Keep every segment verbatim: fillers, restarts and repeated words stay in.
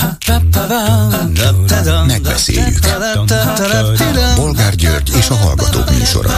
Megbeszéljük. Bolgár György és a Hallgatók műsora.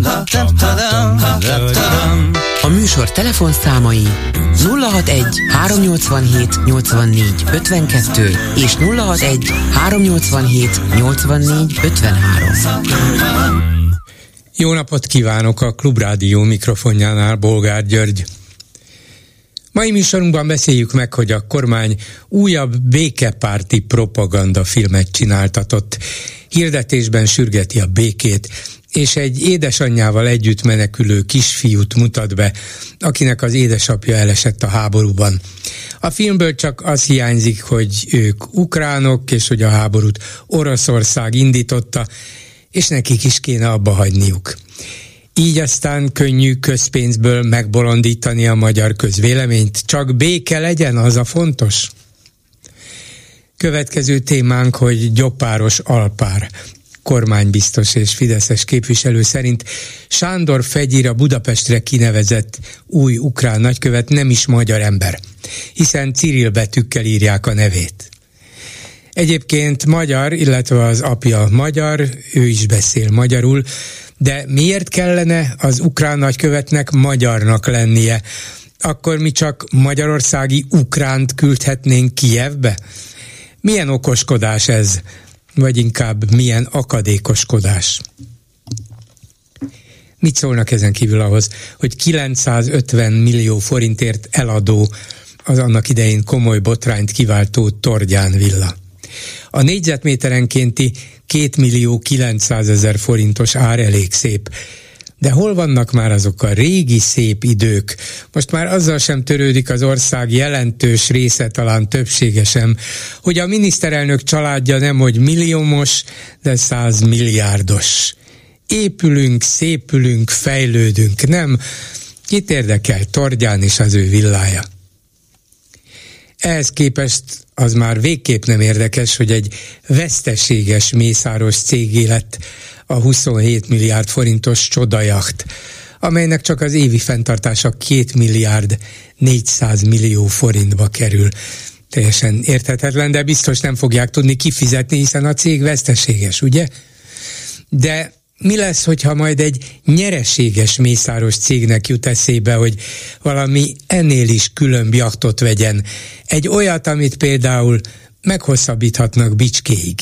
A műsor telefonszámai nulla hatvanegy háromnyolcvanhét nyolcvannégy ötvenkettő és nulla hatvanegy háromnyolcvanhét nyolcvannégy ötvenhárom. Jó napot kívánok, a Klubrádió mikrofonjánál Bolgár György. Mai műsorunkban beszéljük meg, hogy a kormány újabb békepárti propagandafilmet csináltatott. Hirdetésben sürgeti a békét, és egy édesanyjával együtt menekülő kisfiút mutat be, akinek az édesapja elesett a háborúban. A filmből csak az hiányzik, hogy ők ukránok, és hogy a háborút Oroszország indította, és nekik is kéne abba hagyniuk. Így aztán könnyű közpénzből megbolondítani a magyar közvéleményt. Csak béke legyen, az a fontos. Következő témánk, hogy Gyopáros Alpár kormánybiztos és fideszes képviselő szerint Sándor Fegyir, a Budapestre kinevezett új ukrán nagykövet nem is magyar ember, hiszen Cirill betűkkel írják a nevét. Egyébként magyar, illetve az apja magyar, ő is beszél magyarul, de miért kellene az ukrán nagykövetnek magyarnak lennie? Akkor mi csak magyarországi ukránt küldhetnénk Kijevbe? Milyen okoskodás ez? Vagy inkább milyen akadékoskodás? Mit szólnak ezen kívül ahhoz, hogy kilencszázötven millió forintért eladó, az annak idején komoly botrányt kiváltó Tordján villa? A négyzetméterenkénti két millió kilencszázezer forintos ár elég szép. De hol vannak már azok a régi szép idők? Most már azzal sem törődik az ország jelentős része, talán többsége sem, hogy a miniszterelnök családja nemhogy milliómos, de százmilliárdos. Épülünk, szépülünk, fejlődünk, nem? Kit érdekel Tordján és az ő villája? Ehhez képest az már végképp nem érdekes, hogy egy veszteséges mészáros cégé lett a huszonhét milliárd forintos csodajacht, amelynek csak az évi fenntartása két milliárd négyszáz millió forintba kerül. Teljesen érthetetlen, de biztos nem fogják tudni kifizetni, hiszen a cég veszteséges, ugye? De mi lesz, hogyha majd egy nyereséges mészáros cégnek jut eszébe, hogy valami ennél is különb jachtot vegyen? Egy olyat, amit például meghosszabbíthatnak Bicskéig.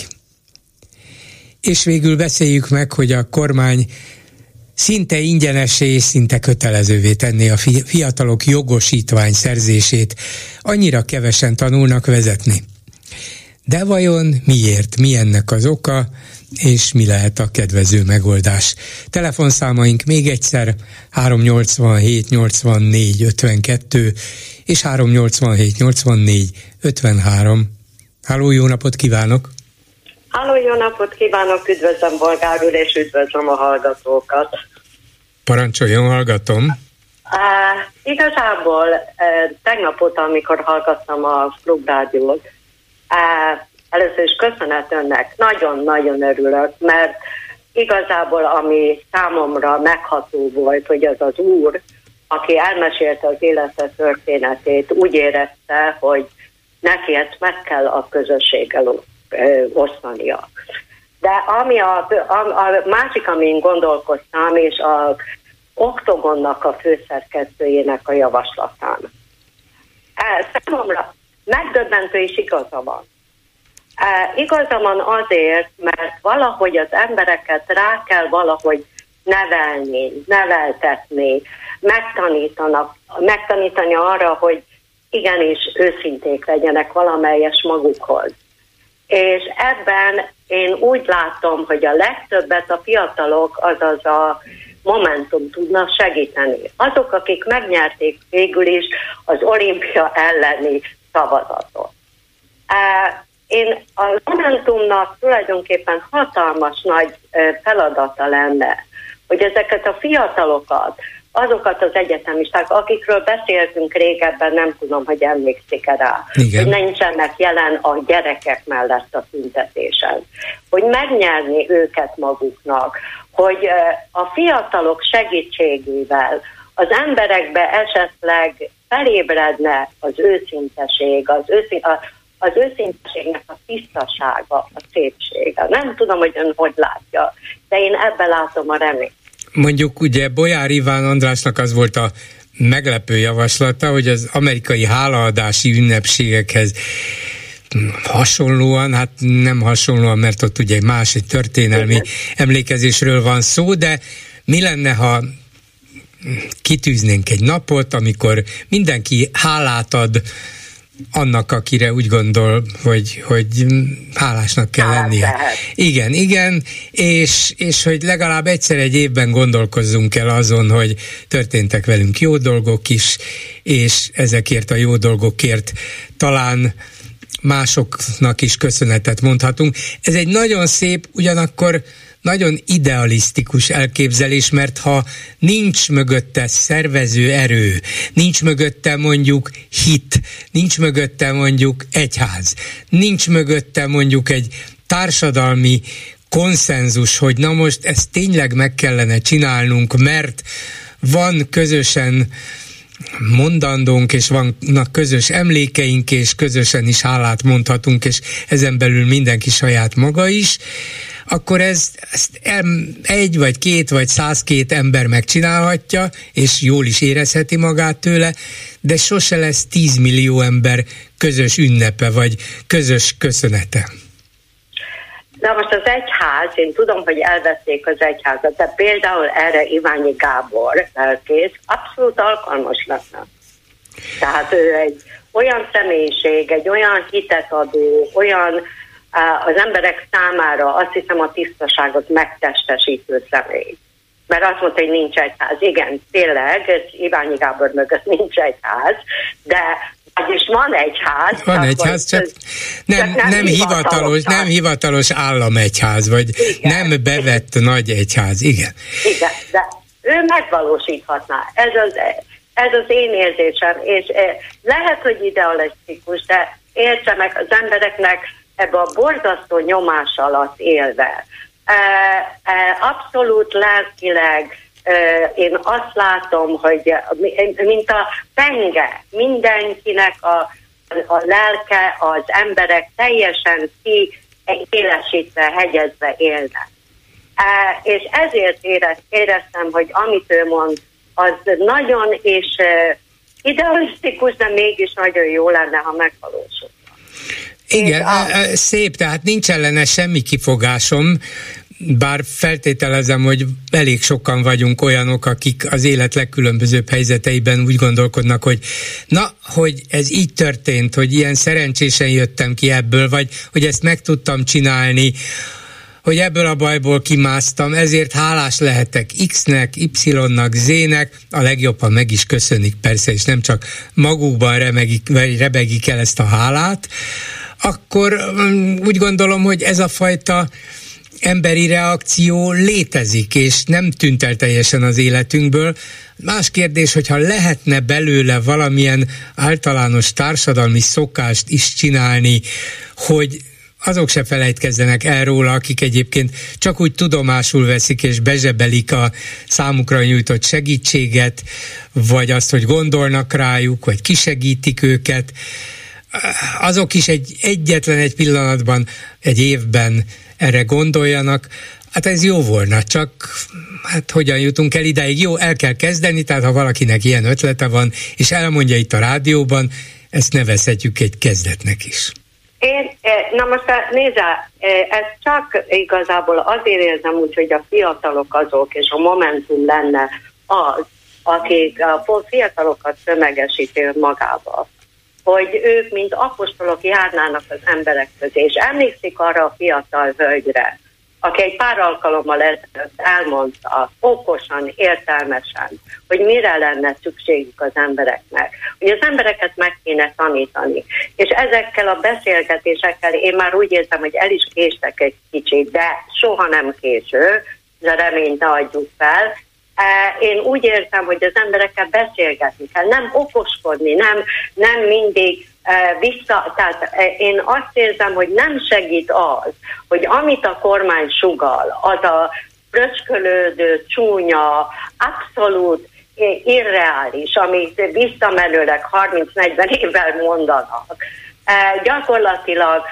És végül beszéljük meg, hogy a kormány szinte ingyenessé és szinte kötelezővé tenné a fiatalok jogosítvány szerzését. Annyira kevesen tanulnak vezetni. De vajon miért? Mi ennek az oka? És mi lehet a kedvező megoldás? Telefonszámaink még egyszer háromnyolcvanhét nyolcvannégy ötvenkettő és háromnyolcvanhét nyolcvannégy ötvenhárom. Halló, jó napot kívánok! Halló, jó napot kívánok! Üdvözlöm Bolgár úr, és üdvözlöm a hallgatókat! Parancsoljon, hallgatom! Uh, igazából uh, tegnap óta, amikor hallgattam a Klubrádiót, uh, először is köszönet önnek, nagyon-nagyon örülök, mert igazából ami számomra megható volt, hogy az az úr, aki elmesélte az élete történetét, úgy érezte, hogy neki ezt meg kell a közösséggel osztania. De ami a, a, a másik, amin gondolkoztam, és az Oktogonnak a főszerkesztőjének a javaslatán. Számomra megdöbbentő és igaza van. Uh, igaza van azért, mert valahogy az embereket rá kell valahogy nevelni, neveltetni, megtanítanak, megtanítani arra, hogy igenis őszinték legyenek valamelyes magukhoz. És ebben én úgy látom, hogy a legtöbbet a fiatalok, azaz a Momentum tudna segíteni. Azok, akik megnyerték végül is az olimpia elleni szavazatot. Uh, Én a Momentumnak tulajdonképpen hatalmas nagy feladata lenne, hogy ezeket a fiatalokat, azokat az egyetemisták, akikről beszéltünk régebben, nem tudom, hogy emlékszik-e rá, igen, hogy nincsenek jelen a gyerekek mellett a tüntetésen, hogy megnyerni őket maguknak, hogy a fiatalok segítségével az emberekbe esetleg felébredne az őszinteség, az őszint, a az őszinteségnek a tisztasága, a szépsége. Nem tudom, hogy ön hogy látja, de én ebben látom a reményt. Mondjuk ugye Bolyár Iván Andrásnak az volt a meglepő javaslata, hogy az amerikai hálaadási ünnepségekhez hasonlóan, hát nem hasonlóan, mert ott ugye más, egy történelmi emlékezésről van szó, de mi lenne, ha kitűznénk egy napot, amikor mindenki hálát ad annak, akire úgy gondol, hogy, hogy hálásnak kell hát, lennie. Lehet. Igen, igen, és, és hogy legalább egyszer egy évben gondolkozzunk el azon, hogy történtek velünk jó dolgok is, és ezekért a jó dolgokért talán másoknak is köszönetet mondhatunk. Ez egy nagyon szép, ugyanakkor nagyon idealisztikus elképzelés, mert ha nincs mögötte szervező erő, nincs mögötte mondjuk hit, nincs mögötte mondjuk egyház, nincs mögötte mondjuk egy társadalmi konszenzus, hogy na most ezt tényleg meg kellene csinálnunk, mert van közösen mondandónk, és vannak közös emlékeink, és közösen is hálát mondhatunk, és ezen belül mindenki saját maga is, akkor ezt, ezt egy, vagy két, vagy százkét ember megcsinálhatja, és jól is érezheti magát tőle, de sose lesz tízmillió ember közös ünnepe, vagy közös köszönete. Na most az egyház, én tudom, hogy elvették az egyházat, de például erre Iványi Gábor lelkész abszolút alkalmas lenne. Tehát ő egy olyan személyiség, egy olyan hitet adó, olyan az emberek számára azt hiszem a tisztaságot megtestesítő személy. Mert azt mondta, hogy nincs egyház. Igen, tényleg, Iványi Gábor mögött nincs egyház, de vagyis van egyház. Van egyház, csak nem, csak nem, nem hivatalos, nem hivatalos államegyház, vagy igen. Nem bevett nagy egyház, igen. Igen, de ő megvalósíthatná. Ez az, ez az én érzésem, és lehet, hogy idealisztikus, de értse meg az embereknek ebbe a borzasztó nyomás alatt élve. Abszolút lelkileg én azt látom, hogy mint a penge, mindenkinek a, a lelke, az emberek teljesen kiélesítve, hegyezve élnek. És ezért érez, éreztem, hogy amit ő mond, az nagyon és idealisztikus, de mégis nagyon jó lenne, ha megvalósul. Igen, a... szép, tehát nincs ellene semmi kifogásom, bár feltételezem, hogy elég sokan vagyunk olyanok, akik az élet legkülönbözőbb helyzeteiben úgy gondolkodnak, hogy na, hogy ez így történt, hogy ilyen szerencsésen jöttem ki ebből, vagy hogy ezt meg tudtam csinálni, hogy ebből a bajból kimásztam, ezért hálás lehetek X-nek, Y-nak, Z-nek, a legjobb, ha meg is köszönik persze, és nem csak magukban remegik, vagy rebegik el ezt a hálát, akkor úgy gondolom, hogy ez a fajta emberi reakció létezik, és nem tűnt el teljesen az életünkből. Más kérdés, hogyha lehetne belőle valamilyen általános társadalmi szokást is csinálni, hogy azok se felejtkezzenek el róla, akik egyébként csak úgy tudomásul veszik és bezsebelik a számukra nyújtott segítséget, vagy azt, hogy gondolnak rájuk, vagy kisegítik őket, azok is egy egyetlen egy pillanatban, egy évben erre gondoljanak. Hát ez jó volna, csak hát hogyan jutunk el ideig? Jó, el kell kezdeni, tehát ha valakinek ilyen ötlete van, és elmondja itt a rádióban, ezt nevezhetjük egy kezdetnek is. Én, na most nézze, ez csak igazából azért érzem úgy, hogy a fiatalok azok, és a Momentum lenne az, akik a fiatalokat tömegesíti magába, hogy ők, mint apostolok járnának az emberek közé, és emlékszik arra a fiatal hölgyre, aki egy pár alkalommal ezelőtt elmondta, okosan, értelmesen, hogy mire lenne szükségük az embereknek, hogy az embereket meg kéne tanítani. És ezekkel a beszélgetésekkel én már úgy érzem, hogy el is késtek egy kicsit, de soha nem késő, de reményt ne adjuk fel. Én úgy érzem, hogy az emberekkel beszélgetni kell, nem okoskodni, nem, nem mindig vissza, tehát én azt érzem, hogy nem segít az, hogy amit a kormány sugall, az a fröcskölődő, csúnya, abszolút irreális, amit visszamenőleg harminc-negyven évvel mondanak, Gyakorlatilag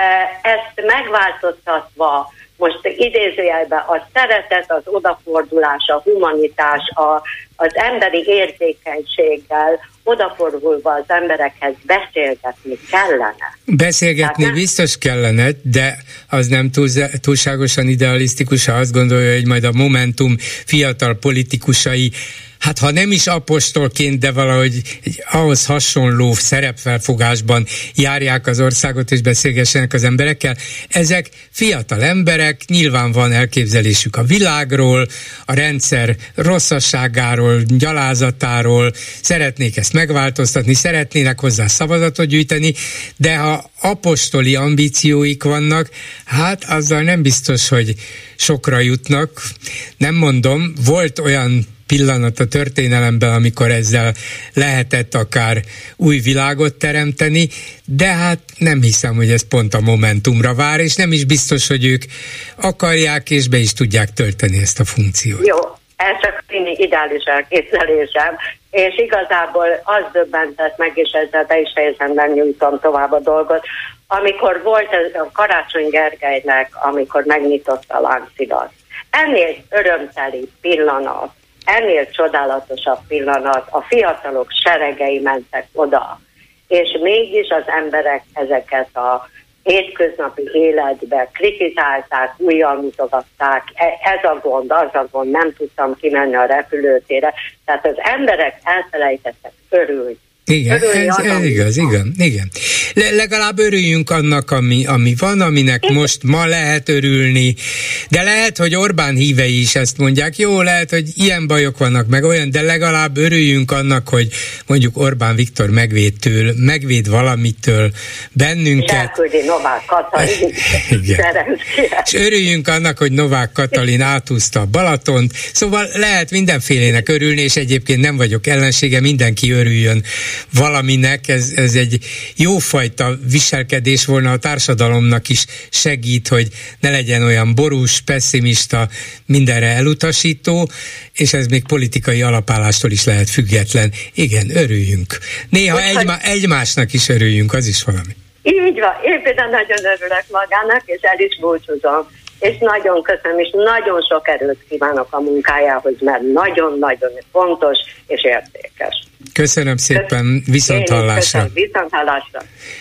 ezt megváltoztatva, most idézőjelben a szeretet, az odafordulás, a humanitás, a, az emberi érzékenységgel odafordulva az emberekhez beszélgetni kellene. Beszélgetni Tehát, biztos kellene, de az nem túl, túlságosan idealisztikus, ha azt gondolja, hogy majd a Momentum fiatal politikusai, hát ha nem is apostolként, de valahogy egy ahhoz hasonló szerepfelfogásban járják az országot és beszélgessenek az emberekkel. Ezek fiatal emberek, nyilván van elképzelésük a világról, a rendszer rosszasságáról, gyalázatáról, szeretnék ezt megváltoztatni, szeretnének hozzá szavazatot gyűjteni, de ha apostoli ambícióik vannak, hát azzal nem biztos, hogy sokra jutnak. Nem mondom, volt olyan pillanat a történelemben, amikor ezzel lehetett akár új világot teremteni, de hát nem hiszem, hogy ez pont a Momentumra vár, és nem is biztos, hogy ők akarják és be is tudják tölteni ezt a funkciót. Jó, ez csak tényleg ideális elképzelésem, és igazából az döbbentett meg, és ezzel be is fejezem, nem nyújtom tovább a dolgot, amikor volt ez a Karácsony Gergelynek, amikor megnyitotta a láncidat. Ennél örömteli pillanat, ennél csodálatosabb pillanat, a fiatalok seregei mentek oda, és mégis az emberek ezeket a hétköznapi életbe kritizálták, újjal mutogatták, ez a gond, az a gond, nem tudtam kimenni a repülőtérre, tehát az emberek elfelejtettek örülni. Igen, ez, ez igaz, igen, igen. Le, legalább örüljünk annak, ami, ami van, aminek most ma lehet örülni, de lehet, hogy Orbán hívei is ezt mondják, jó, lehet, hogy ilyen bajok vannak, meg olyan, de legalább örüljünk annak, hogy mondjuk Orbán Viktor megvéd től, megvéd valamitől bennünket. Elküldi Novák Katalin. Igen. És örüljünk annak, hogy Novák Katalin átúzta a Balatont, szóval lehet mindenfélének örülni, és egyébként nem vagyok ellensége, mindenki örüljön valaminek, ez, ez egy jófajta viselkedés volna, a társadalomnak is segít, hogy ne legyen olyan borús, pesszimista, mindenre elutasító, és ez még politikai alapállástól is lehet független. Igen, örüljünk. Néha egymá, egymásnak is örüljünk, az is valami. Így van, én például nagyon örülök magának, és el is búcsúzom. És nagyon köszönöm, és nagyon sok erőt kívánok a munkájához, mert nagyon-nagyon fontos és értékes. Köszönöm szépen, viszonthallásra. Viszonthallásra.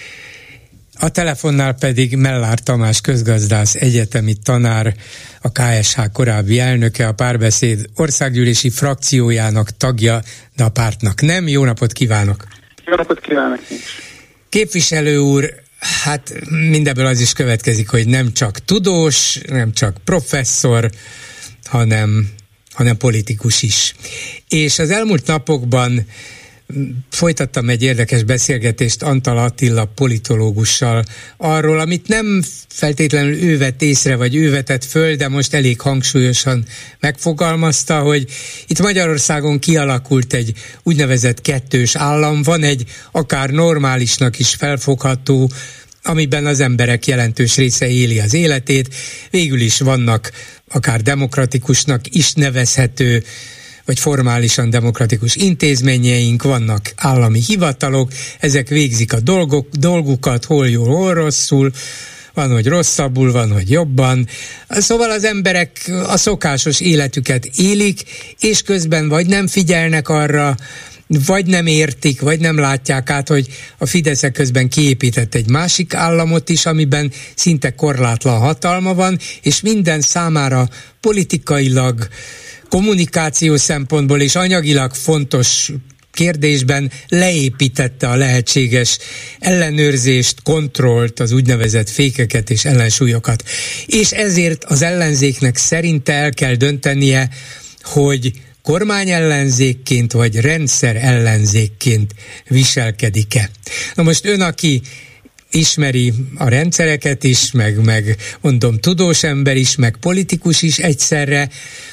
A telefonnál pedig Mellár Tamás közgazdász, egyetemi tanár, a ká es há korábbi elnöke, a Párbeszéd országgyűlési frakciójának tagja, de a pártnak nem. Jó napot kívánok! Jó napot kívánok! Képviselő úr, hát mindebből az is következik, hogy nem csak tudós, nem csak professzor, hanem, hanem politikus is. És az elmúlt napokban folytattam egy érdekes beszélgetést Antal Attila politológussal arról, amit nem feltétlenül ő vett észre, vagy ő vetett föl, de most elég hangsúlyosan megfogalmazta, hogy itt Magyarországon kialakult egy úgynevezett kettős állam, van egy akár normálisnak is felfogható, amiben az emberek jelentős része éli az életét, végül is vannak akár demokratikusnak is nevezhető, vagy formálisan demokratikus intézményeink, vannak állami hivatalok, ezek végzik a dolgok, dolgukat, hol jól, hol rosszul, van, hogy rosszabbul, van, hogy jobban. Szóval az emberek a szokásos életüket élik, és közben vagy nem figyelnek arra, vagy nem értik, vagy nem látják át, hogy a Fidesz közben kiépített egy másik államot is, amiben szinte korlátlan hatalma van, és minden számára politikailag, kommunikáció szempontból és anyagilag fontos kérdésben leépítette a lehetséges ellenőrzést, kontrollt, az úgynevezett fékeket és ellensúlyokat. És ezért az ellenzéknek szerinte el kell döntenie, hogy kormányellenzékként vagy rendszer ellenzékként viselkedik-e. Na most ön, aki ismeri a rendszereket is, meg, meg mondom tudós ember is, meg politikus is egyszerre,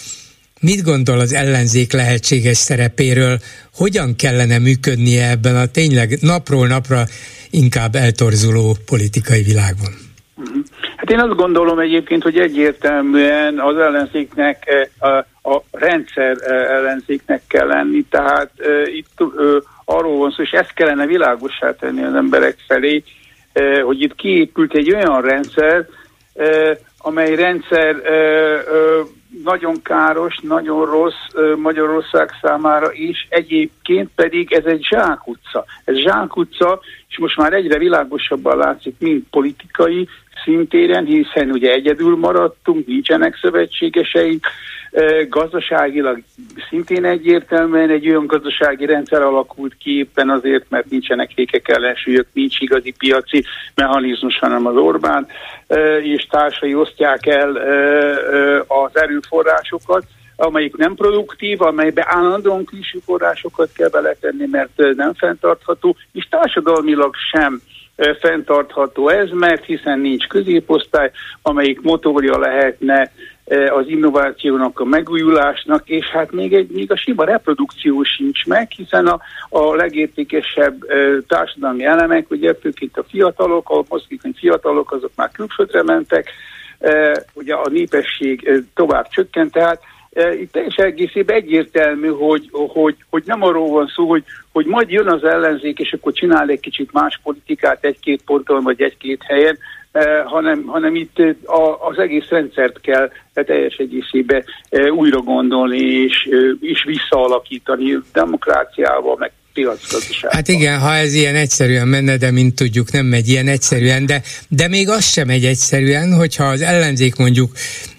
mit gondol az ellenzék lehetséges szerepéről, hogyan kellene működnie ebben a tényleg napról napra inkább eltorzuló politikai világban? Hát én azt gondolom egyébként, hogy egyértelműen az ellenzéknek, a, a rendszer ellenzéknek kell lenni, tehát e, itt e, arról van szó, és ezt kellene világossá tenni az emberek felé, hogy itt kiépült egy olyan rendszer, amely rendszer nagyon káros, nagyon rossz Magyarország számára is, egyébként pedig ez egy zsákutca. Ez zsákutca, és most már egyre világosabban látszik, mint politikai szintéren, hiszen ugye egyedül maradtunk, nincsenek szövetségeseink, gazdaságilag szintén egyértelműen egy olyan gazdasági rendszer alakult ki éppen azért, mert nincsenek fékek ellensúlyok, nincs igazi piaci mechanizmus, hanem az Orbán és társai osztják el az erőforrásokat, amelyik nem produktív, amelybe állandóan külső forrásokat kell beletenni, mert nem fenntartható, és társadalmilag sem fenntartható ez, mert hiszen nincs középosztály, amelyik motorja lehetne az innovációnak, a megújulásnak, és hát még, egy, még a sima reprodukció sincs meg, hiszen a, a legértékesebb e, társadalmi elemek, ugye főként a fiatalok, a mozgékony fiatalok, azok már külföldre mentek, e, ugye a népesség e, tovább csökkent, tehát e, itt teljesen egészében egyértelmű, hogy, hogy, hogy nem arról van szó, hogy, hogy majd jön az ellenzék, és akkor csinál egy kicsit más politikát egy-két ponton, vagy egy-két helyen, Uh, hanem, hanem itt uh, a, az egész rendszert kell uh, teljes egészében uh, újra gondolni és, uh, és visszaalakítani demokráciával, meg piacgazdaságban. Hát igen, ha ez ilyen egyszerűen menne, de mint tudjuk, nem megy ilyen egyszerűen, de, de még az sem megy egyszerűen, hogyha az ellenzék mondjuk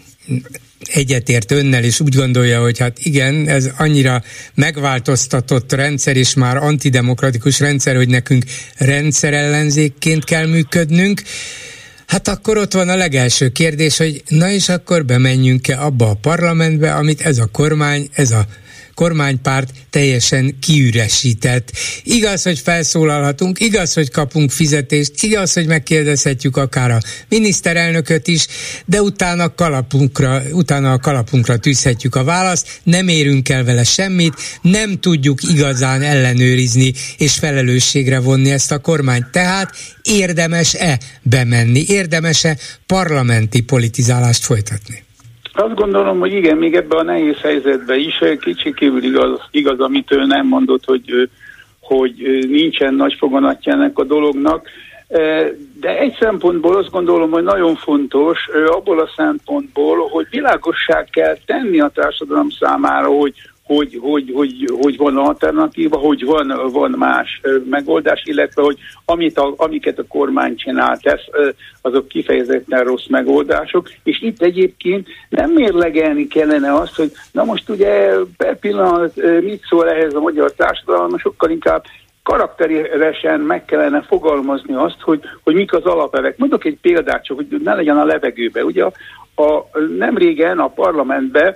egyetért önnel, és úgy gondolja, hogy hát igen, ez annyira megváltoztatott rendszer, és már antidemokratikus rendszer, hogy nekünk rendszerellenzékként kell működnünk. Hát akkor ott van a legelső kérdés, hogy na és akkor bemenjünk-e abba a parlamentbe, amit ez a kormány, ez a kormánypárt teljesen kiüresített. Igaz, hogy felszólalhatunk, igaz, hogy kapunk fizetést, igaz, hogy megkérdezhetjük akár a miniszterelnököt is, de utána kalapunkra, utána a kalapunkra tűzhetjük a választ, nem érünk el vele semmit, nem tudjuk igazán ellenőrizni és felelősségre vonni ezt a kormányt. Tehát érdemes-e bemenni, érdemes-e parlamenti politizálást folytatni? Azt gondolom, hogy igen, még ebben a nehéz helyzetben is kétségkívül igaz, igaz, amit ő nem mondott, hogy, hogy nincsen nagy foganatja ennek a dolognak, de egy szempontból azt gondolom, hogy nagyon fontos, abból a szempontból, hogy világossá kell tenni a társadalom számára, hogy Hogy, hogy, hogy, hogy van alternatíva, hogy van, van más megoldás, illetve hogy amit a, amiket a kormány csinál, tesz, azok kifejezetten rossz megoldások, és itt egyébként nem mérlegelni kellene azt, hogy na most ugye per pillanat mit szól ehhez a magyar társadalom, sokkal inkább karakteresen meg kellene fogalmazni azt, hogy, hogy mik az alapelvek. Mondok egy példát csak, hogy ne legyen a levegőbe. Ugye a, a, nem régen a parlamentben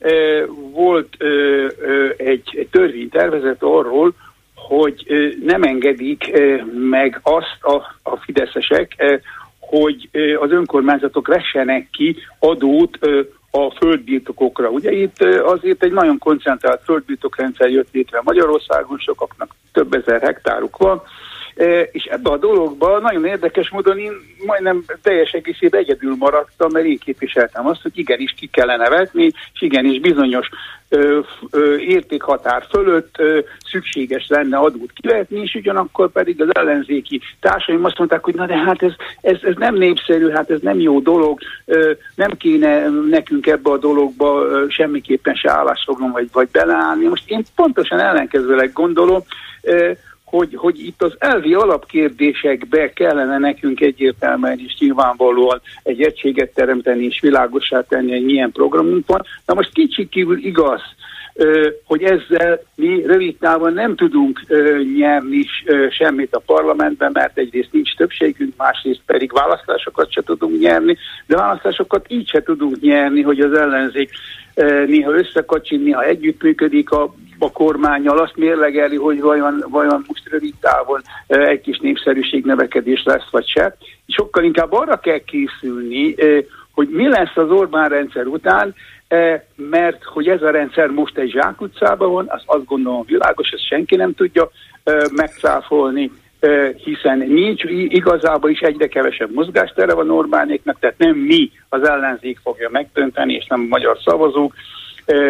volt ö, ö, egy, egy törvénytervezet arról, hogy ö, nem engedik ö, meg azt a, a fideszesek, ö, hogy ö, az önkormányzatok vessenek ki adót ö, a földbirtokokra. Ugye itt ö, azért egy nagyon koncentrált földbirtokrendszer jött létre Magyarországon, sokaknak több ezer hektáruk van, és ebbe a dologban nagyon érdekes módon én majdnem teljes egészében egyedül maradtam, mert én képviseltem azt, hogy igenis ki kellene vetni, és igenis bizonyos ö, ö, értékhatár fölött ö, szükséges lenne adót kivetni, és ugyanakkor pedig az ellenzéki társaim azt mondták, hogy na de hát ez, ez, ez nem népszerű, hát ez nem jó dolog, ö, nem kéne nekünk ebbe a dologba ö, semmiképpen se állásfoglalni, vagy, vagy beleállni. Most én pontosan ellenkezőleg gondolom, ö, Hogy, hogy itt az elvi alapkérdésekbe kellene nekünk egyértelműen és nyilvánvalóan egy egységet teremteni és világossá tenni, hogy milyen programunk van. Na most kicsikívül igaz, hogy ezzel mi rövid távon nem tudunk nyerni semmit a parlamentben, mert egyrészt nincs többségünk, másrészt pedig választásokat se tudunk nyerni, de választásokat így se tudunk nyerni, hogy az ellenzék néha összekacsin, néha együttműködik a a kormánnyal, azt mérlegeli, hogy vajon, vajon most rövid távon egy kis népszerűségnövekedés lesz, vagy se. Sokkal inkább arra kell készülni, hogy mi lesz az Orbán rendszer után, mert hogy ez a rendszer most egy zsákutcában van, az azt gondolom világos, ezt senki nem tudja megcáfolni, hiszen nincs, igazából is egyre kevesebb mozgástere van Orbánéknak, tehát nem mi az ellenzék fogja megdönteni, és nem a magyar szavazók,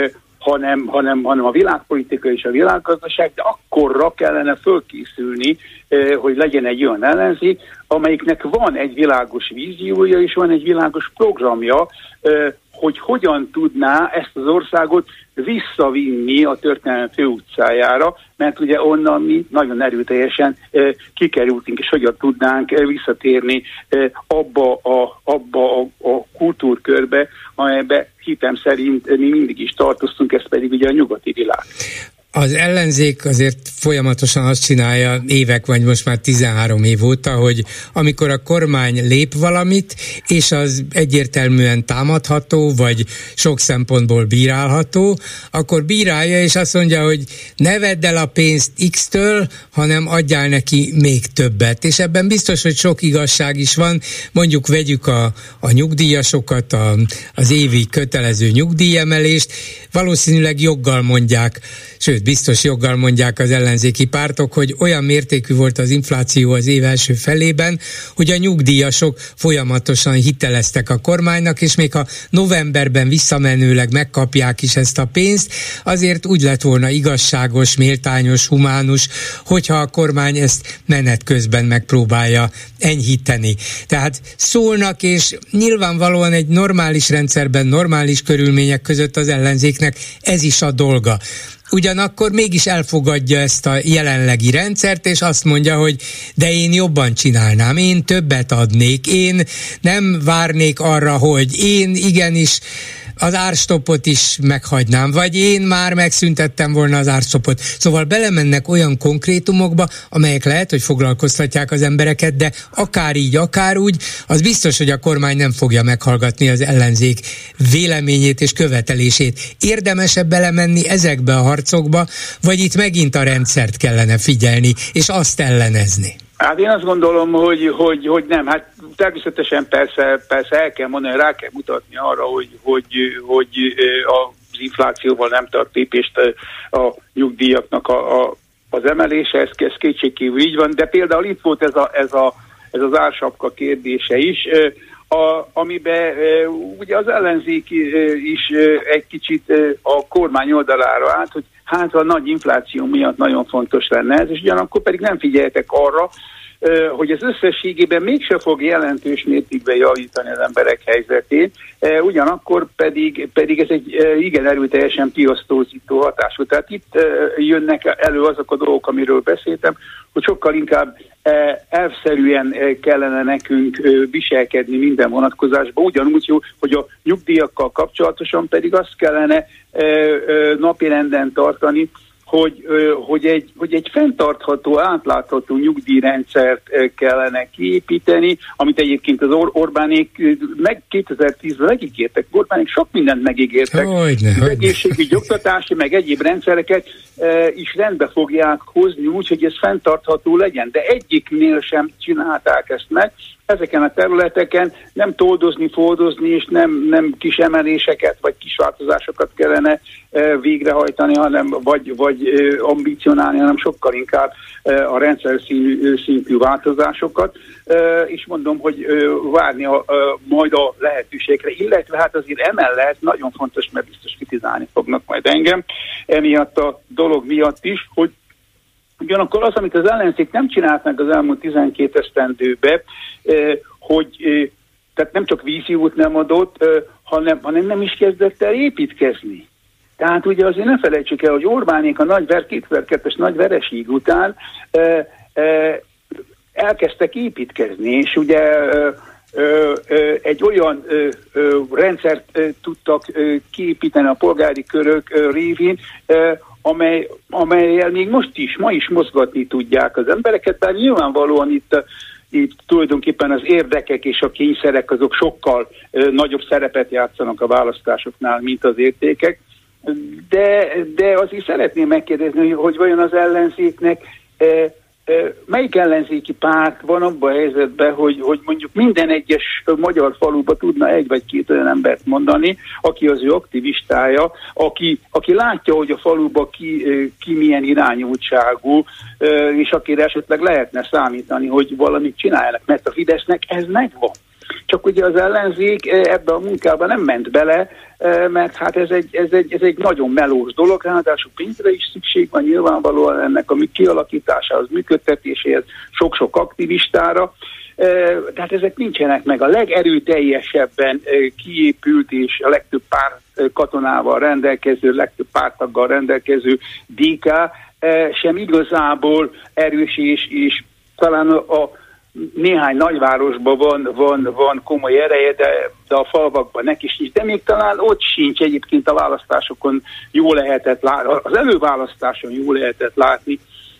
hanem, hanem, hanem a világpolitika és a világgazdaság, de akkorra kellene fölkészülni, hogy legyen egy olyan ellenzék, amelyiknek van egy világos víziója és van egy világos programja, hogy hogyan tudná ezt az országot visszavinni a történelem főutcájára, mert ugye onnan mi nagyon erőteljesen e, kikerültünk, és hogyan tudnánk e, visszatérni e, abba, a, abba a, a kultúrkörbe, amelybe hitem szerint mi mindig is tartoztunk, ez pedig ugye a nyugati világ. Az ellenzék azért folyamatosan azt csinálja évek, vagy most már tizenhárom év óta, hogy amikor a kormány lép valamit, és az egyértelműen támadható, vagy sok szempontból bírálható, akkor bírálja, és azt mondja, hogy ne vedd el a pénzt X-től, hanem adjál neki még többet. És ebben biztos, hogy sok igazság is van. Mondjuk vegyük a, a nyugdíjasokat, a, az évi kötelező nyugdíjemelést. Valószínűleg joggal mondják, sőt, biztos joggal mondják az ellenzéki pártok, hogy olyan mértékű volt az infláció az év első felében, hogy a nyugdíjasok folyamatosan hiteleztek a kormánynak, és még ha novemberben visszamenőleg megkapják is ezt a pénzt, azért úgy lett volna igazságos, méltányos, humánus, hogyha a kormány ezt menet közben megpróbálja enyhíteni. Tehát szólnak, és nyilvánvalóan egy normális rendszerben, normális körülmények között az ellenzéknek ez is a dolga. Ugyanakkor mégis elfogadja ezt a jelenlegi rendszert, és azt mondja, hogy de én jobban csinálnám, én többet adnék, én nem várnék arra, hogy én igenis az árstoppot is meghagynám, vagy én már megszüntettem volna az árstoppot. Szóval belemennek olyan konkrétumokba, amelyek lehet, hogy foglalkoztatják az embereket, de akár így, akár úgy, az biztos, hogy a kormány nem fogja meghallgatni az ellenzék véleményét és követelését. Érdemesebb belemenni ezekbe a harcokba, vagy itt megint a rendszert kellene figyelni, és azt ellenezni? Hát én azt gondolom, hogy, hogy, hogy nem. Hát természetesen persze, persze el kell mondani, rá kell mutatni arra, hogy, hogy, hogy az inflációval nem tart lépést a nyugdíjaknak a, a, az emelése, ez, ez kétségkívül így van, de például itt volt ez, a, ez, a, ez az ársapka kérdése is, a, amiben ugye az ellenzék is egy kicsit a kormány oldalára állt, hogy hát a nagy infláció miatt nagyon fontos lenne ez, és ugyanakkor pedig nem figyeltek arra, hogy az összességében mégse fog jelentős mértékben javítani az emberek helyzetét, ugyanakkor pedig, pedig ez egy igen erőteljesen piasztózító hatású. Tehát itt jönnek elő azok a dolgok, amiről beszéltem, hogy sokkal inkább elvszerűen kellene nekünk viselkedni minden vonatkozásban, ugyanúgy, hogy a nyugdíjakkal kapcsolatosan pedig azt kellene napirenden tartani, hogy, hogy, egy, hogy egy fenntartható, átlátható nyugdíjrendszert kellene kiépíteni, amit egyébként az Or- Orbánék meg kétezer-tízben megígértek. Orbánék sok mindent megígértek. Hogyne, az egészségügyi, oktatási, meg egyéb rendszereket e, is rendbe fogják hozni úgy, hogy ez fenntartható legyen. De egyiknél sem csinálták ezt meg. Ezeken a területeken nem toldozni, foldozni, és nem, nem kis emeléseket, vagy kis változásokat kellene e, végrehajtani, hanem vagy, vagy e, ambicionálni, hanem sokkal inkább e, a rendszer szintű, szintű változásokat, e, és mondom, hogy e, várni a, e, majd a lehetőségre, illetve hát azért emellett nagyon fontos, mert biztos kritizálni fognak majd engem, emiatt a dolog miatt is, hogy ugyanakkor az, amit az ellenzék nem csinált meg az elmúlt tizenkét esztendőbe, hogy tehát nem csak víziót nem adott, hanem, hanem nem is kezdett el építkezni. Tehát ugye azért ne felejtsük el, hogy Orbánék a nagy ver, kétezer-kettes nagy vereség után elkezdtek építkezni, és ugye egy olyan rendszert tudtak kiépíteni a polgári körök révén, amely, amelyel még most is, ma is mozgatni tudják az embereket, bár nyilvánvalóan itt, itt tulajdonképpen az érdekek és a kényszerek azok sokkal ö, nagyobb szerepet játszanak a választásoknál, mint az értékek, de, de azért szeretném megkérdezni, hogy vajon az ellenzéknek ö, ö, melyik ellenzéki párt van abban a helyzetben, hogy, hogy mondjuk minden egyes magyar faluba tudna egy vagy két olyan embert mondani, aki az ő aktivistája, aki, aki látja, hogy a faluba ki, ki milyen irányultságú, és akire esetleg lehetne számítani, hogy valamit csináljanak, mert a Fidesznek ez megvan. Csak ugye az ellenzék ebbe a munkába nem ment bele, mert hát ez egy, ez egy, ez egy nagyon melós dolog, ráadásul pénzre is szükség van nyilvánvalóan ennek a kialakításához, működtetéséhez, sok-sok aktivistára. Tehát ezek nincsenek meg. A legerőteljesebben kiépült és a legtöbb pár katonával rendelkező, legtöbb pártaggal rendelkező dé ká sem igazából erős, és, és talán a néhány nagyvárosban van, van, van komoly ereje, de, de a falvakban neki sincs. De még talán ott sincs egyébként a választásokon jól lehetett látni, az előválasztáson jól lehetett látni,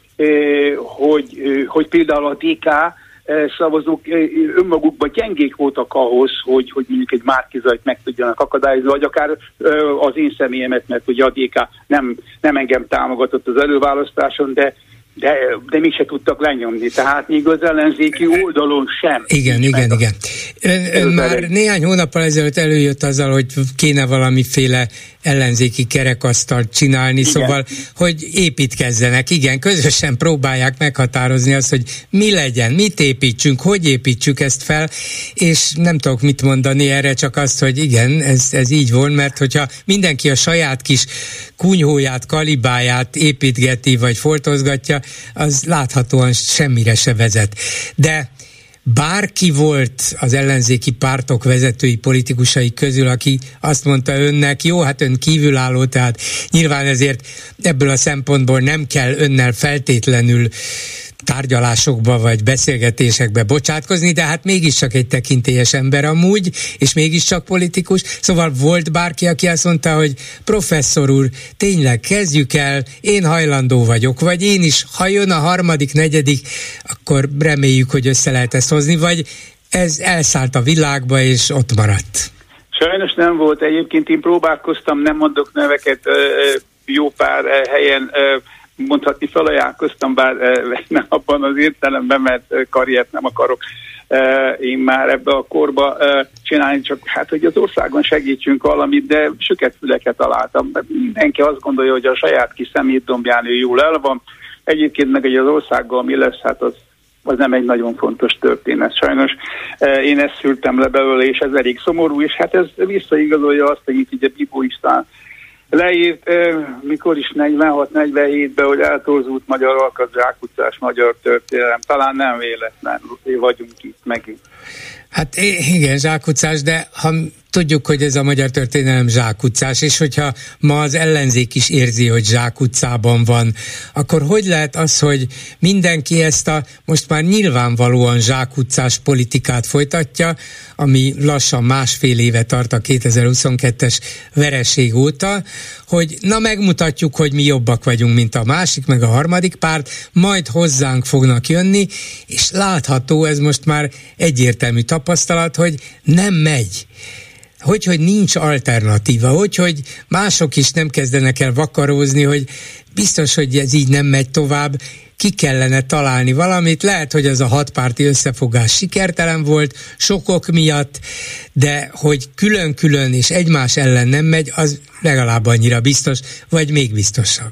hogy, hogy például a dé ká szavazók önmagukban gyengék voltak ahhoz, hogy, hogy mondjuk egy Márki-Zajt meg tudjanak akadályozni, vagy akár az én személyemet, mert ugye a dé ká nem, nem engem támogatott az előválasztáson, de De, de mégse tudtak lenyomni, tehát még az ellenzéki oldalon sem. Igen, igen, igen. Ön, ön már néhány hónappal ezelőtt előjött azzal, hogy kéne valamiféle ellenzéki kerekasztalt csinálni, igen. Szóval, hogy építkezzenek, igen, közösen próbálják meghatározni azt, hogy mi legyen, mit építsünk, hogy építsük ezt fel, és nem tudok mit mondani erre, csak azt, hogy igen, ez, ez így van, mert hogyha mindenki a saját kis kunyhóját, kalibáját építgeti, vagy foltozgatja, az láthatóan semmire se vezet. De bárki volt az ellenzéki pártok vezetői politikusai közül, aki azt mondta önnek, jó, hát ön kívülálló, tehát nyilván ezért ebből a szempontból nem kell önnel feltétlenül tárgyalásokba vagy beszélgetésekbe bocsátkozni, de hát mégiscsak egy tekintélyes ember amúgy, és mégiscsak politikus. Szóval volt bárki, aki azt mondta, hogy professzor úr, tényleg kezdjük el, én hajlandó vagyok, vagy én is, ha jön a harmadik, negyedik, akkor reméljük, hogy össze lehet ezt hozni, vagy ez elszállt a világba, és ott maradt. Sajnos nem volt. Egyébként én próbálkoztam, nem mondok neveket, jó pár helyen mondhatni, felajánlkoztam, bár nem abban az értelemben, mert karriert nem akarok én már ebbe a korba csinálni, csak hát, hogy az országon segítsünk valamit, de süket füleket találtam. Mindenki azt gondolja, hogy a saját kis szemétdombján ő jól el van. Egyébként meg egy az országgal mi lesz, hát az, az nem egy nagyon fontos történet. Sajnos én ezt szültem le belőle, és ez elég szomorú, és hát ez visszaigazolja azt, hogy itt így a Bibó István leírt, mikor is negyvenhat-negyvenhétben, hogy eltorzult magyar alkat, zsákutcás magyar történelem. Talán nem véletlen, vagyunk itt megint. Hát igen, zsákutcás, de ha tudjuk, hogy ez a magyar történelem zsákutcás, és hogyha ma az ellenzék is érzi, hogy zsákutcában van, akkor hogy lehet az, hogy mindenki ezt a most már nyilvánvalóan zsákutcás politikát folytatja, ami lassan másfél éve tart a kétezer-huszonkettes vereség óta, hogy na megmutatjuk, hogy mi jobbak vagyunk, mint a másik, meg a harmadik párt, majd hozzánk fognak jönni, és látható, ez most már egyértelmű tapasztalat, hogy nem megy. Hogy, hogy nincs alternatíva, hogy, hogy mások is nem kezdenek el vakarózni, hogy biztos, hogy ez így nem megy tovább, ki kellene találni valamit, lehet, hogy ez a hatpárti összefogás sikertelen volt, sokok miatt, de hogy külön-külön és egymás ellen nem megy, az legalább annyira biztos, vagy még biztosabb.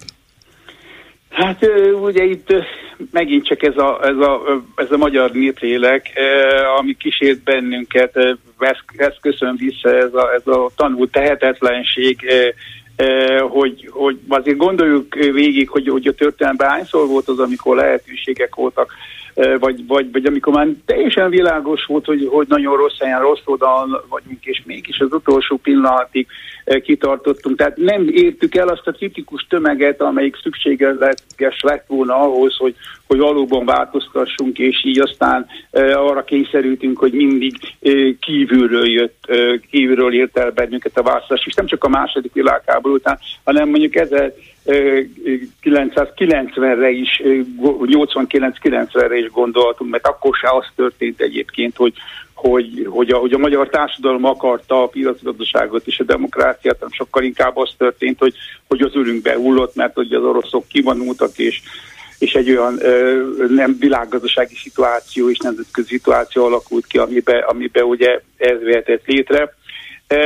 Hát ugye itt megint csak ez a, ez a, ez a magyar néplélek, ami kísért bennünket, ezt köszön vissza, ez a, ez a tanult tehetetlenség, hogy, hogy azért gondoljuk végig, hogy, hogy a történelemben hányszor volt az, amikor lehetőségek voltak, vagy, vagy, vagy amikor már teljesen világos volt, hogy, hogy nagyon rossz helyen, rossz oldalon vagyunk, és mégis az utolsó pillanatig kitartottunk. Tehát nem értük el azt a kritikus tömeget, amelyik szükséges lett volna ahhoz, hogy, hogy valóban változtassunk, és így aztán arra kényszerültünk, hogy mindig kívülről jött, kívülről ért el bennünket a választás, és nem csak a második világháború után, hanem mondjuk ezerkilencszázkilencvenre is, nyolcvankilenc-kilencvenre is gondoltunk, mert akkor se az történt egyébként, hogy Hogy, hogy, a, hogy a magyar társadalom akarta a piacgazdaságot és a demokráciát, hanem sokkal inkább az történt, hogy, hogy az ölünkbe hullott, mert hogy az oroszok kivonultak, és, és egy olyan ö, nem világgazdasági szituáció és nemzetközi szituáció alakult ki, amiben, amiben ugye ez vehetett létre. E,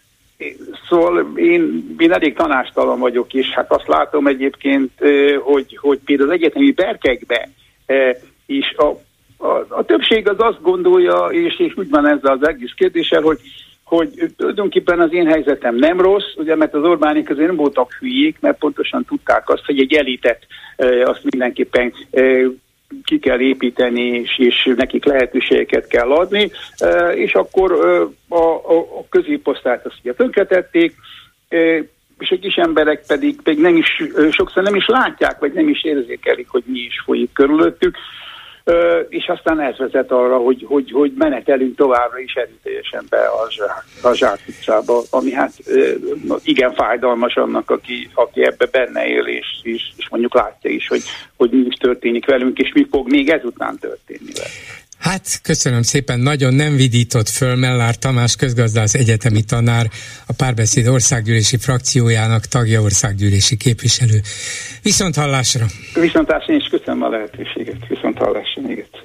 szóval én, én elég tanástalan vagyok, és hát azt látom egyébként, hogy, hogy például az egyetemi berkekbe is a a, a többség az azt gondolja, és, és úgy van ezzel az egész kérdéssel, hogy hogy tulajdonképpen az én helyzetem nem rossz, ugye, mert az Orbánik között nem voltak hülyék, mert pontosan tudták azt, hogy egy elitet e, azt mindenképpen e, ki kell építeni, és, és nekik lehetőségeket kell adni, e, és akkor e, a, a, a középosztályt azt ugye tönkretették, e, és a kis emberek pedig, pedig nem is, sokszor nem is látják, vagy nem is érzékelik, hogy mi is folyik körülöttük. Uh, és aztán ez vezet arra, hogy, hogy, hogy menetelünk továbbra is erőteljesen be a, zsák, a zsákutcába, ami hát uh, igen fájdalmas annak, aki, aki ebbe benne él, és, és, és mondjuk látja is, hogy, hogy mi is történik velünk, és mi fog még ezután történni velünk. Hát köszönöm szépen, nagyon nem vidított föl Mellár Tamás közgazdász, egyetemi tanár, a Párbeszéd országgyűlési frakciójának tagja, országgyűlési képviselő. Viszont hallásra! Viszont hallásra, és köszönöm a lehetőséget. Viszont hallásra még egyszer.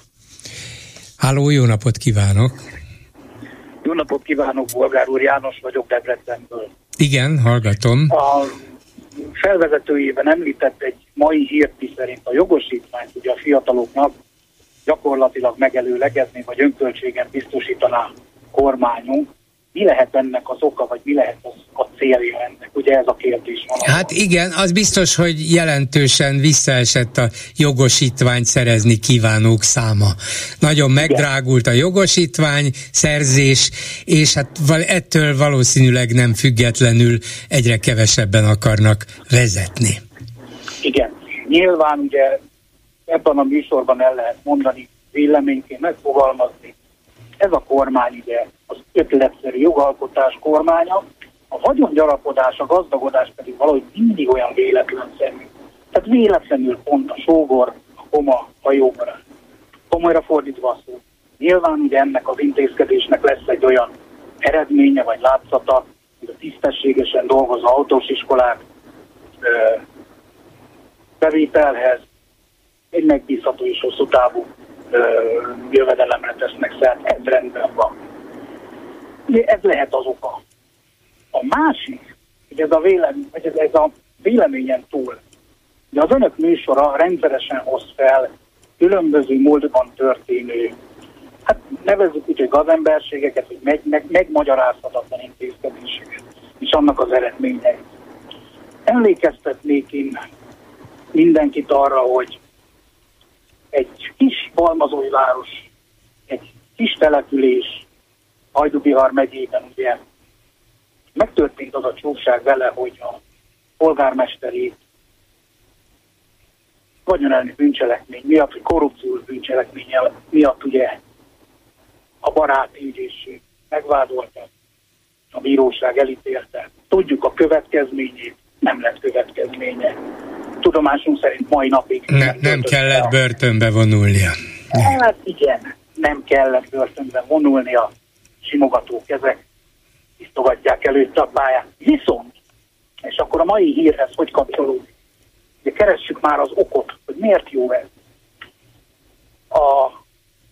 Háló, jó napot kívánok! Jó napot kívánok, Bolgár úr, János vagyok Debrecenből. Igen, hallgatom. A felvezetőjében említett egy mai hírt, miszerint a jogosítványt ugye a fiataloknak gyakorlatilag megelőlegezni, vagy önköltséget biztosítaná kormányunk. Mi lehet ennek az oka, vagy mi lehet az a célja ennek? Ugye ez a kérdés van. Hát igen, az biztos, hogy jelentősen visszaesett a jogosítványt szerezni kívánók száma. Nagyon megdrágult a jogosítvány szerzés, és hát ettől valószínűleg nem függetlenül egyre kevesebben akarnak vezetni. Igen. Nyilván ugye ebben a műsorban el lehet mondani, véleményként megfogalmazni. Ez a kormány ugye az ötletszerű jogalkotás kormánya, a vagyongyarapodás, a gazdagodás pedig valahogy mindig olyan véletlenszerű. Tehát véletlenül pont a sógor, a koma, a jobbra. Komolyra fordítva a szó. Nyilván ugye ennek az intézkedésnek lesz egy olyan eredménye vagy látszata, hogy a tisztességesen dolgozó autós iskolák ö, bevételhez egy megbízható és hosszú távú ö, jövedelemre tesznek szert. Ez rendben van. Ugye ez lehet az oka. A másik, hogy ez a, vélem, hogy ez, ez a véleményen túl, de az önök műsora rendszeresen hoz fel különböző módban történő, hát nevezzük úgy, hogy gazemberségeket, hogy meg, meg, megmagyarázhatatlan intézkedéseket, és annak az eredményei. Emlékeztetnék én mindenkit arra, hogy egy kis balmazói város, egy kis település, Hajdú-Bihar megyében ugye megtörtént az a csúfság vele, hogy a polgármesteri vagyonelmi bűncselekmény miatt, vagy korrupciós bűncselekmény miatt ugye a baráti ügyészség megvádolta, a bíróság elítélte. Tudjuk a következményét, nem lett következménye. Tudomásunk szerint mai napig ne, nem, nem kellett börtönbe vonulnia. Hát igen, nem kellett börtönbe vonulnia, simogató kezek tisztogatják előtte a pályát. Viszont, és akkor a mai hírhez hogy kapcsolódik? De keressük már az okot, hogy miért jó ez. A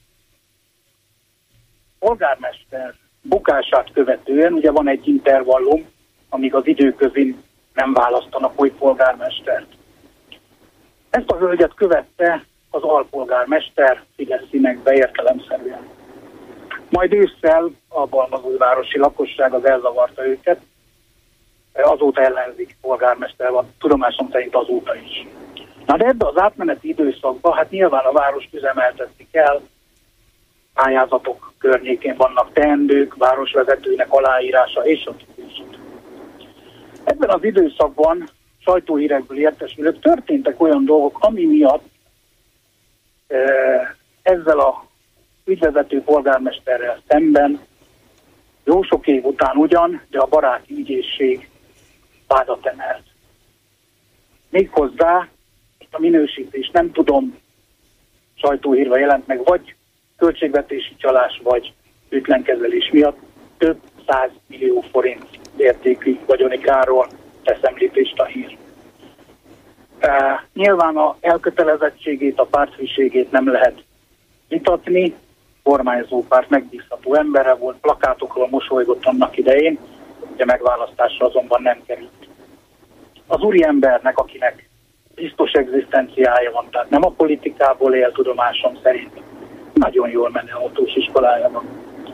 polgármester bukását követően ugye van egy intervallum, amíg az időközén nem választanak új polgármestert. Ezt a hölgyet követte az alpolgármester Fidesz színekbe értelemszerűen. Majd ősszel a balmazújvárosi lakosság az elzavarta őket, azóta ellenzéki polgármester van, tudomásom szerint azóta is. Na de ebbe az átmeneti időszakban, hát nyilván a város üzemeltetni kell, pályázatok környékén vannak teendők, városvezetőnek aláírása, és a többi. Ebben az időszakban sajtóhírekből értesülök, történtek olyan dolgok, ami miatt e, ezzel a ügyvezető polgármesterrel szemben jó sok év után ugyan, de a baráti ügyészség vádat emelt. Méghozzá, a minősítés nem tudom, sajtóhírva jelent meg, vagy költségvetési csalás, vagy ütlenkezelés miatt több száz millió forint értékű vagyoni kárról tesz említést a hír. Uh, nyilván a elkötelezettségét, a párthűségét nem lehet vitatni, kormányzó párt megbízható embere volt, plakátokról mosolygott annak idején, de megválasztásra azonban nem került. Az úriembernek, akinek biztos egzisztenciája van, tehát nem a politikából él tudomásom szerint, nagyon jól menő autós iskolája van.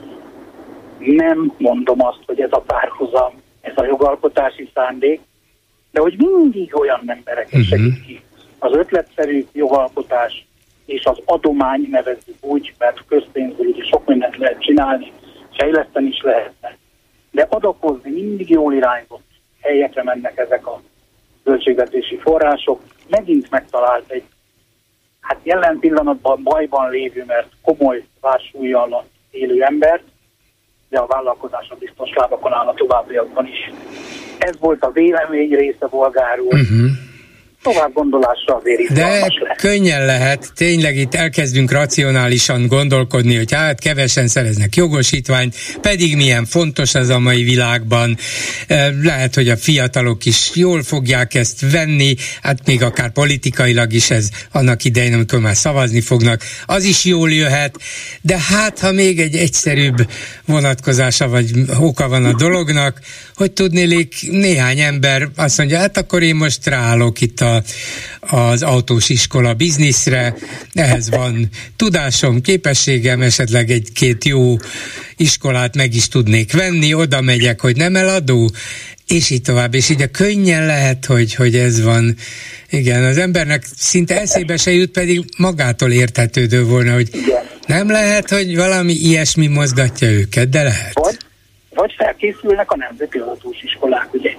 Nem mondom azt, hogy ez a párhuzam, ez a jogalkotási szándék, de hogy mindig olyan embereket uh-huh. segít ki. Az ötletszerű jogalkotás és az adomány, nevezzük úgy, mert közpénzből ugye sok mindent lehet csinálni, fejleszteni is lehetne. De adakozni mindig jól irányzott helyekre mennek ezek a költségvetési források. Megint megtalált egy, hát jelen pillanatban bajban lévő, mert komoly válsúlya alatt élő embert, de a vállalkozása biztos lábakon áll a továbbiakban is. Ez volt a vélemény része, Bolgár úr. Uh-huh. Tovább gondolásra azért izgalmas De lehet. könnyen lehet, tényleg itt elkezdünk racionálisan gondolkodni, hogy hát kevesen szereznek jogosítványt, pedig milyen fontos ez a mai világban. Lehet, hogy a fiatalok is jól fogják ezt venni, hát még akár politikailag is ez annak idején, amikor már szavazni fognak, az is jól jöhet, de hát ha még egy egyszerűbb vonatkozása vagy oka van a dolognak, hogy tudnélik néhány ember azt mondja, hát akkor én most ráállok itt a, az autós iskola bizniszre, ehhez van tudásom, képességem, esetleg egy-két jó iskolát meg is tudnék venni, oda megyek, hogy nem eladó, és így tovább, és így könnyen lehet, hogy, hogy ez van. Igen, az embernek szinte eszébe se jut, pedig magától érthetődő volna, hogy nem lehet, hogy valami ilyesmi mozgatja őket, de lehet. Vagy, vagy felkészülnek a nemzeti autós iskolák, ugye?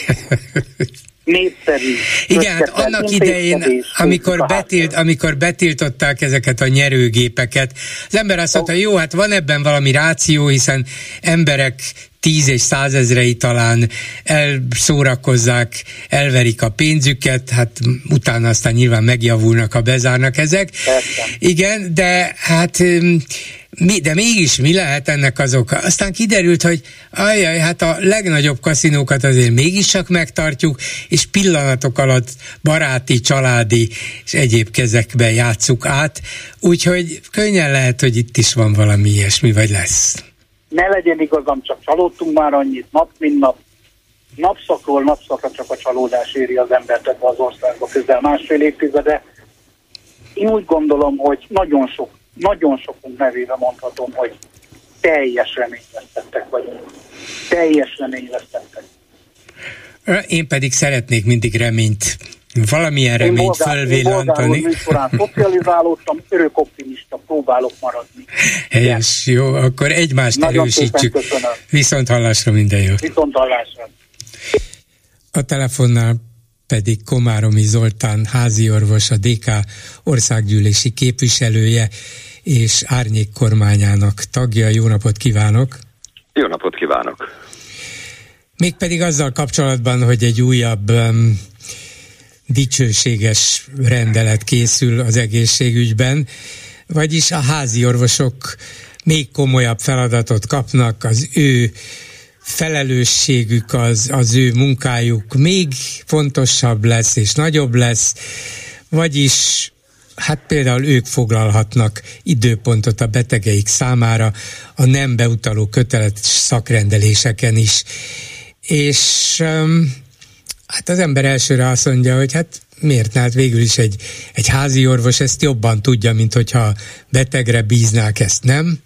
Népszerű. Igen, hát annak idején, amikor, betilt, amikor betiltották ezeket a nyerőgépeket, az ember azt mondta, jó, hát van ebben valami ráció, hiszen emberek tíz és százezrei talán elszórakozzák, elverik a pénzüket, hát utána aztán nyilván megjavulnak, ha bezárnak ezek. Persze. Igen, de hát mi, de mégis mi lehet ennek az oka? Aztán kiderült, hogy ajjaj, hát a legnagyobb kaszinókat azért mégiscsak megtartjuk, és pillanatok alatt baráti, családi és egyéb kezekbe játsszuk át, úgyhogy könnyen lehet, hogy itt is van valami ilyesmi, vagy lesz. Ne legyen igazam, csak csalódtunk már annyit, nap mint nap. Napszakról napszakra csak a csalódás éri az embert ebbe az országba közel másfél évtizede. Én úgy gondolom, hogy nagyon sok, nagyon sokunk nevében mondhatom, hogy teljes reményvesztettek vagyunk. Teljes reményvesztettek. Én pedig szeretnék mindig reményt, valamilyen reményt fölvillantani. Én műsorán szocializálódtam, örök optimista, próbálok maradni. Helyes, jó, akkor egymást nagyon erősítsük. Viszont hallásra, minden jót. Viszont hallásra. A telefonnál pedig Komáromi Zoltán háziorvos, a dé ká országgyűlési képviselője és Árnyék kormányának tagja. Jó napot kívánok! Jó napot kívánok! Mégpedig azzal kapcsolatban, hogy egy újabb um, dicsőséges rendelet készül az egészségügyben, vagyis a házi orvosok még komolyabb feladatot kapnak, az ő felelősségük, az, az ő munkájuk még fontosabb lesz és nagyobb lesz, vagyis hát például ők foglalhatnak időpontot a betegeik számára a nem beutaló kötelező szakrendeléseken is. És um, hát az ember elsőre azt mondja, hogy hát miért? Hát végül is egy, egy házi orvos ezt jobban tudja, mint hogyha betegre bíznák ezt, nem?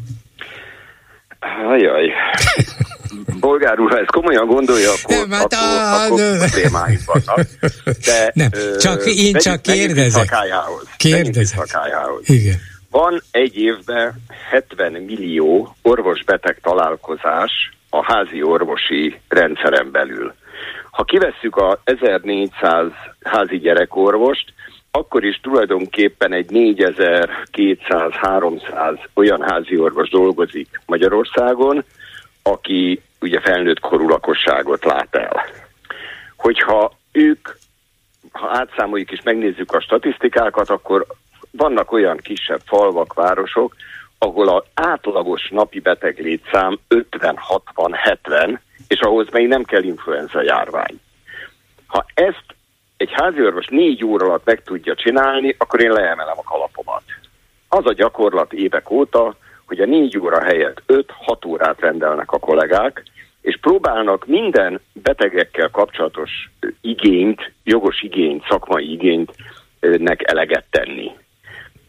Ajaj. Bolgár úr, ha ezt komolyan gondolja, akkor, nem, hát akkor, a... akkor problémáink vannak. De, nem, csak, én menjünk, csak kérdezek. Kérdezek. Igen. Van egy évben hetven millió orvos-beteg találkozás a házi orvosi rendszeren belül. Ha kivesszük a ezernégyszáz házi gyerekorvost, akkor is tulajdonképpen egy négyezer-kétszáz-háromszáz olyan házi orvos dolgozik Magyarországon, aki ugye felnőtt korú lakosságot lát el. Hogyha ők, ha átszámoljuk és megnézzük a statisztikákat, akkor vannak olyan kisebb falvak, városok, ahol az átlagos napi beteg létszám ötven-hatvan-hetven, és ahhoz még nem kell influenza járvány. Ha ezt egy háziorvos négy óra alatt meg tudja csinálni, akkor én leemelem a kalapomat. Az a gyakorlat évek óta, hogy a négy óra helyett öt-hat órát rendelnek a kollégák, és próbálnak minden betegekkel kapcsolatos igényt, jogos igényt, szakmai igénynek eleget tenni.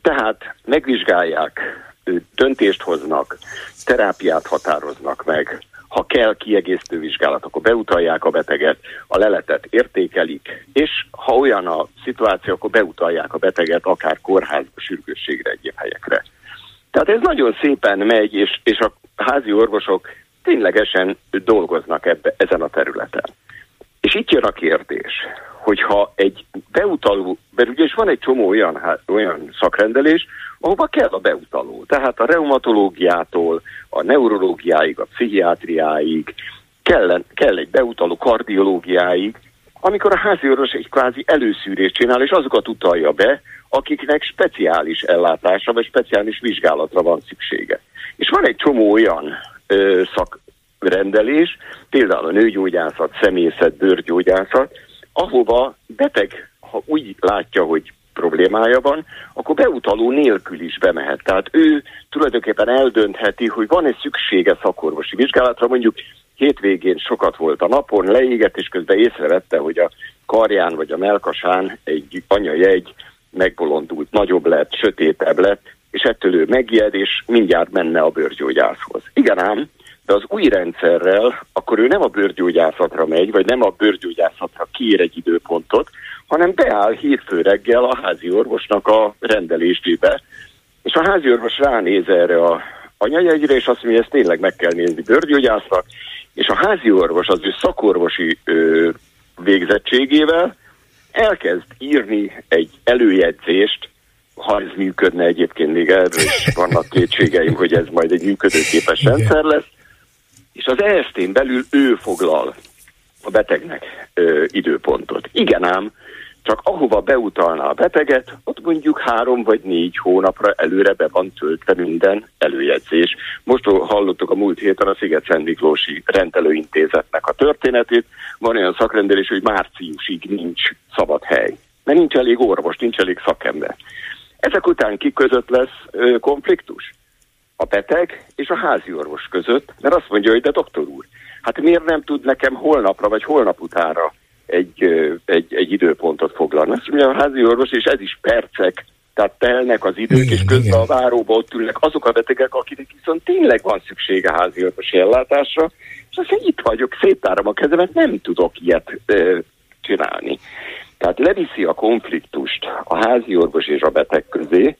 Tehát megvizsgálják, döntést hoznak, terápiát határoznak meg, ha kell kiegészítő vizsgálat, akkor beutalják a beteget, a leletet értékelik, és ha olyan a szituáció, akkor beutalják a beteget akár kórházba, sürgősségre, egyéb helyekre. Tehát ez nagyon szépen megy, és, és a házi orvosok ténylegesen dolgoznak ebbe, ezen a területen. És itt jön a kérdés, hogyha egy beutaló, mert ugye is van egy csomó olyan, hát, olyan szakrendelés, ahova kell a beutaló. Tehát a reumatológiától, a neurológiáig, a pszichiátriáig, kell, kell egy beutaló kardiológiáig, amikor a házi orvos egy kvázi előszűrést csinál, és azokat utalja be, akiknek speciális ellátásra, vagy speciális vizsgálatra van szüksége. És van egy csomó olyan ö, szakrendelés, például a nőgyógyászat, szemészet, bőrgyógyászat, ahova beteg, ha úgy látja, hogy problémája van, akkor beutaló nélkül is bemehet. Tehát ő tulajdonképpen eldöntheti, hogy van-e szüksége szakorvosi vizsgálatra, mondjuk hétvégén sokat volt a napon, leégett, és közben észrevette, hogy a karján vagy a mellkasán egy anyajegy megbolondult, nagyobb lett, sötétebb lett, és ettől ő megijed, és mindjárt menne a bőrgyógyászhoz. Igen ám, de az új rendszerrel akkor ő nem a bőrgyógyászatra megy, vagy nem a bőrgyógyászatra kér egy időpontot, hanem beáll hétfő reggel a házi orvosnak a rendelésébe, és a házi orvos ránéz erre a anyajegyre, és azt mondja, hogy ezt tényleg meg kell nézni bőrgyógyásznak, és a házi orvos az ő szakorvosi ö, végzettségével elkezd írni egy előjegyzést, ha ez működne, egyébként még erről is vannak kétségeim, hogy ez majd egy működőképes rendszer lesz, és az é es té-n belül ő foglal a betegnek ö, időpontot. Igen ám, csak ahova beutalná a beteget, ott mondjuk három vagy négy hónapra előre be van töltve minden előjegyzés. Most hallottuk a múlt héten a Sziget-Szent Miklósi rendelőintézetnek a történetét. Van olyan szakrendelés, hogy márciusig nincs szabad hely. Mert nincs elég orvos, nincs elég szakember. Ezek után ki között lesz ö, konfliktus? A beteg és a házi orvos között, mert azt mondja, hogy de doktor úr, hát miért nem tud nekem holnapra vagy holnap utánra egy, egy, egy időpontot foglalni? Azt mondja a házi orvos, és ez is percek, tehát telnek az idők, igen, és közben igen. A váróba ott ülnek azok a betegek, akiknek viszont tényleg van szüksége házi orvosi ellátásra, és azt mondja, itt vagyok, széttárom a kezemet, nem tudok ilyet e, csinálni. Tehát leviszi a konfliktust a házi orvos és a beteg közé,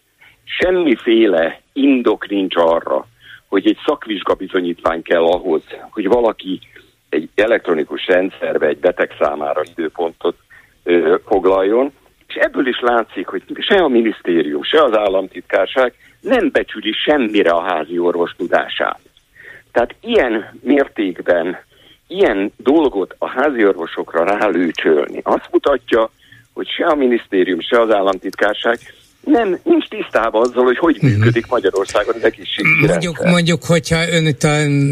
semmiféle indok nincs arra, hogy egy szakvizsgabizonyítvány kell ahhoz, hogy valaki egy elektronikus rendszerbe egy beteg számára időpontot ö, foglaljon, és ebből is látszik, hogy se a minisztérium, se az államtitkárság nem becsüli semmire a házi orvos tudását. Tehát ilyen mértékben, ilyen dolgot a házi orvosokra rálőcsölni, azt mutatja, hogy se a minisztérium, se az államtitkárság nem, nincs tisztában azzal, hogy hogy működik uh-huh. Magyarországon az egészségügyi mondjuk, mondjuk, hogyha ön itt a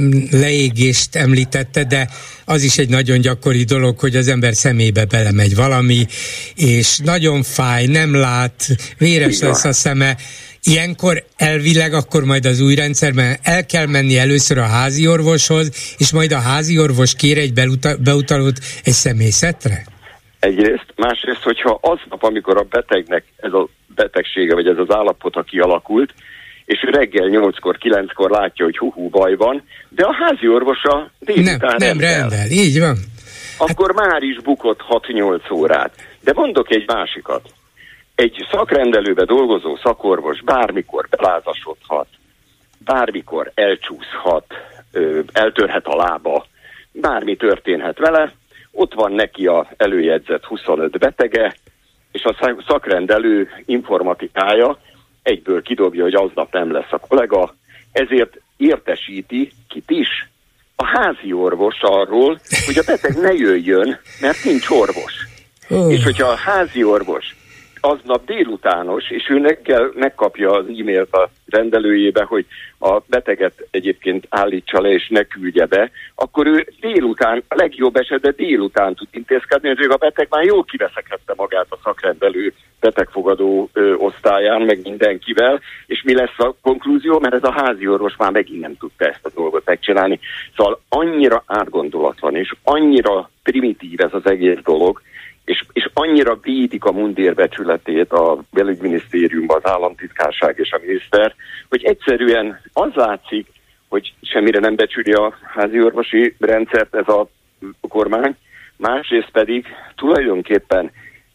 leégést említette, de az is egy nagyon gyakori dolog, hogy az ember szemébe belemegy valami, és nagyon fáj, nem lát, véres lesz a szeme. Ilyenkor elvileg akkor majd az új rendszerben el kell menni először a házi orvoshoz, és majd a házi orvos kér egy beuta- beutalót egy szemészetre? Egyrészt, másrészt, hogyha aznap, amikor a betegnek ez a betegsége, vagy ez az állapota kialakult, és ő reggel nyolckor, kilenckor látja, hogy hú-hú baj van, de a házi orvosa délután nem, nem rendel. rendel. Így van. Akkor hát... már is bukott hat-nyolc órát. De mondok egy másikat. Egy szakrendelőbe dolgozó szakorvos bármikor belázasodhat, bármikor elcsúszhat, eltörhet a lába, bármi történhet vele, ott van neki a előjegyzett huszonöt betege, és a szakrendelő informatikája egyből kidobja, hogy aznap nem lesz a kollega, ezért értesíti kit is, a házi orvos arról, hogy a beteg ne jöjjön, mert nincs orvos. Oh. És hogyha a házi orvos aznap délutános, és ő reggel megkapja az e-mailt a rendelőjébe, hogy a beteget egyébként állítsa le, és ne küldje be, akkor ő délután, a legjobb esetben délután tud intézkedni, hogy a beteg már jól kiveszekedte magát a szakrendelő betegfogadó ö, osztályán, meg mindenkivel, és mi lesz a konklúzió, mert ez a házi orvos már megint nem tudta ezt a dolgot megcsinálni. Szóval annyira átgondolatlan, és annyira primitív ez az egész dolog, és, és annyira védik a mundérbecsületét a belügyminisztériumban az államtitkárság és a miniszter, hogy egyszerűen az látszik, hogy semmire nem becsüli a házi orvosi rendszert ez a kormány, másrészt pedig tulajdonképpen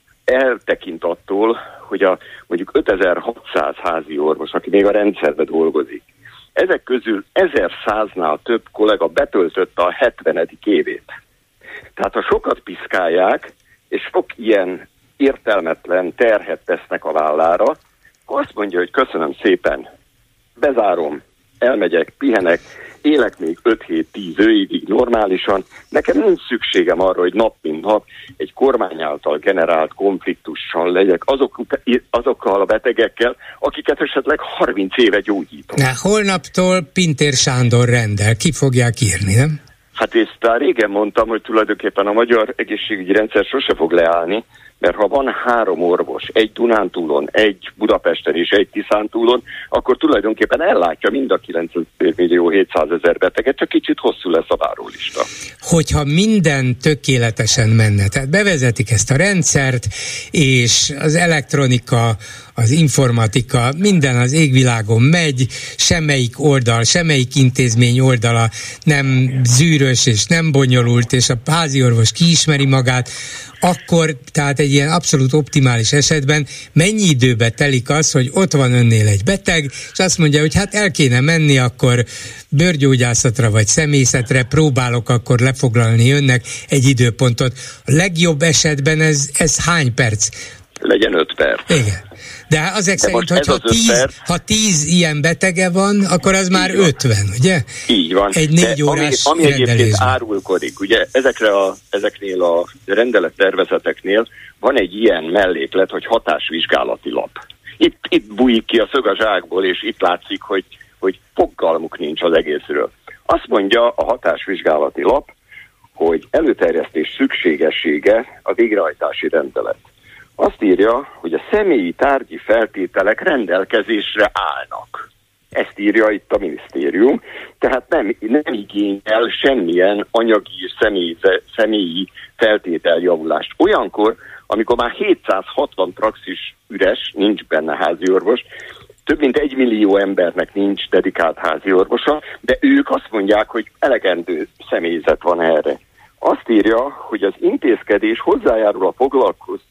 eltekint attól, hogy a mondjuk ötezer-hatszáz házi orvos, aki még a rendszerben dolgozik, ezek közül ezerszáznál több kollega betöltötte a hetvenedik évét. Tehát ha sokat piszkálják, és sok ilyen értelmetlen terhet tesznek a vállára, akkor azt mondja, hogy köszönöm szépen, bezárom, elmegyek, pihenek, élek még öt-hét-tíz évig normálisan, nekem nincs szükségem arra, hogy nap mint nap egy kormány által generált konfliktussal legyek azok, azokkal a betegekkel, akiket esetleg harminc éve gyógyítom. Na, holnaptól Pintér Sándor rendel, ki fogják írni, nem? Hát ezt már régen mondtam, hogy tulajdonképpen a magyar egészségügyi rendszer sose fog leállni, mert ha van három orvos, egy Dunántúlon, egy Budapesten és egy Tiszántúlon, akkor tulajdonképpen ellátja mind a kilenc millió hétszázezer beteget, csak kicsit hosszú lesz a várólista. Hogyha minden tökéletesen menne, tehát bevezetik ezt a rendszert, és az elektronika, az informatika, minden az égvilágon megy, semmelyik oldal, semmelyik intézmény oldala nem zűrös és nem bonyolult, és a háziorvos kiismeri magát, akkor, tehát egy ilyen abszolút optimális esetben mennyi időbe telik az, hogy ott van önnél egy beteg, és azt mondja, hogy hát el kéne menni, akkor bőrgyógyászatra vagy szemészetre próbálok akkor lefoglalni önnek egy időpontot. A legjobb esetben ez, ez hány perc? Legyen öt perc. Igen. De azért De szerint, hogy ha tíz, ha tíz ilyen betege van, akkor az így már van. ötven, ugye? Így van. Egy négy órás ami, ami egyébként árulkodik, ugye ezekre a, ezeknél a rendelettervezeteknél van egy ilyen melléklet, hogy hatásvizsgálati lap. Itt, itt bújik ki a szög a zsákból, és itt látszik, hogy, hogy fogalmuk nincs az egészről. Azt mondja a hatásvizsgálati lap, hogy előterjesztés szükségessége a végrehajtási rendelet. Azt írja, hogy a személyi tárgyi feltételek rendelkezésre állnak. Ezt írja itt a minisztérium, tehát nem, nem igényel semmilyen anyagi és személyi, személyi feltételjavulást. Olyankor, amikor már hétszázhatvan praxis üres, nincs benne háziorvos, több mint egy millió embernek nincs dedikált háziorvosa, de ők azt mondják, hogy elegendő személyzet van erre. Azt írja, hogy az intézkedés hozzájárul a foglalkoztatás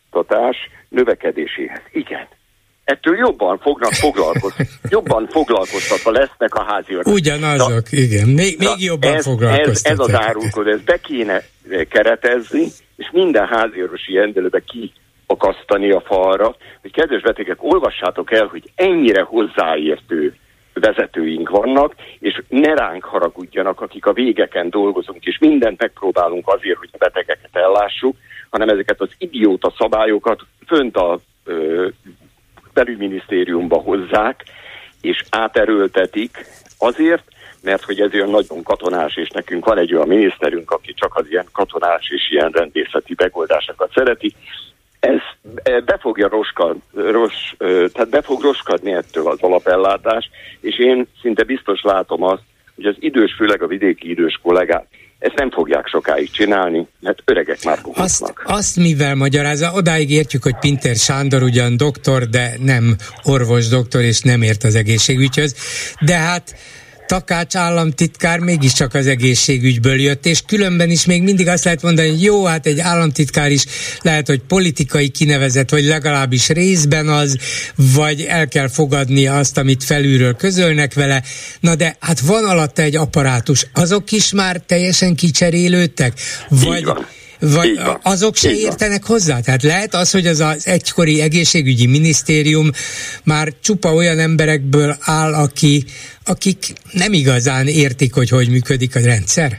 növekedéséhez. Igen. Ettől jobban fognak foglalkozni, jobban foglalkoztatva lesznek a háziorvosok. Ugyanazok, na, igen. Még, még jobban ez, foglalkoztatják. Ez, ez az árulkodás, ezt be kéne keretezni, és minden háziorvosi rendelőbe kiakasztani a falra, hogy kedves betegek, olvassátok el, hogy ennyire hozzáértő vezetőink vannak, és ne ránk haragudjanak, akik a végeken dolgozunk, és mindent megpróbálunk azért, hogy a betegeket ellássuk, hanem ezeket az idióta szabályokat fönt a ö, belügyminisztériumba hozzák, és áterőltetik azért, mert hogy ez olyan nagyon katonás, és nekünk van egy olyan miniszterünk, aki csak az ilyen katonás és ilyen rendészeti megoldásokat szereti. Ez be fogja roskad, ros, tehát be fog roskadni ettől az alapellátás, és én szinte biztos látom azt, hogy az idős, főleg a vidéki idős kollégák ezt nem fogják sokáig csinálni, mert öregek már puhoznak. Azt, azt mivel magyarázza, odáig értjük, hogy Pintér Sándor ugyan doktor, de nem orvos doktor, és nem ért az egészségügyhöz, de hát Takács államtitkár mégiscsak az egészségügyből jött, és különben is még mindig azt lehet mondani, hogy jó, hát egy államtitkár is lehet, hogy politikai kinevezett, vagy legalábbis részben az, vagy el kell fogadnia azt, amit felülről közölnek vele. Na de hát van alatta egy apparátus, azok is már teljesen kicserélődtek? Vagy... Vagy azok se értenek hozzá? Tehát lehet az, hogy az az egykori egészségügyi minisztérium már csupa olyan emberekből áll, aki, akik nem igazán értik, hogy hogy működik a rendszer?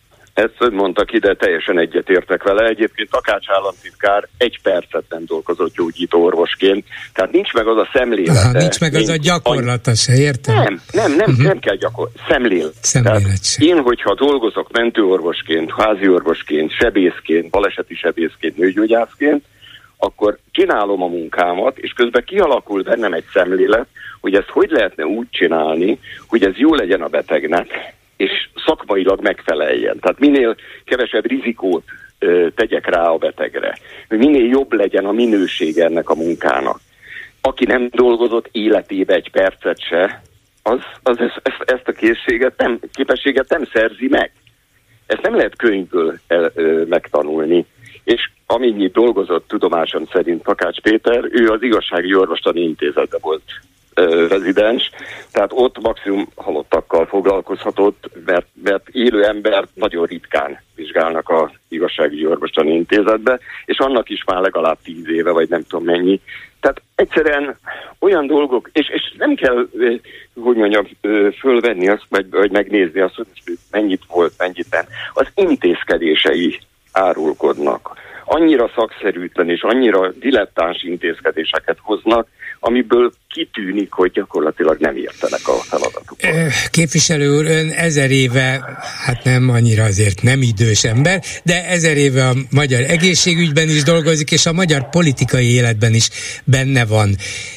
Ezt mondtak ide, teljesen egyetértek vele. Egyébként Takács államtitkár egy percet nem dolgozott gyógyító orvosként, tehát nincs meg az a szemlélete. Aha, nincs meg az a gyakorlata se, értem? Nem, nem, nem, uh-huh. nem kell gyakorlat. Szemlélet. Szemlélet se. Én, hogyha dolgozok mentőorvosként, háziorvosként, sebészként, baleseti sebészként, nőgyógyászként, akkor csinálom a munkámat, és közben kialakul bennem egy szemlélet, hogy ezt hogy lehetne úgy csinálni, hogy ez jó legyen a betegnek, és szakmailag megfeleljen. Tehát minél kevesebb rizikót ö, tegyek rá a betegre, hogy minél jobb legyen a minőség ennek a munkának. Aki nem dolgozott életébe egy percet se, az, az ezt, ezt a készséget nem, képességet nem szerzi meg. Ezt nem lehet könyvből el, ö, megtanulni. És amennyit dolgozott tudomásom szerint Takács Péter, ő az Igazságügyi Orvostani Intézetben volt ö, rezidens, tehát ott maximum halottakkal foglalkozhatott, mert, mert élő embert nagyon ritkán vizsgálnak az Igazságügyi Orvostani Intézetbe, és annak is már legalább tíz éve, vagy nem tudom mennyi. Tehát egyszerűen olyan dolgok, és, és nem kell, hogy mondjam, fölvenni azt, vagy, vagy megnézni azt, hogy mennyit volt, mennyit nem. Az intézkedései árulkodnak. Annyira szakszerűtlen és annyira dilettáns intézkedéseket hoznak, amiből kitűnik, hogy gyakorlatilag nem értenek a feladatukon. Képviselő úr, ön ezer éve, hát nem annyira azért nem idős ember, de ezer éve a magyar egészségügyben is dolgozik, és a magyar politikai életben is benne van.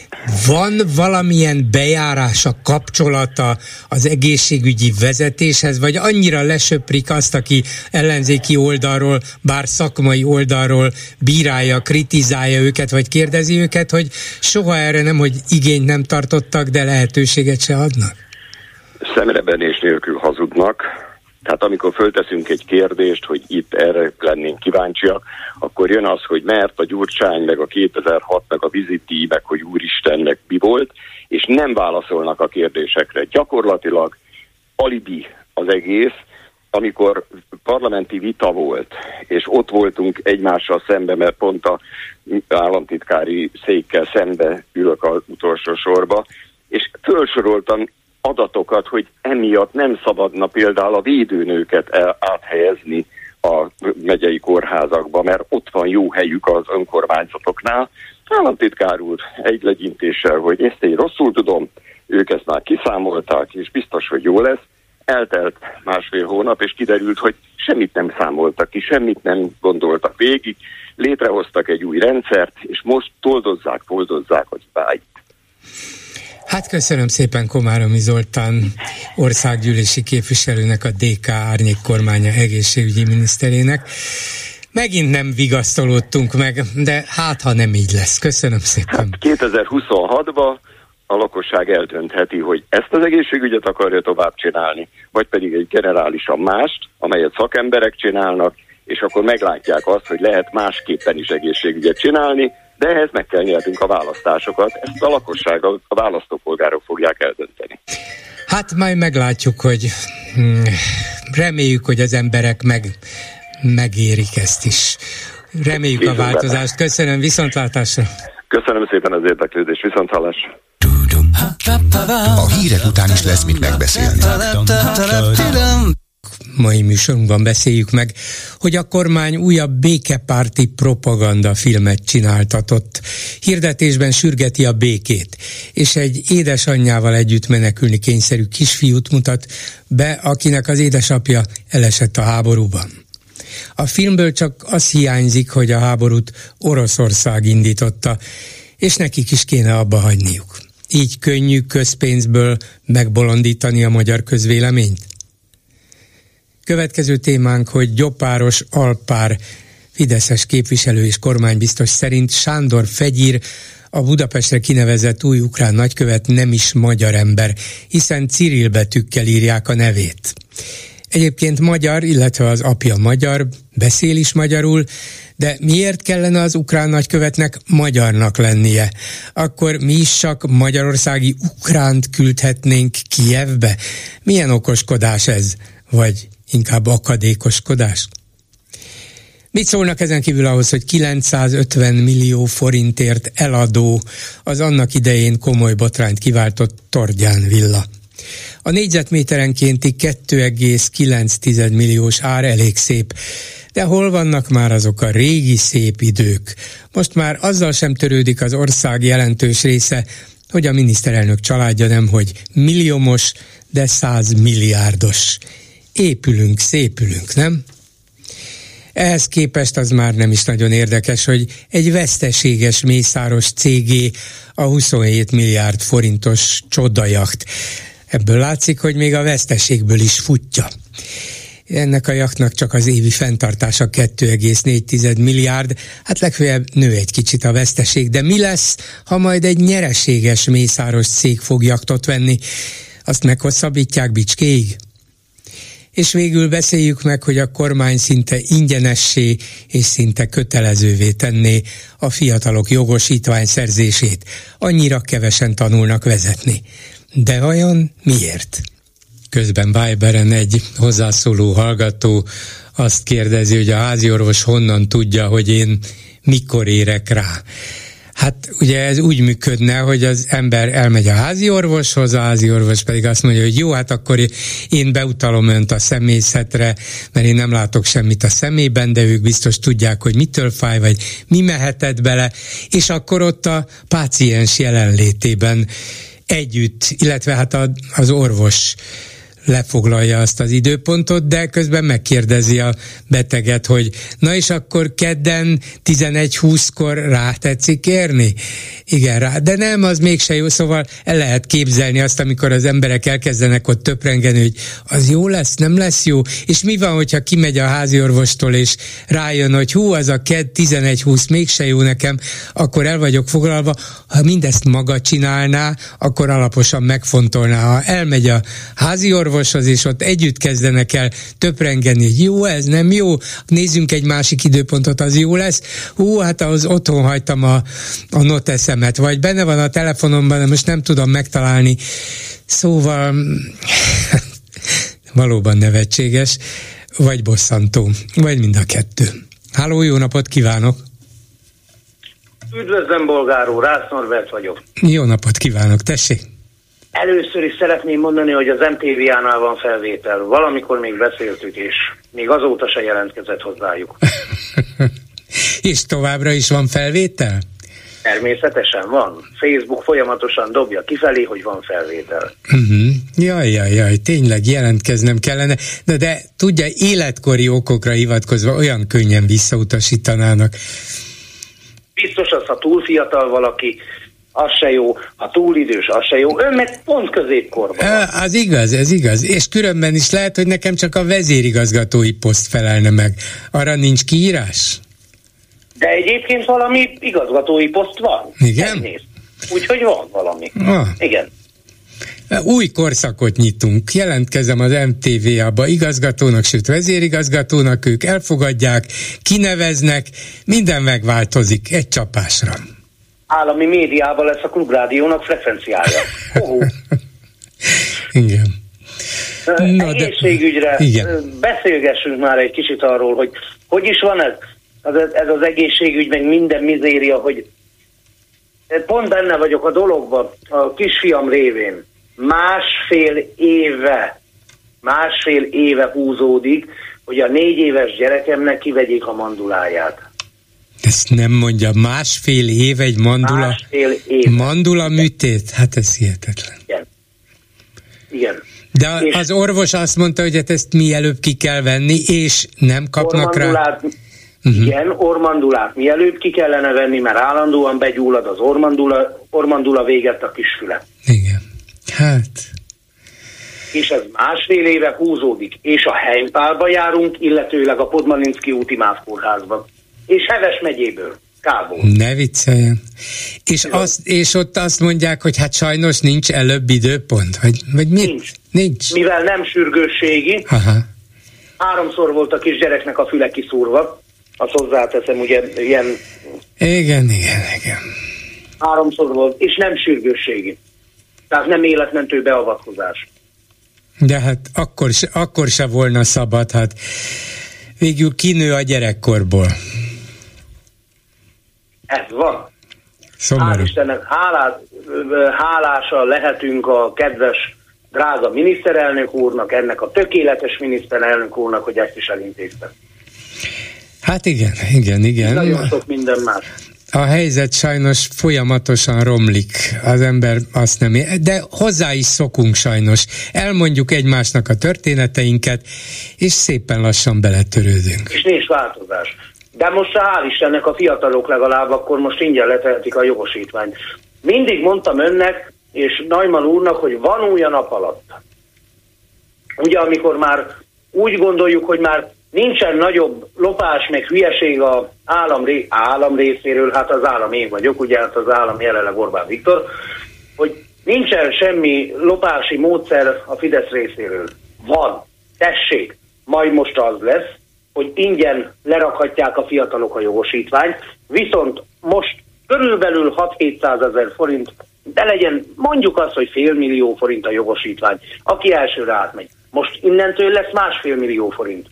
Van valamilyen bejárása, kapcsolata az egészségügyi vezetéshez, vagy annyira lesöprik azt, aki ellenzéki oldalról, bár szakmai oldalról bírálja, kritizálja őket, vagy kérdezi őket, hogy soha erre nem, hogy igényt nem tartottak, de lehetőséget se adnak? Szemrebenés nélkül hazudnak. Tehát amikor fölteszünk egy kérdést, hogy itt erre lennénk kíváncsiak, akkor jön az, hogy mert a Gyurcsány, meg a kétezer-hat, meg a Viziti, meg hogy úristen, meg mi volt, és nem válaszolnak a kérdésekre. Gyakorlatilag alibi az egész. Amikor parlamenti vita volt, és ott voltunk egymással szembe, mert pont a államtitkári székkel szembe ülök az utolsó sorba, és felsoroltam adatokat, hogy emiatt nem szabadna például a védőnőket áthelyezni a megyei kórházakba, mert ott van jó helyük az önkormányzatoknál. Államtitkár úr egy legyintéssel, hogy ezt én rosszul tudom, ők ezt már kiszámolták, és biztos, hogy jó lesz. Eltelt másfél hónap, és kiderült, hogy semmit nem számoltak ki, semmit nem gondoltak végig, létrehoztak egy új rendszert, és most toldozzák, foldozzák a hibáit. Hát köszönöm szépen Komáromi Zoltán országgyűlési képviselőnek, a dé ká árnyék kormánya egészségügyi miniszterének. Megint nem vigasztalódtunk meg, de hát ha nem így lesz. Köszönöm szépen. Hát kétezer-huszonhatban a lakosság eldöntheti, hogy ezt az egészségügyet akarja tovább csinálni, vagy pedig egy generálisan mást, amelyet szakemberek csinálnak, és akkor meglátják azt, hogy lehet másképpen is egészségügyet csinálni, de ehhez meg kell nyernünk a választásokat. Ezt a lakosság, a választópolgárok fogják eldönteni. Hát majd meglátjuk, hogy hmm, reméljük, hogy az emberek meg, megérik ezt is. Reméljük a változást. Köszönöm, viszontlátásra. Köszönöm szépen az érdeklődést, viszonthallásra. A hírek után is lesz mit megbeszélni. Mai műsorunkban beszéljük meg, hogy a kormány újabb békepárti propaganda filmet csináltatott. Hirdetésben sürgeti a békét, és egy édesanyjával együtt menekülni kényszerű kisfiút mutat be, akinek az édesapja elesett a háborúban. A filmből csak az hiányzik, hogy a háborút Oroszország indította, és nekik is kéne abba hagyniuk. Így könnyű közpénzből megbolondítani a magyar közvéleményt? Következő témánk, hogy Gyopáros Alpár fideszes képviselő és kormánybiztos szerint Sándor Fegyir, a Budapestre kinevezett új ukrán nagykövet nem is magyar ember, hiszen Cirill betűkkel írják a nevét. Egyébként magyar, illetve az apja magyar, beszél is magyarul, de miért kellene az ukrán nagykövetnek magyarnak lennie? Akkor mi is csak magyarországi ukránt küldhetnénk Kijevbe? Milyen okoskodás ez? Vagy inkább akadékoskodás? Mit szólnak ezen kívül ahhoz, hogy kilencszázötven millió forintért eladó az annak idején komoly botrányt kiváltott Tordján villa? A négyzetméterenkénti kettő egész kilenc milliós ár elég szép, de hol vannak már azok a régi szép idők? Most már azzal sem törődik az ország jelentős része, hogy a miniszterelnök családja nem, hogy milliómos, de százmilliárdos. Épülünk, szépülünk, nem? Ehhez képest az már nem is nagyon érdekes, hogy egy veszteséges mészáros cégé a huszonhét milliárd forintos csodajacht. Ebből látszik, hogy még a veszteségből is futja. ennek a jachtnak csak az évi fenntartása kettő egész négy milliárd, hát legfeljebb nő egy kicsit a veszteség, de mi lesz, ha majd egy nyereséges mészáros cég fog jachtot venni? Azt meghosszabbítják bicskéig? És végül beszéljük meg, hogy a kormány szinte ingyenessé és szinte kötelezővé tenné a fiatalok jogosítvány szerzését. Annyira kevesen tanulnak vezetni. De vajon miért? Közben Viberen egy hozzászóló hallgató azt kérdezi, hogy a háziorvos honnan tudja, hogy én mikor érek rá. Hát ugye ez úgy működne, hogy az ember elmegy a házi orvoshoz, a házi orvos pedig azt mondja, hogy jó, hát akkor én beutalom önt a szemészetre, mert én nem látok semmit a szemében, de ők biztos tudják, hogy mitől fáj, vagy mi mehetett bele, és akkor ott a páciens jelenlétében együtt, illetve hát az orvos lefoglalja azt az időpontot, de közben megkérdezi a beteget, hogy na és akkor kedden tizenegy húszkor rá tetszik érni? Igen, rá, de nem, az mégse jó, szóval el lehet képzelni azt, amikor az emberek elkezdenek ott töprengeni, hogy az jó lesz, nem lesz jó, és mi van, hogyha kimegy a háziorvostól, és rájön, hogy hú, az a kedd tizenegy húsz mégse jó nekem, akkor el vagyok foglalva. Ha mindezt maga csinálná, akkor alaposan megfontolná. Ha elmegy a háziorvoshoz, és ott együtt kezdenek el töprengeni, hogy jó ez, nem jó, nézzünk egy másik időpontot, az jó lesz. Hú, hát ahhoz otthon hagytam a, a noteszemet, vagy benne van a telefonomban, de most nem tudom megtalálni. Szóval valóban nevetséges, vagy bosszantó, vagy mind a kettő. Háló, jó napot kívánok! Üdvözlöm, Bolgár úr, Rász Norbert vagyok. Jó napot kívánok, tessék! Először is szeretném mondani, hogy az em té vé á-nál van felvétel. Valamikor még beszéltük, és még azóta se jelentkezett hozzájuk. És továbbra is van felvétel? Természetesen van. Facebook folyamatosan dobja kifelé, hogy van felvétel. Uh-huh. Jaj, jaj, jaj, tényleg jelentkeznem kellene. De, de tudja, életkori okokra hivatkozva olyan könnyen visszautasítanának. Biztos az, ha túl fiatal valaki, az se jó, ha túl idős, az se jó. Ön meg pont középkorban van. Az igaz, ez igaz. És különben is lehet, hogy nekem csak a vezérigazgatói poszt felelne meg. Arra nincs kiírás? De egyébként valami igazgatói poszt van. Igen? Úgyhogy van valami. Ah. Igen. Új korszakot nyitunk. Jelentkezem az em té vé á-ba igazgatónak, sőt vezérigazgatónak, ők elfogadják, kineveznek, minden megváltozik egy csapásra. Állami médiában lesz a Klubrádiónak frekvenciája. Oh. Igen. Na, egészségügyre de... Igen. Beszélgessünk már egy kicsit arról, hogy hogy is van ez, ez az egészségügy, meg minden mizéria, hogy pont benne vagyok a dologban, a kisfiam révén. Másfél éve, másfél éve húzódik, hogy a négy éves gyerekemnek kivegyék a manduláját. Ezt nem mondja, másfél év egy mandula, másfél év. mandula műtét? Hát ez hihetetlen. Igen. Igen. De és az orvos azt mondta, hogy hát ezt mielőbb ki kell venni, és nem kapnak rá... Uh-huh. Igen, ormandulát mielőbb ki kellene venni, mert állandóan begyullad az ormandula, ormandula véget a kisfüle. Igen. Hát... És ez másfél éve húzódik, és a Heimpálba járunk, illetőleg a Podmalinszky úti MÁV kórházban. És Heves megyéből, Kából. Ne vicceljen. És, azt, és ott azt mondják, hogy hát sajnos nincs előbb időpont? Vagy, vagy mit? Nincs. Nincs. Mivel nem sürgősségi, aha, háromszor volt a kisgyereknek a füle kiszúrva, azt hozzáteszem, ugye ilyen... Igen, igen, igen. Háromszor volt, és nem sürgősségi. Tehát nem életmentő beavatkozás. De hát akkor se, akkor se volna szabad, hát végül kinő a gyerekkorból. Ez van. Szomorú. Hál' Istennek, hálás, hálással lehetünk a kedves, drága miniszterelnök úrnak, ennek a tökéletes miniszterelnök úrnak, hogy ezt is elintézte. Hát igen, igen, igen. Nagyon sok minden más. A helyzet sajnos folyamatosan romlik, az ember azt nem ér, de hozzá is szokunk sajnos. Elmondjuk egymásnak a történeteinket, és szépen lassan beletörődünk. És nincs változás. De most hál' Istennek a fiatalok legalább akkor most ingyen letehetik a jogosítványt. Mindig mondtam önnek, és Neumann úrnak, hogy van új a nap alatt. Ugye amikor már úgy gondoljuk, hogy már nincsen nagyobb lopás, meg hülyeség az állam, ré, állam részéről, hát az állam én vagyok, ugye hát az állam jelenleg Orbán Viktor, hogy nincsen semmi lopási módszer a Fidesz részéről. Van, tessék, majd most az lesz, hogy ingyen lerakhatják a fiatalok a jogosítványt, viszont most körülbelül hat-hétszázezer forint, de legyen mondjuk azt, hogy fél millió forint a jogosítvány, aki elsőre átmegy. Most innentől lesz másfél millió forint.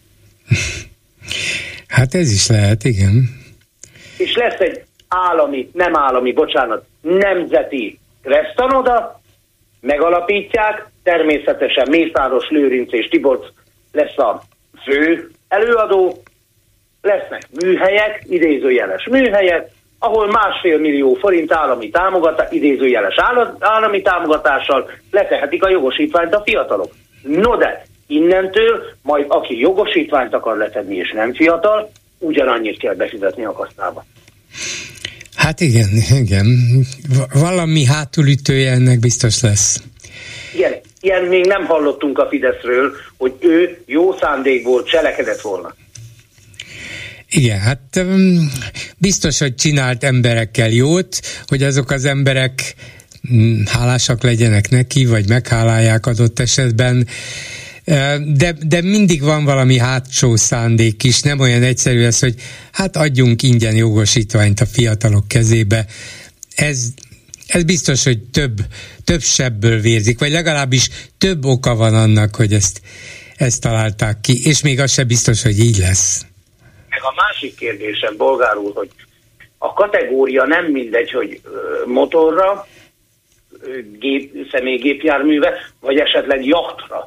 Hát ez is lehet, igen. És lesz egy állami, nem állami, bocsánat, nemzeti resztanoda, megalapítják, természetesen Mészáros, Lőrinc és Tiborcs lesz a fő előadó, lesznek műhelyek, idézőjeles műhelyek, ahol másfél millió forint állami támogatás, idézőjeles állami támogatással letehetik a jogosítványt a fiatalok. No de, innentől majd aki jogosítványt akar letenni és nem fiatal, ugyanannyit kell befizetni a kasztába. Hát igen, igen. Valami hátulütője ennek biztos lesz. Igen, ilyen még nem hallottunk a Fideszről, hogy ő jó szándékból cselekedett volna. Igen, hát biztos, hogy csinált emberekkel jót, hogy azok az emberek hálásak legyenek neki, vagy meghálálják adott esetben, de, de mindig van valami hátsó szándék is, nem olyan egyszerű ez, hogy hát adjunk ingyen jogosítványt a fiatalok kezébe. Ez, ez biztos, hogy több, több sebből vérzik, vagy legalábbis több oka van annak, hogy ezt, ezt találták ki, és még az sem biztos, hogy így lesz. Meg a másik kérdésem, Bolgár úr, hogy a kategória nem mindegy, hogy motorra, gép, személygépjárműve, vagy esetleg jachtra.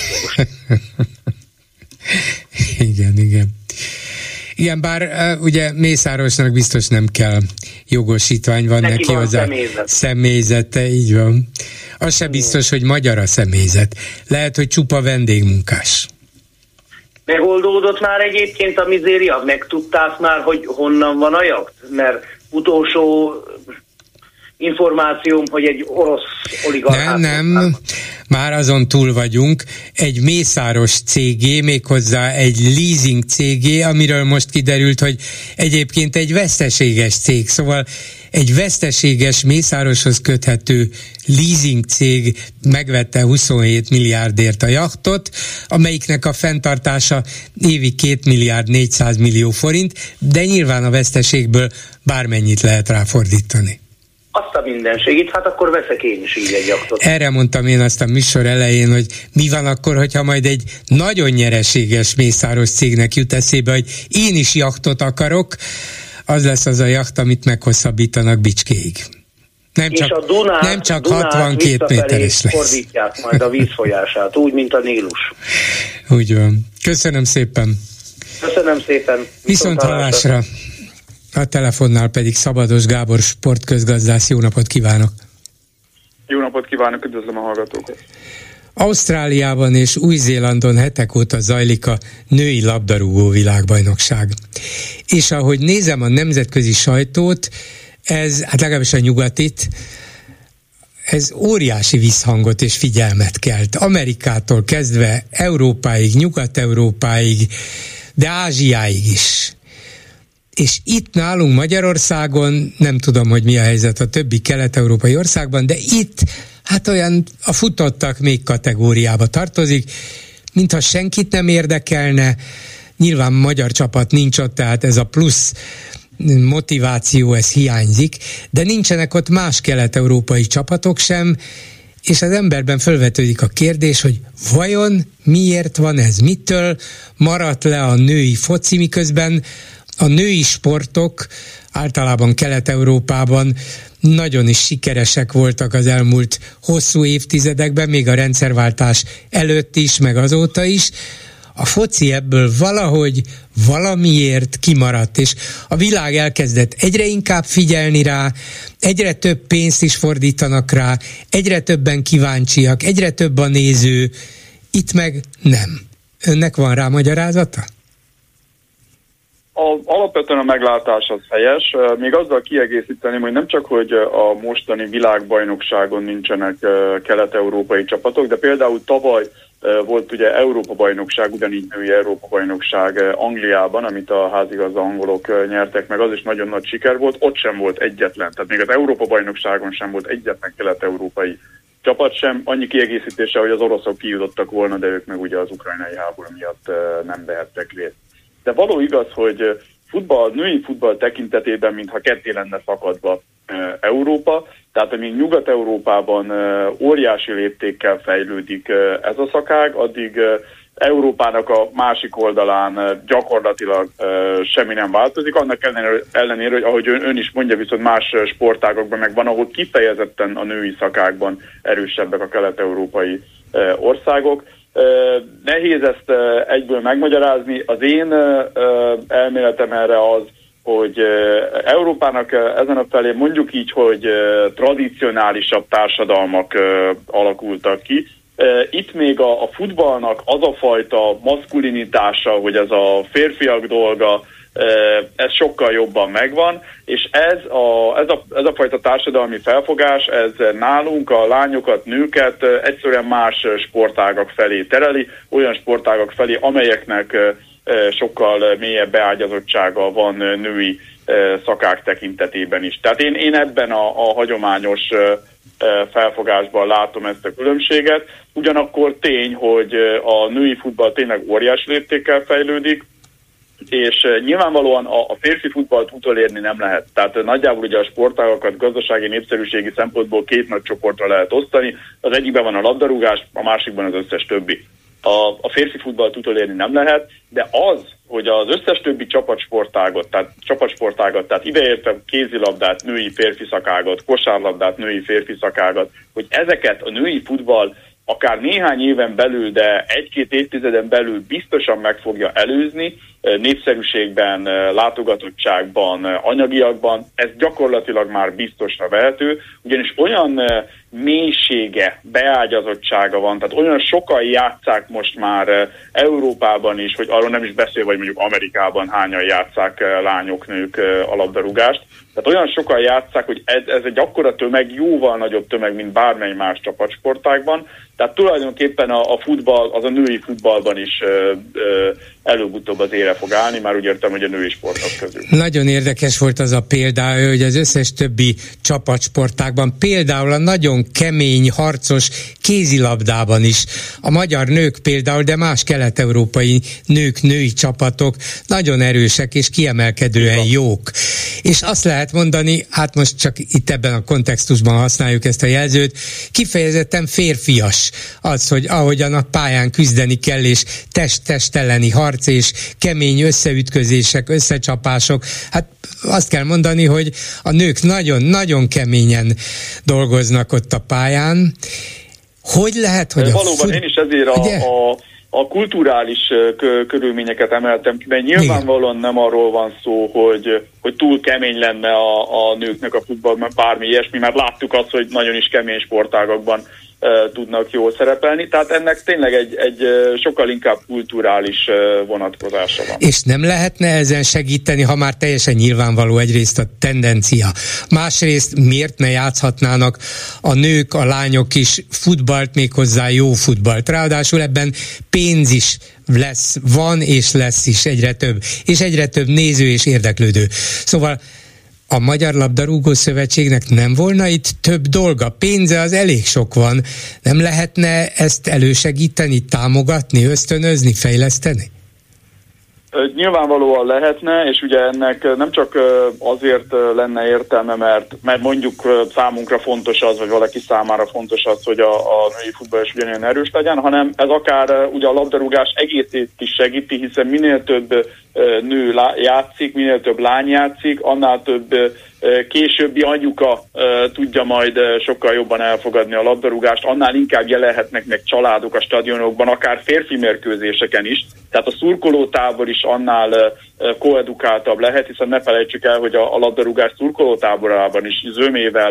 igen, igen. Igen, bár uh, ugye Mészárosnak biztos nem kell jogosítvány, van neki, neki van hozzá személyzet. személyzete, így van. Az se biztos, hogy magyar a személyzet. Lehet, hogy csupa vendégmunkás. Megoldódott már egyébként a mizéria? Megtudták már, hogy honnan van a jacht? Mert utolsó információm, hogy egy orosz oligarchát... Nem, nem, már azon túl vagyunk. Egy Mészáros cégé, méghozzá egy leasing cégé, amiről most kiderült, hogy egyébként egy veszteséges cég. Szóval egy veszteséges Mészároshoz köthető leasing cég megvette huszonhét milliárdért a jachtot, amelyiknek a fenntartása évi két milliárd négyszáz millió forint, de nyilván a veszteségből bármennyit lehet ráfordítani. Azt a mindenségét, hát akkor veszek én is így egy jachtot. Erre mondtam én azt a műsor elején, hogy mi van akkor, hogyha majd egy nagyon nyereséges Mészáros cégnek jut eszébe, hogy én is jachtot akarok, az lesz az a jacht, amit meghosszabbítanak Bicskéig. Nem és csak, a Dunát, nem csak Dunát hatvankét méteres lesz. Fordítják majd a vízfolyását, úgy, mint a Nílus. Úgy van. Köszönöm szépen. Köszönöm szépen. Viszont hallásra. A telefonnál pedig Szabados Gábor sportközgazdász. Jó napot kívánok! Jó napot kívánok, üdvözlöm a hallgatókat! Ausztráliában és Új-Zélandon hetek óta zajlik a női labdarúgó világbajnokság. És ahogy nézem a nemzetközi sajtót, ez, hát legalábbis a nyugatit, ez óriási visszhangot és figyelmet kelt. Amerikától kezdve Európáig, Nyugat-Európáig, de Ázsiáig is. És itt nálunk Magyarországon, nem tudom, hogy mi a helyzet a többi kelet-európai országban, de itt hát olyan a futottak még kategóriába tartozik, mintha senkit nem érdekelne. Nyilván magyar csapat nincs ott, tehát ez a plusz motiváció, ez hiányzik, de nincsenek ott más kelet-európai csapatok sem, és az emberben felvetődik a kérdés, hogy vajon miért van ez, mitől maradt le a női foci, miközben a női sportok általában Kelet-Európában nagyon is sikeresek voltak az elmúlt hosszú évtizedekben, még a rendszerváltás előtt is, meg azóta is. A foci ebből valahogy valamiért kimaradt, és a világ elkezdett egyre inkább figyelni rá, egyre több pénzt is fordítanak rá, egyre többen kíváncsiak, egyre több a néző, itt meg nem. Önnek van rá magyarázata? a, alapvetően a meglátás az helyes. Még azzal kiegészíteném, hogy nem csak, hogy a mostani világbajnokságon nincsenek kelet-európai csapatok, de például tavaly volt ugye Európa-bajnokság, ugyanígy női Európa-bajnokság Angliában, amit a házigazda angolok nyertek meg, az is nagyon nagy siker volt, ott sem volt egyetlen, tehát még az Európa-bajnokságon sem volt egyetlen kelet-európai csapat sem, annyi kiegészítése, hogy az oroszok kijutottak volna, de ők meg ugye az ukrajnai háború miatt nem vehettek részt. De való igaz, hogy futball, női futball tekintetében mintha ketté lenne szakadva Európa, tehát amíg Nyugat-Európában óriási léptékkel fejlődik ez a szakág, addig Európának a másik oldalán gyakorlatilag semmi nem változik, annak ellenére, ellenére hogy ahogy ön, ön is mondja, viszont más sportágokban meg van, ahol kifejezetten a női szakágban erősebbek a kelet-európai országok. Nehéz ezt egyből megmagyarázni. Az én elméletem erre az, hogy Európának ezen a felé mondjuk így, hogy tradicionálisabb társadalmak alakultak ki. Itt még a, a futballnak az a fajta maszkulinitása, hogy ez a férfiak dolga, ez sokkal jobban megvan, és ez a, ez, a, ez a fajta társadalmi felfogás, ez nálunk a lányokat, nőket egyszerűen más sportágak felé tereli, olyan sportágak felé, amelyeknek sokkal mélyebb beágyazottsága van női szakák tekintetében is. Tehát én, én ebben a, a hagyományos felfogásban látom ezt a különbséget. Ugyanakkor tény, hogy a női futball tényleg óriási léptékkel fejlődik, és nyilvánvalóan a, a férfi futballt utolérni nem lehet. Tehát nagyjából ugye a sportágakat gazdasági, népszerűségi szempontból két nagy csoportra lehet osztani. Az egyikben van a labdarúgás, a másikban az összes többi. A, a férfi futballt utolérni nem lehet, de az, hogy az összes többi csapatsportágat, tehát csapatsportágat, tehát ideértem kézilabdát, női férfi szakágat, kosárlabdát, női férfi szakágat, hogy ezeket a női futball akár néhány éven belül, de egy-két évtizeden belül biztosan meg fogja előzni, népszerűségben, látogatottságban, anyagiakban, ez gyakorlatilag már biztosra vehető, ugyanis olyan mélysége, beágyazottsága van, tehát olyan sokan játsszák most már Európában is, hogy arról nem is beszél, vagy mondjuk Amerikában hányan játsszák lányok, nők a labdarúgást. Tehát olyan sokan játsszák, hogy ez, ez egy akkora tömeg, jóval nagyobb tömeg, mint bármely más csapatsportágban. Tehát tulajdonképpen a, a futball, az a női futballban is ö, ö, előbb-utóbb az ére fog állni, már úgy értem, hogy a női sportok közül. Nagyon érdekes volt az a példa, hogy az összes többi csapatsportágban, például a nagyon kemény, harcos kézilabdában is a magyar nők például, de más kelet-európai nők, női csapatok nagyon erősek és kiemelkedően jók. És azt lehet mondani, hát most csak itt ebben a kontextusban használjuk ezt a jelzőt, kifejezetten férfias az, hogy ahogyan a pályán küzdeni kell, és test-test elleni harc, és kemény összeütközések, összecsapások. Hát azt kell mondani, hogy a nők nagyon-nagyon keményen dolgoznak ott a pályán. Hogy lehet, hogy Valóban a fut... én is ezért a, a, a kulturális k- körülményeket emeltem ki, mert nyilvánvalóan nem arról van szó, hogy, hogy túl kemény lenne a, a nőknek a futballban, bármi ilyesmi, mert láttuk azt, hogy nagyon is kemény sportágakban tudnak jól szerepelni, tehát ennek tényleg egy, egy sokkal inkább kulturális vonatkozása van. És nem lehetne ezen segíteni, ha már teljesen nyilvánvaló egyrészt a tendencia. Másrészt miért ne játszhatnának a nők, a lányok is futballt, méghozzá jó futballt. Ráadásul ebben pénz is lesz, van és lesz is egyre több. És egyre több néző és érdeklődő. Szóval a Magyar Labdarúgó Szövetségnek nem volna itt több dolga? Pénze az elég sok van. Nem lehetne ezt elősegíteni, támogatni, ösztönözni, fejleszteni? Nyilvánvalóan lehetne, és ugye ennek nem csak azért lenne értelme, mert, mert mondjuk számunkra fontos az, vagy valaki számára fontos az, hogy a, a női futball is ugyanilyen erős legyen, hanem ez akár ugye a labdarúgás egészét is segíti, hiszen minél több nő játszik, minél több lány játszik, annál több későbbi anyuka tudja majd sokkal jobban elfogadni a labdarúgást, annál inkább jelenhetnek meg családok a stadionokban, akár férfi mérkőzéseken is, tehát a szurkolótábor is annál koedukáltabb lehet, hiszen ne felejtsük el, hogy a, a labdarúgás szurkolótáborában is zömével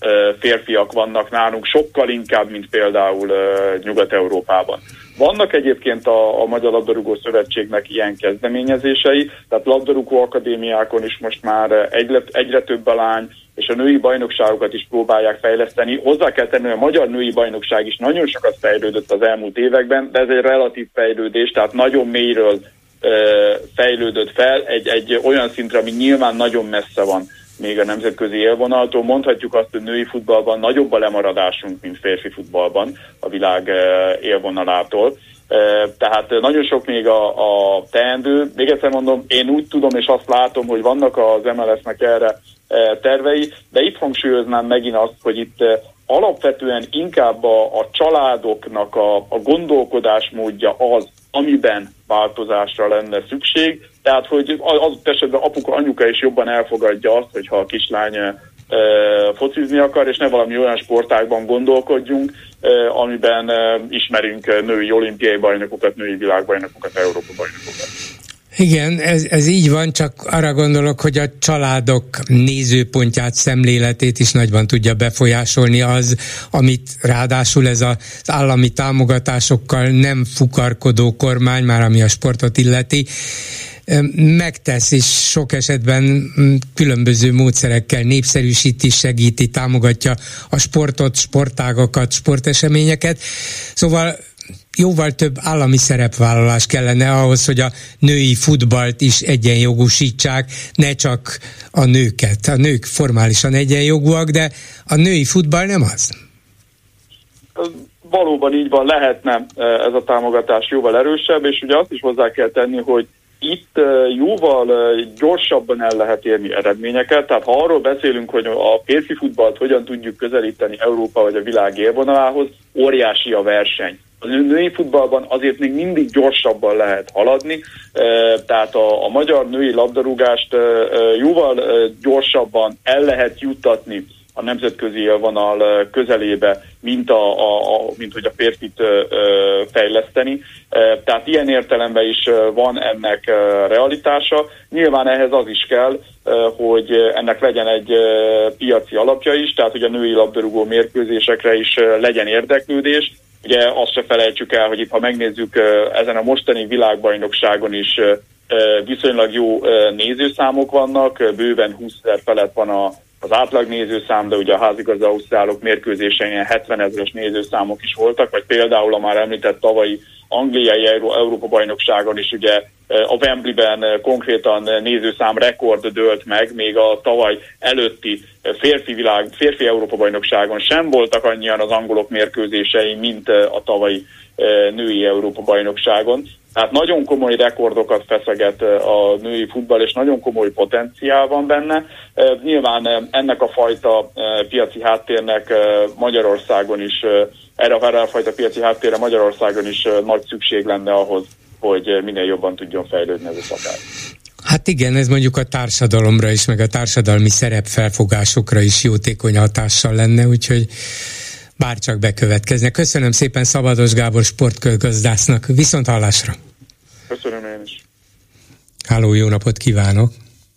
férfiak vannak nálunk, sokkal inkább, mint például Nyugat-Európában. Vannak egyébként a, a Magyar Labdarúgó Szövetségnek ilyen kezdeményezései, tehát labdarúgó akadémiákon is most már egyre, egyre több a lány, és a női bajnokságokat is próbálják fejleszteni. Hozzá kell tenni, hogy a magyar női bajnokság is nagyon sokat fejlődött az elmúlt években, de ez egy relatív fejlődés, tehát nagyon mélyről ö, fejlődött fel egy, egy olyan szintre, ami nyilván nagyon messze van még a nemzetközi élvonaltól. Mondhatjuk azt, hogy női futballban nagyobb a lemaradásunk, mint férfi futballban a világ élvonalától. Tehát nagyon sok még a, a teendő. Még egyszer mondom, én úgy tudom és azt látom, hogy vannak az em el es-nek erre tervei, de itt hangsúlyoznám megint azt, hogy itt alapvetően inkább a, a családoknak a, a gondolkodásmódja az, amiben változásra lenne szükség. Tehát, hogy az esetben apuka, anyuka is jobban elfogadja azt, hogyha a kislány e, focizni akar, és ne valami olyan sportágban gondolkodjunk, e, amiben e, ismerünk női olimpiai bajnokokat, női világbajnokokat, Európa bajnokokat. Igen, ez, ez így van, csak arra gondolok, hogy a családok nézőpontját, szemléletét is nagyban tudja befolyásolni az, amit ráadásul ez az állami támogatásokkal nem fukarkodó kormány, már ami a sportot illeti, megtesz, és sok esetben különböző módszerekkel népszerűsíti, segíti, támogatja a sportot, sportágakat, sporteseményeket. Szóval jóval több állami szerepvállalás kellene ahhoz, hogy a női futballt is egyenjogúsítsák, ne csak a nőket. A nők formálisan egyenjogúak, de a női futball nem az. Valóban így van, lehetne ez a támogatás jóval erősebb, és ugye azt is hozzá kell tenni, hogy itt jóval gyorsabban el lehet érni eredményeket, tehát ha arról beszélünk, hogy a férfi futballt hogyan tudjuk közelíteni Európa vagy a világ élvonalához, óriási a verseny. A női futballban azért még mindig gyorsabban lehet haladni, tehát a, a magyar női labdarúgást jóval gyorsabban el lehet juttatni a nemzetközi élvonal közelébe, mint, a, a, a, mint hogy a férfit fejleszteni. Tehát ilyen értelemben is van ennek realitása. Nyilván ehhez az is kell, hogy ennek legyen egy piaci alapja is, tehát hogy a női labdarúgó mérkőzésekre is legyen érdeklődés. Ugye azt se felejtsük el, hogy itt ha megnézzük ezen a mostani világbajnokságon is viszonylag jó nézőszámok vannak, bőven húszer felett van a az átlag nézőszám, de ugye a házigazda ausztrálok mérkőzésein hetven ezres nézőszámok is voltak, vagy például a már említett tavalyi angliai Európa-bajnokságon is ugye a Wembleyben konkrétan nézőszám rekord dőlt meg, még a tavaly előtti férfi világ, férfi Európa-bajnokságon sem voltak annyian az angolok mérkőzései, mint a tavalyi női Európa-bajnokságon. Tehát nagyon komoly rekordokat feszeget a női futball, és nagyon komoly potenciál van benne. Nyilván ennek a fajta piaci háttérnek Magyarországon is, erre a fajta piaci háttérre Magyarországon is nagy szükség lenne ahhoz, hogy minél jobban tudjon fejlődni ez a szakág. Hát igen, ez mondjuk a társadalomra is, meg a társadalmi szerepfelfogásokra is jótékony hatással lenne, úgyhogy bárcsak bekövetkezne. Köszönöm szépen Szabados Gábor sportközgazdásznak. Viszont hallásra! Köszönöm én is! Háló, jó napot kívánok!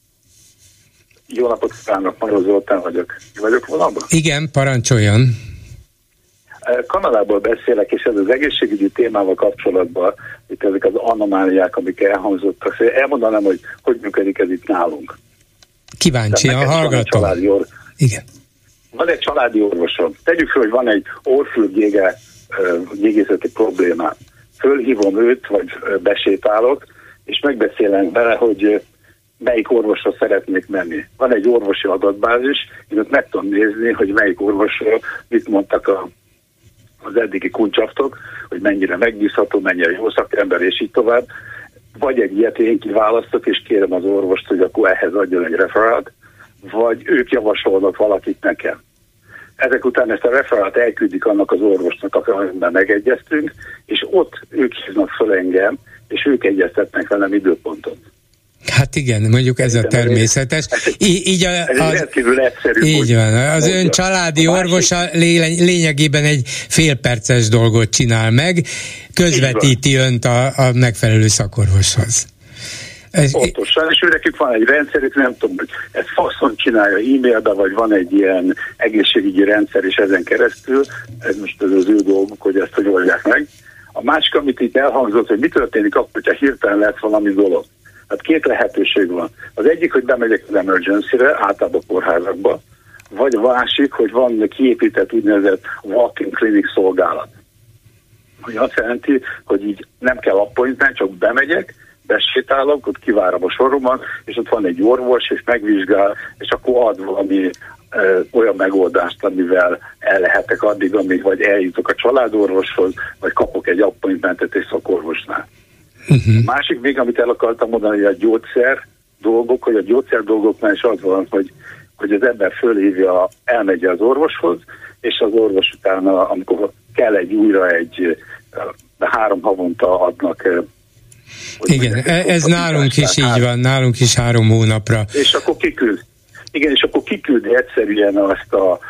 Jó napot kívánok, Maró Zoltán vagyok. Ki vagyok valóban? Igen, parancsoljon! Kanadából beszélek, és ez az egészségügyi témával kapcsolatban, itt ezek az anomáliák, amik elhangzottak. Elmondanám, hogy hogy működik ez itt nálunk. Kíváncsian hallgatom. Or... Igen. Van egy családi orvosom. Tegyük fel, hogy van egy orrfülgége, gégészeti problémám. Fölhívom őt, vagy besétálok, és megbeszélem vele, hogy melyik orvosra szeretnék menni. Van egy orvosi adatbázis, én ott meg tudom nézni, hogy melyik orvosról mit mondtak a, az eddigi kuncsaftok, hogy mennyire megbízható, mennyire jó szakember, és így tovább. Vagy egy ilyet én kiválasztok, és kérem az orvost, hogy akkor ehhez adjon egy referát, vagy ők javasolnak valakit nekem. Ezek után ezt a referát elküldik annak az orvosnak, akivel megegyeztünk, és ott ők hívnak föl engem, és ők egyeztetnek velem időpontot. Hát igen, mondjuk ez a természetes. Í- így a, ez az, rendkívül egyszerű. Így van. Az mondja. Ön családi orvosa lényegében egy félperces dolgot csinál meg, közvetíti önt a, a megfelelő szakorvoshoz. Ez... Pontosan, és nekik van egy rendszerük, nem tudom, hogy ezt faxon csinálja e-mailbe, vagy van egy ilyen egészségügyi rendszer, és ezen keresztül, ez most az, az ő dolguk, hogy ezt hogy oldják meg. A másik, amit itt elhangzott, hogy mi történik akkor, hogyha hirtelen lesz valami dolog. Hát két lehetőség van. Az egyik, hogy bemegyek az emergency-re, általában kórházakba, vagy a másik, hogy van kiépített úgynevezett walk-in clinic szolgálat. Hogy azt jelenti, hogy így nem kell appointment, csak bemegyek, besétálok, ott kivárom a soromat, és ott van egy orvos, és megvizsgál, és akkor ad valami ö, olyan megoldást, amivel el lehetek addig, amíg vagy eljutok a családorvoshoz, vagy kapok egy appointmentet egy szakorvosnál. Uh-huh. A másik még, amit el akartam mondani, hogy a gyógyszer dolgok, hogy a gyógyszer dolgoknál is az van, hogy, hogy az ember fölhívja, elmegy az orvoshoz, és az orvos utána, amikor kell egy újra egy, három havonta adnak. Igen, mondják, ez nálunk is így három, van, nálunk is három hónapra. És akkor kiküld. Igen, és akkor kiküldi egyszerűen azt a,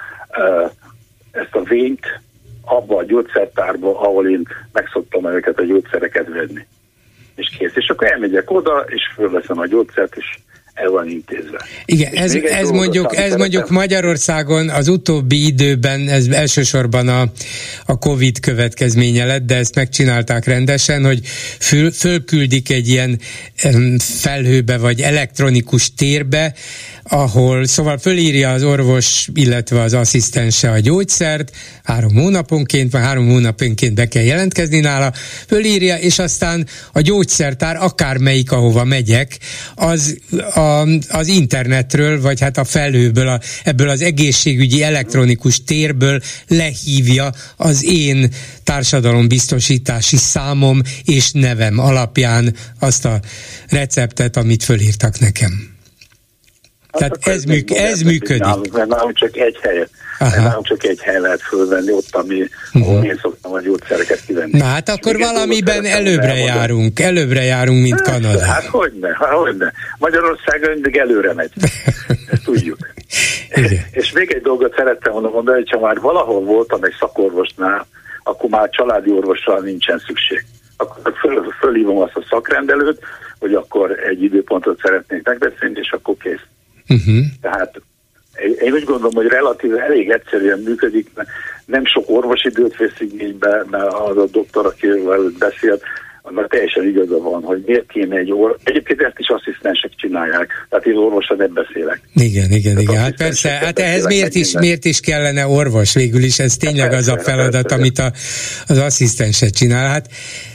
ezt a vényt abba a gyógyszertárba, ahol én megszoktam ezeket a gyógyszereket venni. És kész. És akkor elmegyek oda, és fölveszem a gyógyszert, és el van intézve. Igen, ez, ez, mondjuk, ez mondjuk Magyarországon az utóbbi időben, ez elsősorban a, a Covid következménye lett, de ezt megcsinálták rendesen, hogy föl, fölküldik egy ilyen felhőbe, vagy elektronikus térbe, ahol, szóval fölírja az orvos, illetve az asszisztense a gyógyszert, három hónaponként, vagy három hónaponként be kell jelentkezni nála, fölírja, és aztán a gyógyszertár, akármelyik, ahova megyek, az a, az internetről, vagy hát a felhőből, a, ebből az egészségügyi elektronikus térből lehívja az én társadalombiztosítási számom és nevem alapján azt a receptet, amit fölírtak nekem. Tehát hát ez, műk, ez működik. Nálunk, mert nálunk csak egy helyen. Nálunk csak egy helyen lehet fölvenni, ott, ami, uh-huh. ahol én szoktam a gyógyszereket kivenni. Na hát akkor valamiben előbbre járunk, előbbre járunk, mint Kanada. Hát hogyne, hát hogyne. Magyarországon mindig előre megy. Ezt tudjuk. És még egy dolgot szerettem volna mondani, hogy ha már valahol voltam egy szakorvosnál, akkor már családi orvosra nincsen szükség. Akkor föl, fölhívom azt a szakrendelőt, hogy akkor egy időpontot szeretnék megbeszélni, és akkor kész. Uh-huh. Tehát én úgy gondolom, hogy relatíve elég egyszerűen működik, mert nem sok orvosi időt vesz igénybe, mert az a doktor, akivel beszélt, annak teljesen igaza van, hogy miért kéne egy orvos. Egyébként ezt is asszisztensek csinálják, tehát én orvosra nem beszélek. Igen, igen, tehát igen. Hát persze, hát ehhez miért is, miért is kellene orvos? Végül is ez tényleg persze, az a feladat, persze, amit a, az asszisztense csinál. Hát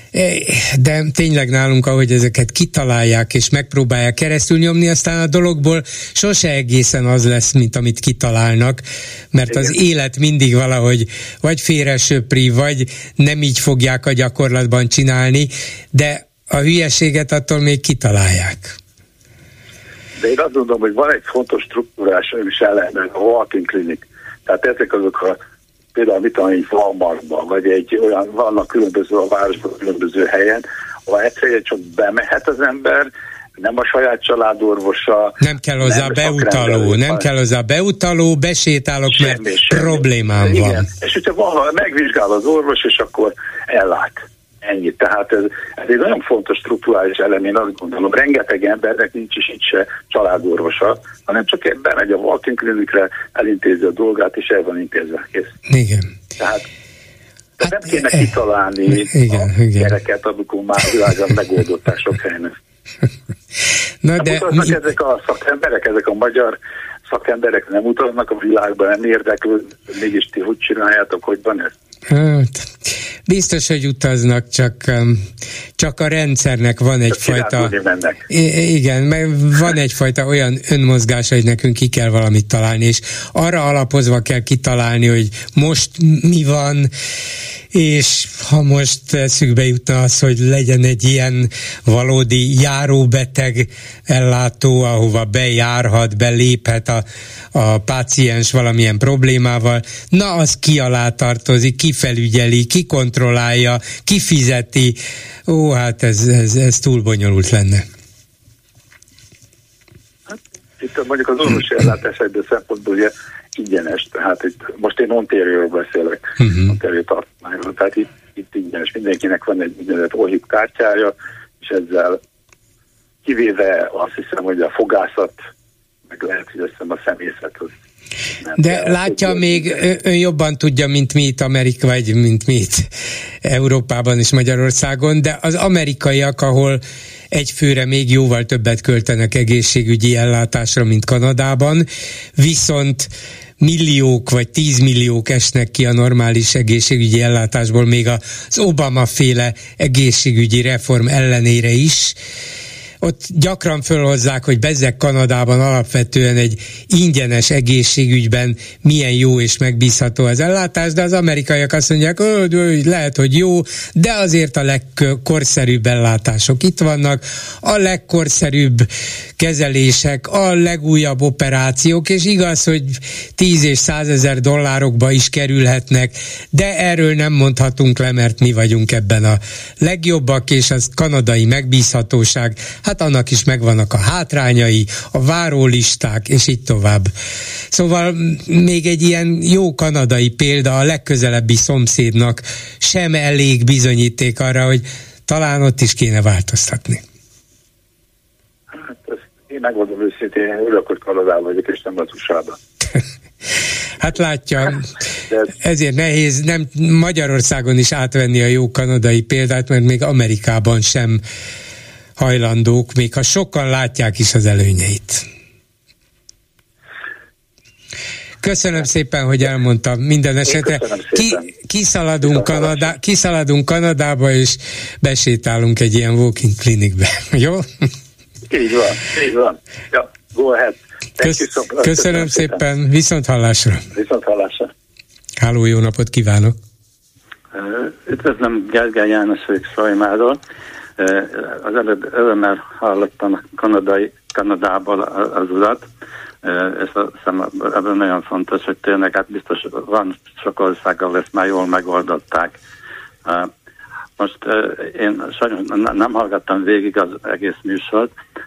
de tényleg nálunk, ahogy ezeket kitalálják és megpróbálják keresztül nyomni, aztán a dologból sose egészen az lesz, mint amit kitalálnak, mert igen. Az élet mindig valahogy vagy félresöpri, vagy nem így fogják a gyakorlatban csinálni, de a hülyeséget attól még kitalálják. De én azt gondolom, hogy van egy fontos struktúrás ellenben, a walk-in clinic. Tehát ezek azok a például mit tudom, egy Walmartban, vagy egy olyan, vannak különböző a városban, különböző helyen, ahol egyszerűen csak bemehet az ember, nem a saját családorvosa. Nem kell hozzá nem beutaló, nem kell hozzá beutaló, besétálok, semmi, mert semmi. Problémám igen. van. És hogyha van, megvizsgál az orvos, és akkor ellát. Ennyi. Tehát ez, ez egy nagyon fontos strukturális elem, én azt gondolom, rengeteg embernek nincs is itt se családorvosa, hanem csak bemegy a walk-in klinikre, elintézi a dolgát, és el van intézve. Kész. Igen. Tehát, tehát hát, nem kéne e, kitalálni igen, a igen. gyereket, amikor már világon megoldották sok helyen. Na de mi... ezek a szakemberek, ezek a magyar szakemberek nem utaznak a világban, nem érdeklő, mégis ti hogy csináljátok, hogy van ez? Hát, biztos, hogy utaznak, csak, csak a rendszernek van egyfajta... Igen, mert van egyfajta olyan önmozgás, hogy nekünk ki kell valamit találni, és arra alapozva kell kitalálni, hogy most mi van, és ha most eszükbe jutna az, hogy legyen egy ilyen valódi járóbeteg ellátó, ahova bejárhat, beléphet a, a páciens valamilyen problémával, na az ki alá tartozik, ki felügyeli, ki kontrollálja, ki fizeti. Ó, hát ez, ez, ez túl bonyolult lenne. Hát, itt mondjuk az orvosi ellátás egyben szempontból ugye ingyenes, tehát itt, most én Ontario-ról beszélek, uh-huh. Ontario tartományról, tehát itt, itt ingyenes, mindenkinek van egy úgynevezett OHIP kártyája, és ezzel kivéve azt hiszem, hogy a fogászat, meg lehet, hogy azt hiszem a szemészet. De kell, látja, hogy még ön jobban tudja, mint mi itt Amerika, vagy mint mi itt Európában és Magyarországon, de az amerikaiak, ahol egy főre még jóval többet költenek egészségügyi ellátásra, mint Kanadában, viszont milliók vagy tízmilliók esnek ki a normális egészségügyi ellátásból, még az Obama-féle egészségügyi reform ellenére is. Ott gyakran fölhozzák, hogy bezzeg Kanadában alapvetően egy ingyenes egészségügyben milyen jó és megbízható az ellátás, de az amerikaiak azt mondják, hogy lehet, hogy jó, de azért a legkorszerűbb ellátások itt vannak, a legkorszerűbb kezelések, a legújabb operációk, és igaz, hogy tíz és százezer dollárokba is kerülhetnek, de erről nem mondhatunk le, mert mi vagyunk ebben a legjobbak, és az kanadai megbízhatóság, hát annak is megvannak a hátrányai, a várólisták, és így tovább. Szóval még egy ilyen jó kanadai példa, a legközelebbi szomszédnak sem elég bizonyíték arra, hogy talán ott is kéne változtatni. Hát ezt én megmondom őszintén, én örülök, hogy Kanadában vagyok, és nem az u es á-ban. Hát látja, ezért nehéz nem Magyarországon is átvenni a jó kanadai példát, mert még Amerikában sem hajlandók, még ha sokan látják is az előnyeit. Köszönöm szépen, hogy elmondtam. Minden esetre ki, kiszaladunk, Kanadá, kiszaladunk Kanadába, és besétálunk egy ilyen walking klinikbe. Jó? Így van, így van. Ja, go ahead. Kösz, köszönöm, köszönöm szépen. szépen, viszont hallásra. Viszont hallásra. Háló, jó napot kívánok. Üdvözlöm, Gergely János vagyok Szajmáról. Az előbb örömmel hallottam a kanadai, Kanadából az urat, és azt hiszem ebben nagyon fontos, hogy tényleg hát biztos van sok országgal ezt már jól megoldották. Most én sajnos nem hallgattam végig az egész műsort,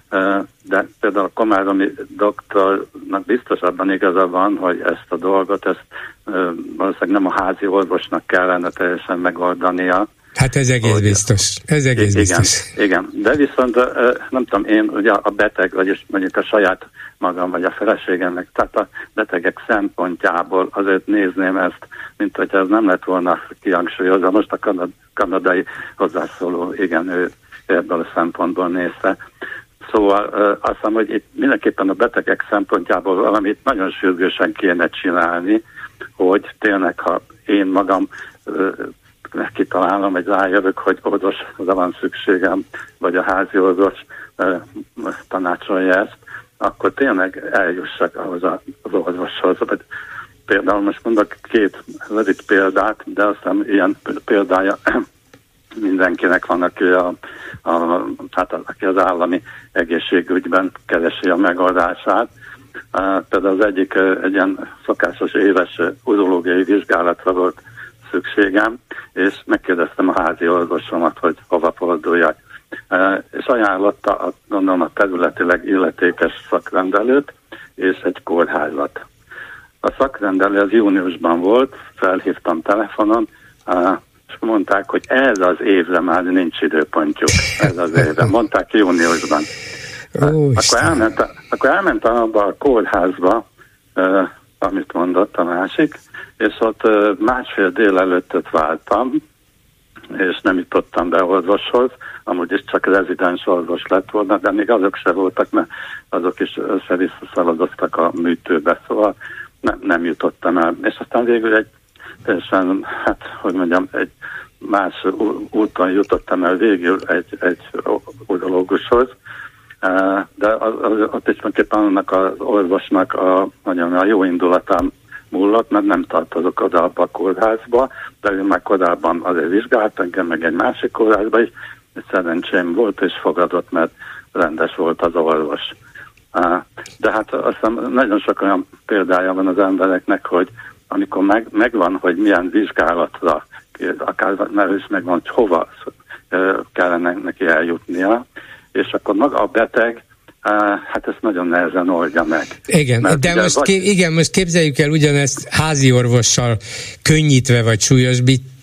de például a Komáromi doktornak biztos abban igaza van, hogy ezt a dolgot, ezt valószínűleg nem a házi orvosnak kellene teljesen megoldania. Hát ez egész hogy, biztos. Ez egész igen, biztos. Igen, de viszont nem tudom, én ugye a beteg, vagyis mondjuk a saját magam, vagy a feleségemnek, tehát a betegek szempontjából azért nézném ezt, mint hogy ez nem lett volna kihangsúlyozva. Most a kanad, kanadai hozzászóló, igen, ő ebből a szempontból nézte. Szóval azt hiszem, hogy itt mindenképpen a betegek szempontjából valamit nagyon sürgősen kéne csinálni, hogy tényleg, ha én magam kitalálom, vagy rájövök, hogy orvosra van szükségem, vagy a házi orvos e, tanácsolja ezt, akkor tényleg eljussak ahhoz az orvoshoz. Vagy például most mondok két rövid példát, de aztán ilyen példája mindenkinek van, aki, a, a, hát aki az állami egészségügyben keresi a megoldását. E, például az egyik egy ilyen szokásos éves urológiai vizsgálatra volt szükségem, és megkérdeztem a házi orvosomat, hogy hova forduljak. E, és ajánlotta, a, gondolom, a területileg illetékes szakrendelőt, és egy kórházat. A szakrendelő az júniusban volt, felhívtam telefonon, e, és mondták, hogy ez az évre már nincs időpontjuk. Ez az évre. Mondták júniusban. E, akkor, elment, akkor elmentem abba a kórházba, e, amit mondott a másik, és ott másfél délelőttöt váltam, és nem jutottam be orvoshoz, amúgy is csak rezidens orvos lett volna, de még azok se voltak, mert azok is össze-vissza szaladoztak a műtőbe, szóval ne, nem jutottam el. És aztán végül egy teljesen, hát, hogy mondjam, egy más úton jutottam el végül egy, egy urológushoz, de az, az, ott is mindenképpen annak az orvosnak a, mondjam, a jó indulatán múlott, mert nem tartozok oda abba a kórházba, de ő már korábban azért vizsgált engem, meg egy másik kórházba is, és szerencsém volt, és fogadott, mert rendes volt az orvos. De hát azt hiszem, nagyon sok olyan példája van az embereknek, hogy amikor meg, megvan, hogy milyen vizsgálatra, akár nem is megvan, hogy hova kellene neki eljutnia, és akkor maga a beteg, hát ezt nagyon nehezen oldja meg. Igen, mert de most, vagy... ké, igen, most képzeljük el ugyanezt házi orvossal könnyítve vagy súlyosbítva,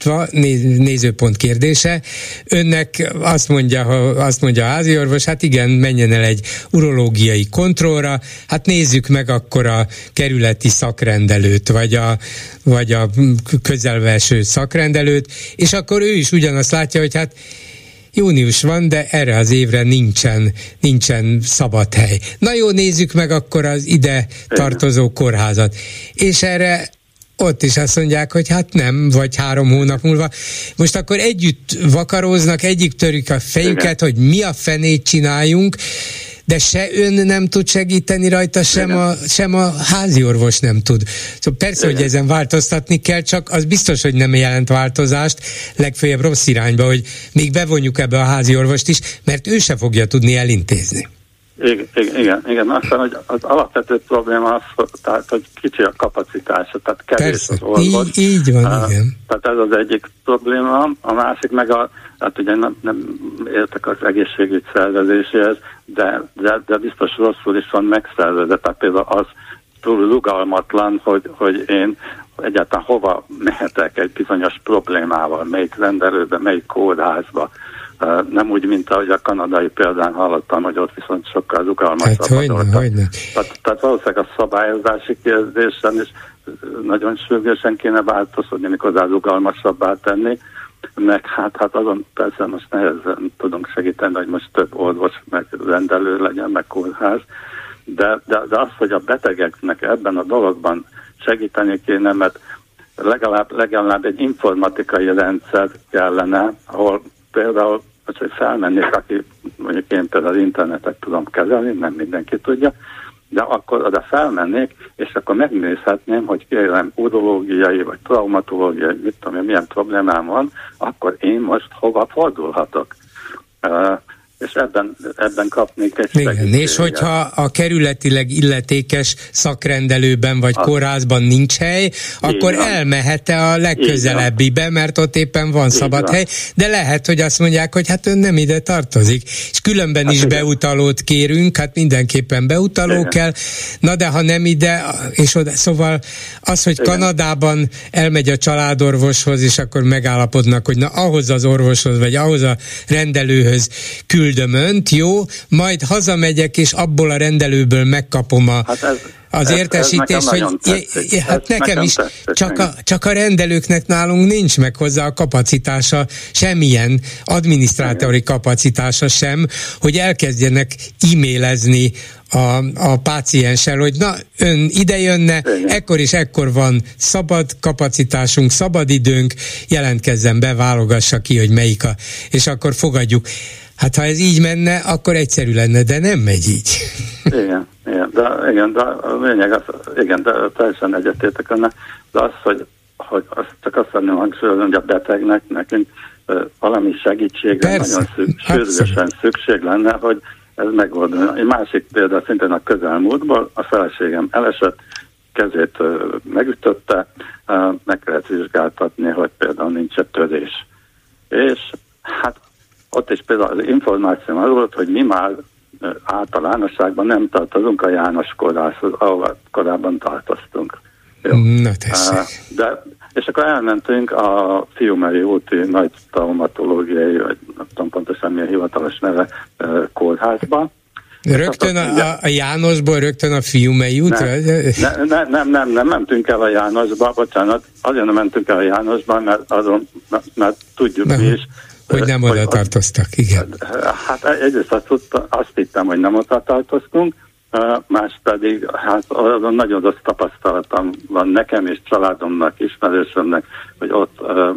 fordítva, nézőpont kérdése. Önnek azt mondja, ha azt mondja a háziorvos, hát igen, menjen el egy urológiai kontrollra, hát nézzük meg akkor a kerületi szakrendelőt, vagy a, vagy a közelvelső szakrendelőt, és akkor ő is ugyanazt látja, hogy hát június van, de erre az évre nincsen, nincsen szabad hely. Na jó, nézzük meg akkor az ide tartozó kórházat. És erre ott is azt mondják, hogy hát nem, vagy három hónap múlva. Most akkor együtt vakaróznak, egyik törik a fejüket, hogy mi a fenét csináljunk, de se ön nem tud segíteni rajta, sem a, sem a háziorvos nem tud. Szóval persze, igen, hogy ezen változtatni kell, csak az biztos, hogy nem jelent változást, legfeljebb rossz irányba, hogy még bevonjuk ebbe a háziorvost is, mert ő se fogja tudni elintézni. Igen, igen, igen. Aztán, hogy az alapvető probléma az, tehát, hogy kicsi a kapacitása, tehát kevés persze, az orvos. Így, így van, uh, igen. Tehát ez az egyik probléma, a másik meg a, hát ugye nem, nem értek az egészségügy szervezéséhez, de, de, de biztos rosszul is van megszervezve, tehát például az túl rugalmatlan, hogy, hogy én egyáltalán hova mehetek egy bizonyos problémával, melyik rendelőbe, melyik kórházba. Nem úgy, mint ahogy a kanadai példán hallottam, hogy ott viszont sokkal rugalmasabb. Hát hogyne, hogyne. Tehát, tehát valószínűleg a szabályozási kérdésen is nagyon sürgősen kéne változtatni, mikor rugalmasabbá tenni, meg hát, hát azon persze most nehezen tudunk segíteni, hogy most több orvos meg rendelő legyen, meg kórház, de, de, de az, hogy a betegeknek ebben a dologban segíteni kéne, mert legalább, legalább egy informatikai rendszer kellene, ahol például, hogy felmennék, aki mondjuk én például az internetet tudom kezelni, nem mindenki tudja, de akkor oda felmennék, és akkor megnézhetném, hogy kérem urológiai, vagy traumatológiai, mit tudom én, milyen problémám van, akkor én most hova fordulhatok. Uh, és ebben, ebben kapnék egy segítséget. És hogyha a kerületileg illetékes szakrendelőben vagy a... kórházban nincs hely, akkor elmehet-e a legközelebbibe, mert ott éppen van szabad hely, de lehet, hogy azt mondják, hogy hát ön nem ide tartozik. És különben hát is igen, beutalót kérünk, hát mindenképpen beutaló igen, kell, na de ha nem ide, és oda, szóval az, hogy igen, Kanadában elmegy a családorvoshoz, és akkor megállapodnak, hogy na ahhoz az orvoshoz, vagy ahhoz a rendelőhöz küld önt, jó, majd hazamegyek, és abból a rendelőből megkapom a, hát ez, az ez, értesítést, ez hogy je, hát ez nekem, nekem is, csak a, csak a rendelőknek nálunk nincs meg hozzá a kapacitása, semmilyen adminisztrátori kapacitása sem, hogy elkezdjenek e-mailezni a, a pácienssel, hogy na, ön ide jönne, igen, ekkor és ekkor van szabad kapacitásunk, szabad időnk, jelentkezzen be, válogassa ki, hogy melyik a, és akkor fogadjuk. Hát ha ez így menne, akkor egyszerű lenne, de nem megy így. Igen, igen, de, igen, de a lényeg az, igen, de teljesen egyetértek önnek, de az, hogy, hogy azt csak azt szeretném hangsúlyozni, hogy a betegnek, nekünk valami segítségre nagyon szükség, sürgősen szükség lenne, hogy ez megoldani. Egy másik példa szintén a közelmúltból, a feleségem elesett, kezét megütötte, meg kellett vizsgáltatni, hogy például nincs törés. És hát ott is például az információ az volt, hogy mi már általánosságban nem tartozunk a János kórházhoz, ahol korábban tartoztunk. Jó. Na tessék. De, és akkor elmentünk a Fiumei úti nagy traumatológiai, vagy nem tudom pontosan milyen hivatalos neve, kórházba. Rögtön a, a Jánosból, rögtön a Fiumei útra? Nem, ne, ne, nem, nem, nem mentünk el a Jánosba, bocsánat, azért nem mentünk el a Jánosba, mert, azon, mert tudjuk mi is, hogy nem oda tartoztak, igen. Hát egyrészt azt, tudta, azt hittem, hogy nem oda tartoztunk, más pedig, hát azon nagyon rossz tapasztalatom van nekem és családomnak, ismerősömnek, hogy ott,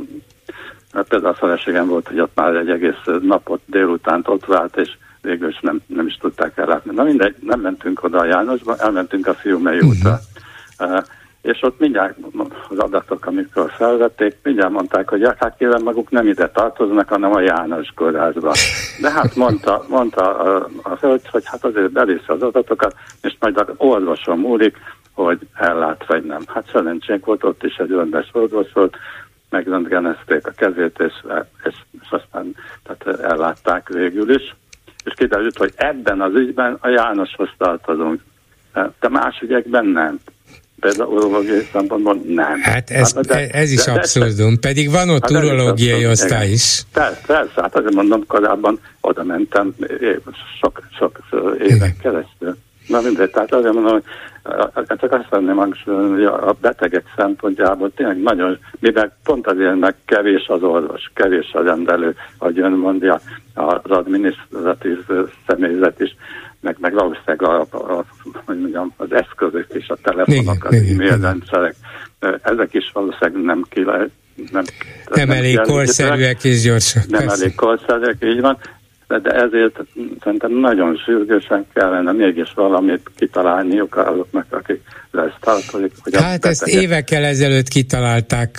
például a feleségem volt, hogy ott már egy egész napot délután ott vált, és végül is nem, nem is tudták ellátni. Na mindegy, nem mentünk oda a Jánosba, elmentünk a Fiumei útra. Uh-huh. És ott mindjárt az adatok, amikor felvették, mindjárt mondták, hogy hát kérem, maguk nem ide tartoznak, hanem a János kórházba. De hát mondta, mondta a, a hölgy, hogy hát azért belész az adatokat, és majd az orvosom múlik, hogy ellát vagy nem. Hát szerencsénk volt, ott is egy rendes orvos volt, megröntgenezték a kezét, és, és, és aztán tehát ellátták végül is. És kiderült, hogy ebben az ügyben a Jánoshoz tartozunk. De más ügyekben nem. például urológiai szempontból nem. Hát ez, hát, de, ez is de, abszurdum, de, pedig van ott hát urológiai osztály is. Persze, persze, hát azért mondom, korábban oda mentem sok, sok évek keresztül. Na mindegy, tehát azért mondom, hogy csak azt venném hangsúlyozni, hogy a betegek szempontjából tényleg nagyon, mivel pont azért meg kevés az orvos, kevés a rendelő, ahogy ön mondja, az adminisztratív személyzet is, meg, meg valószínűleg a, a, a, hogy mondjam, az eszközök és a telefonok, az e-mail rendszerek, ezek is valószínűleg nem ki lehet. Nem, nem elég korszerűek és gyorsak. Nem elég korszerűek, így van. De, de ezért szerintem nagyon sürgősen kellene mégis valamit kitalálniuk azoknak, akik lesz tartozik. Hát ezt beteget... évekkel ezelőtt kitalálták.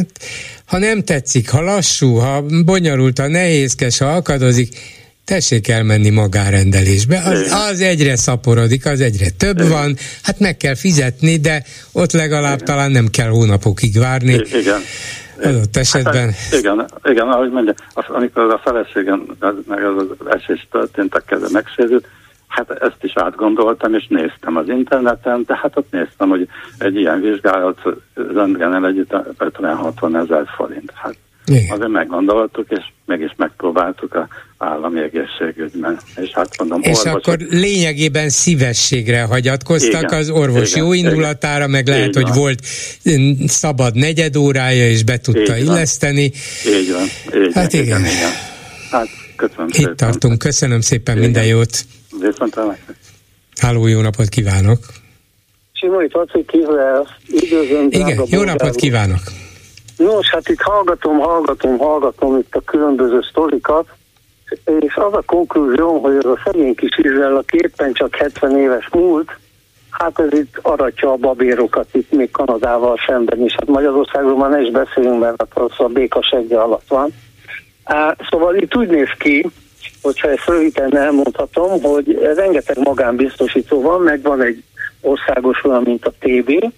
Ha nem tetszik, ha lassú, ha bonyolult, ha nehézkes, ha akadozik, tessék elmenni magárendelésbe. Az, az egyre szaporodik, az egyre több igen. van, hát meg kell fizetni, de ott legalább igen. talán nem kell hónapokig várni. Igen. Adott esetben. Hát, igen, igen, ahogy mondja, az, amikor a feleségem meg az, az esés történt, a keze megsérült, hát ezt is átgondoltam, és néztem az interneten, de hát ott néztem, hogy egy ilyen vizsgálat röntgennel együtt ötven-hatvan ezer forint. Hát igen. azért meggondoltuk, és meg is megpróbáltuk a állami egészségügyben. És hát mondom, és orvosok... akkor lényegében szívességre hagyatkoztak igen, az orvos igen, jó indulatára, meg lehet, így hogy van. Volt szabad negyed órája, és be tudta így illeszteni. Van. Így van. Így hát igen. igen. igen. Hát köszönöm Itt szépen. tartunk. Köszönöm szépen, igen. minden jót. Viszontlátásra. Háló, jó napot kívánok. Simai Paci Kizrael, üdvözlöm. Igen, jó napot kívánok. Nos, hát itt hallgatom, hallgatom, hallgatom itt a különböző sztorikat, és az a konklúzió, hogy ez a szegény kis Izrael, aki éppen csak hetven éves múlt, hát ez itt aratja a babérokat itt még Kanadával szemben is. Hát Magyarországról már ne is beszélünk, mert az a béka segge alatt van. Szóval itt úgy néz ki, hogyha ezt röviden elmondhatom, hogy rengeteg magánbiztosító van, meg van egy országos olyan, mint a té vé,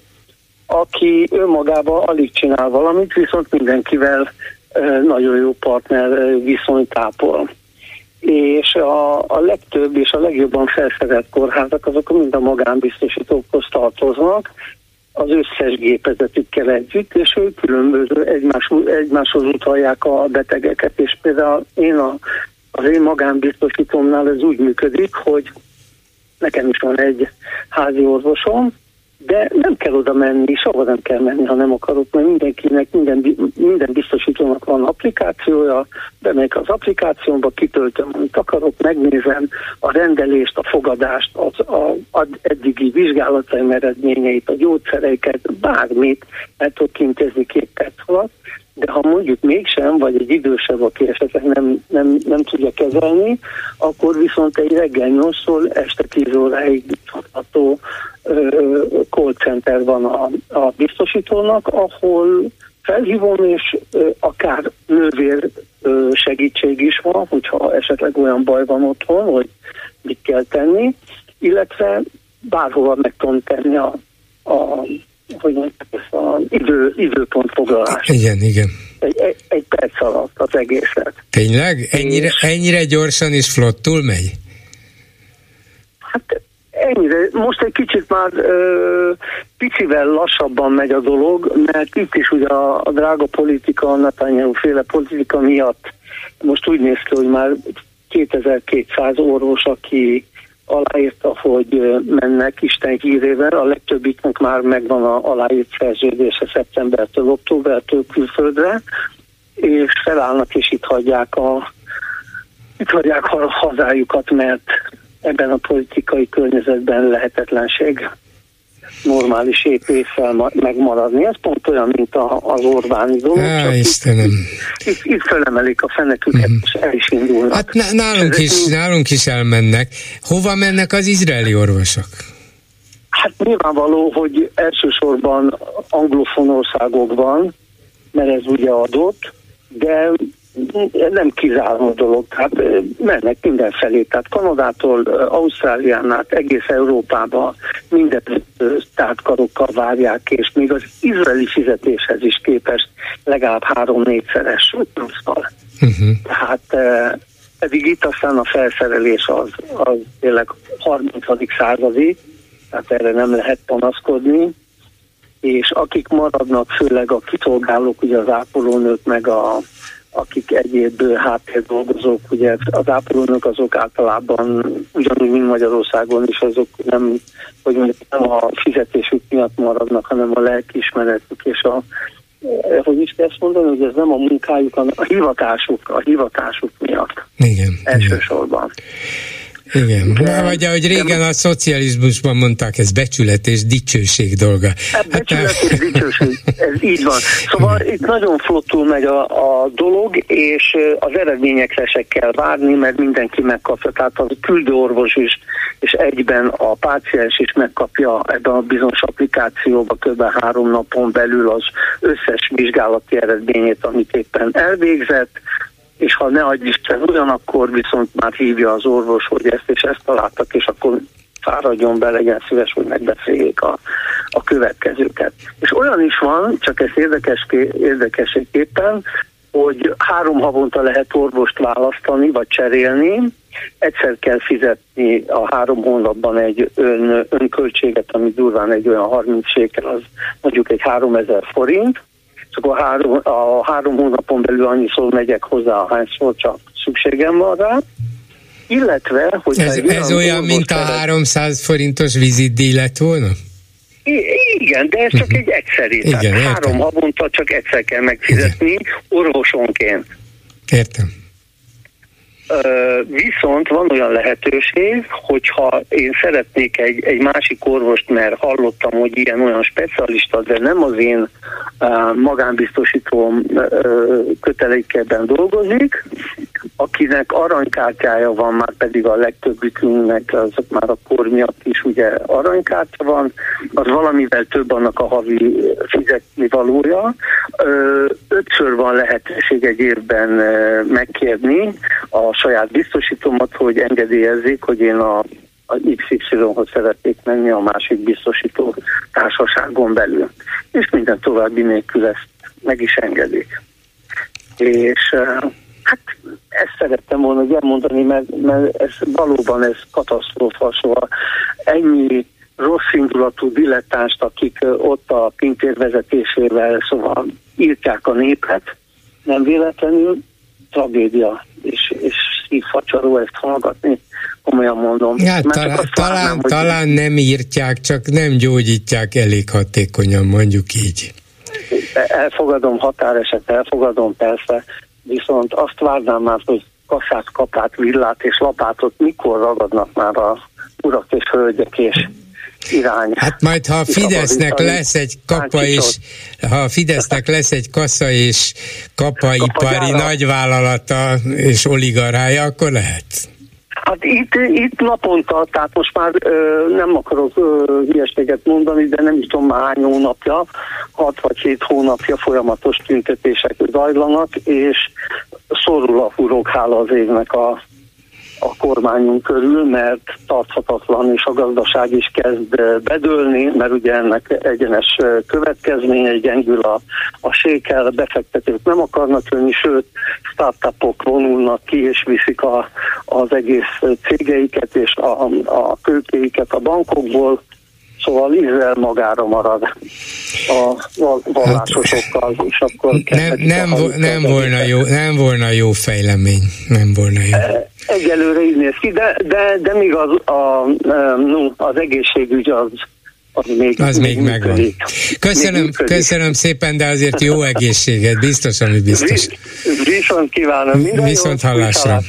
aki önmagában alig csinál valamit, viszont mindenkivel nagyon jó partner viszonyt ápol. És a, a legtöbb és a legjobban felszerelt kórházak azok mind a magánbiztosítókhoz tartoznak, az összes gépezetükkel együtt, és ők különböző egymás, egymáshoz utalják a betegeket. És például én a, az én magánbiztosítómnál ez úgy működik, hogy nekem is van egy házi orvosom, de nem kell oda menni, sehova nem kell menni, ha nem akarok, mert mindenkinek, minden, minden biztosítónak van applikációja, bemegyek az applikációmba, kitöltöm, amit akarok, megnézem a rendelést, a fogadást, az a, az eddigi vizsgálataim eredményeit, a gyógyszereiket, bármit el tudok intézni két perc alatt, de ha mondjuk mégsem, vagy egy idősebb, aki esetleg nem, nem, nem tudja kezelni, akkor viszont egy reggel nyolctól este tíz óráig tartható call center van a, a biztosítónak, ahol felhívom, és ö, akár nővér ö, segítség is van, hogyha esetleg olyan baj van otthon, hogy mit kell tenni, illetve bárhova meg tudom tenni a, a hogy mondjuk ezt az idő, időpontfoglalást. Igen, igen. Egy, egy, egy perc alatt az egészet. Tényleg? Ennyire, és... ennyire gyorsan és flottul megy? Hát ennyire. Most egy kicsit már ö, picivel lassabban megy a dolog, mert itt is ugye a, a drága politika, a Netanyahu féle politika miatt most úgy néz ki, hogy már kétezer-kétszáz orvos, aki aláírta, hogy mennek Isten hírével, a legtöbbiknek már megvan a aláírt szerződése szeptembertől, októbertől külföldre, és felállnak és itt hagyják a, itt hagyják a hazájukat, mert ebben a politikai környezetben lehetetlenség normális épéssel megmaradni. Ez pont olyan, mint a, az Orbáni dolog. Á, Istenem. Itt, itt, itt felemelik a feneküket, mm. és el is indulnak. Hát nálunk is, nálunk is elmennek. Hova mennek az izraeli orvosok? Hát nyilvánvaló, hogy elsősorban anglofon országokban, mert ez ugye adott, de nem kizáró dolog, tehát mennek mindenfelé, tehát Kanadától, Ausztrálián át, egész Európában minden tártkarokkal várják, és még az izraeli fizetéshez is képest legalább három-négyszeres plusszal. Uh-huh. Tehát pedig itt aztán a felszerelés az, az tényleg harmincadik századi, tehát erre nem lehet panaszkodni, és akik maradnak, főleg a kiszolgálók, ugye az ápolónők, meg a, akik egyéb háttérdolgozók, ugye az ápolónők azok általában ugyanúgy, mint Magyarországon is, azok nem, hogy mondjam, nem a fizetésük miatt maradnak, hanem a lelkiismeretük és a, hogy is kell ezt mondani, hogy ez nem a munkájuk, hanem a hivatásuk, a hivatásuk miatt. Igen. Elsősorban. Igen. De, vagy ahogy régen a szocializmusban mondták, ez becsület és dicsőség dolga. Hát becsület és dicsőség, ez így van. Szóval itt nagyon flottul megy a, a dolog, és az eredményekre se kell várni, mert mindenki megkapja. Tehát a küldőorvos is, és egyben a páciens is megkapja ebben a bizonyos applikációban kb. három napon belül az összes vizsgálati eredményét, amit éppen elvégzett, és ha ne adj Isten olyan, akkor viszont már hívja az orvos, hogy ezt és ezt találtak, és akkor fáradjon be, legyen szíves, hogy megbeszéljék a, a következőket. És olyan is van, csak ez érdekes, érdekeséképpen, hogy három havonta lehet orvost választani, vagy cserélni, egyszer kell fizetni a három hónapban egy ön, önköltséget, ami durván egy olyan harminc sékel, az mondjuk egy háromezer forint, csak a három, a három hónapon belül annyiszor megyek hozzá, ahányszor csak szükségem van rá. Illetve, hogy... Ez, ez olyan, mint a háromszáz forintos vizitdíj lett volna? I- igen, de ez csak uh-huh. egy egyszeri. Igen, tehát értem. Három havonta csak egyszer kell megfizetni, igen. orvosonként. Értem. Viszont van olyan lehetőség, hogyha én szeretnék egy, egy másik orvost, mert hallottam, hogy ilyen olyan specialista, de nem az én uh, magánbiztosítóm uh, kötelékében dolgozik, akinek aranykártyája van, már pedig a legtöbbükünknek, azok már a kor miatt is ugye aranykártya van, az valamivel több annak a havi fizetni valója. Ötször van lehetőség egy évben megkérni a saját biztosítómat, hogy engedélyezzék, hogy én a, a iksz ipszilonhoz szeretnék menni a másik biztosító társaságon belül. És minden további nélkül ezt meg is engedik. És hát ezt szerettem volna elmondani, mert, mert ez valóban ez katasztrófa, szóval ennyi rossz indulatú dilettánst, akik ott a pintér vezetésével szóval írtják a népet, nem véletlenül tragédia, és, és szívfacsaró ezt hallgatni, komolyan mondom. Ja, talán, talán, nem, talán nem írtják, csak nem gyógyítják elég hatékonyan, mondjuk így. Elfogadom, határeset, elfogadom persze, viszont azt várnám már, hogy kasszát, kapát, villát és lapátot mikor ragadnak már a urak és hölgyek és irány. Hát majd, ha a Fidesznek lesz egy kapa és ha a Fidesznek lesz egy kassa és kapaipari nagyvállalata és oligarchája, akkor lehet. Hát itt, itt naponta, tehát most már ö, nem akarok ö, hülyeséget mondani, de nem is tudom már hány hónapja, hat vagy hét hónapja folyamatos tüntetések zajlanak, és szorul a hurok, hála az évnek a a kormányunk körül, mert tarthatatlan, és a gazdaság is kezd bedőlni, mert ugye ennek egyenes következménye, gyengül a, a sékel, a befektetők nem akarnak jönni, sőt, startupok vonulnak ki, és viszik a, az egész cégeiket és a, a kőkéiket a bankokból, szóval Izrael magára marad a vallásosokkal, és akkor... Nem, nem, vo- nem, volna jó, nem volna jó fejlemény, nem volna jó. Egyelőre így néz ki, de, de, de még az, a, az egészségügy az, az még, az még, még megvan. Köszönöm, még köszönöm szépen, de azért jó egészséget, biztos, ami biztos. Viszont kívánom. Minden Viszont hallásra.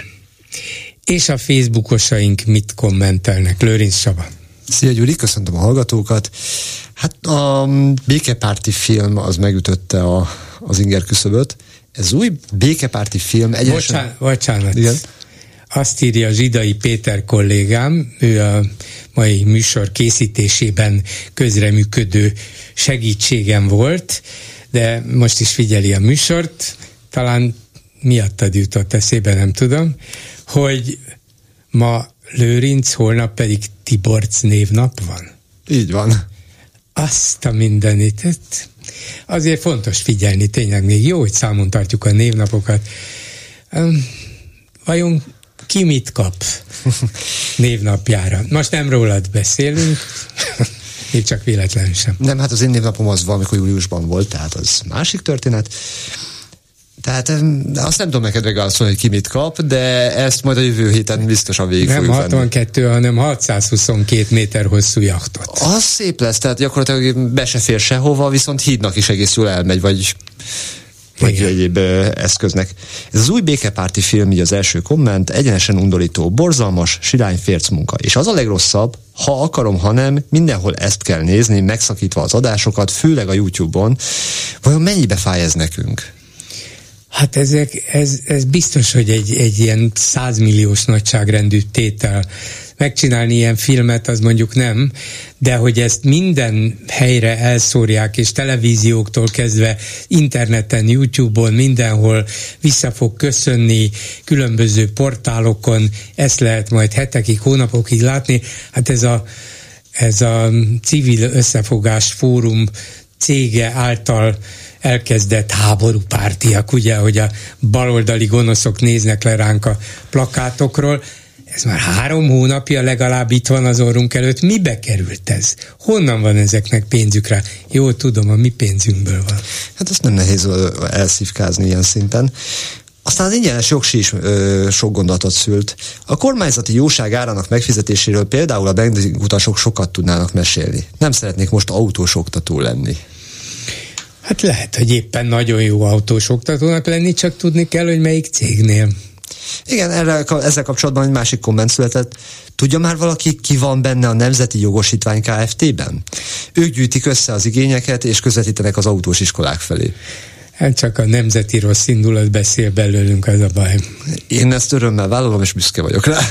És a Facebookosaink mit kommentelnek? Lőrinc Csaba. Szia Gyuri, köszöntöm a hallgatókat. Hát a békepárti film az megütötte a, az inger küszöböt. Ez új békepárti film egyenesen... Bocsánat, bocsánat. Igen. Azt írja Zsidai Péter kollégám, ő a mai műsor készítésében közreműködő segítségem volt, de most is figyeli a műsort, talán miattad jutott eszébe, nem tudom, hogy ma Lőrinc, holnap pedig Tiborcs névnap van. Így van. Azt a mindenit. Azért fontos figyelni, tényleg még jó, hogy számon tartjuk a névnapokat. Vajon ki mit kap névnapjára? Most nem rólad beszélünk. Még csak véletlenül sem. Nem, hát az én névnapom az valamikor júliusban volt, tehát az másik történet. Tehát azt nem tudom neked megválaszolni, hogy ki mit kap, de ezt majd a jövő héten biztosan végig nem fogjuk hatvankettő, venni. Hanem hatszázhuszonkettő méter hosszú jachtot. Az szép lesz, tehát gyakorlatilag be se fér sehova, viszont hídnak is egész jól elmegy, vagy, vagy egyéb eszköznek. Ez az új békepárti film, így az első komment, egyenesen undorító, borzalmas, sirány férc munka. És az a legrosszabb, ha akarom, ha nem, mindenhol ezt kell nézni, megszakítva az adásokat, főleg a YouTube-on. Vajon mennyibe fáj ez nekünk? Hát ezek, ez, ez biztos, hogy egy, egy ilyen százmilliós nagyságrendű tétel. Megcsinálni ilyen filmet, az mondjuk nem, de hogy ezt minden helyre elszórják, és televízióktól kezdve interneten, YouTube-on, mindenhol vissza fog köszönni, különböző portálokon, ezt lehet majd hetekig, hónapokig látni. Hát ez a, ez a civil összefogás fórum cége által elkezdett háborúpártiak, ugye, hogy a baloldali gonoszok néznek le ránk a plakátokról. Ez már három hónapja legalább itt van az orrunk előtt. Mibe került ez? Honnan van ezeknek pénzük rá? Jó, tudom, a mi pénzünkből van. Hát ezt nem nehéz elszívkázni ilyen szinten. Aztán az ingyenes jogsi is ö, sok gondolatot szült. A kormányzati jóság árának megfizetéséről például a benzinutasok sokat tudnának mesélni. Nem szeretnék most autós oktató lenni. Hát lehet, hogy éppen nagyon jó autós oktatónak lenni, csak tudni kell, hogy melyik cégnél. Igen, erre, ezzel kapcsolatban egy másik komment született. Tudja már valaki, ki van benne a Nemzeti Jogosítvány Kft-ben? Ők gyűjtik össze az igényeket, és közvetítenek az autós iskolák felé. Hát csak a nemzeti rossz indulat beszél belőlünk, az a baj. Én ezt örömmel vállalom, és büszke vagyok rá.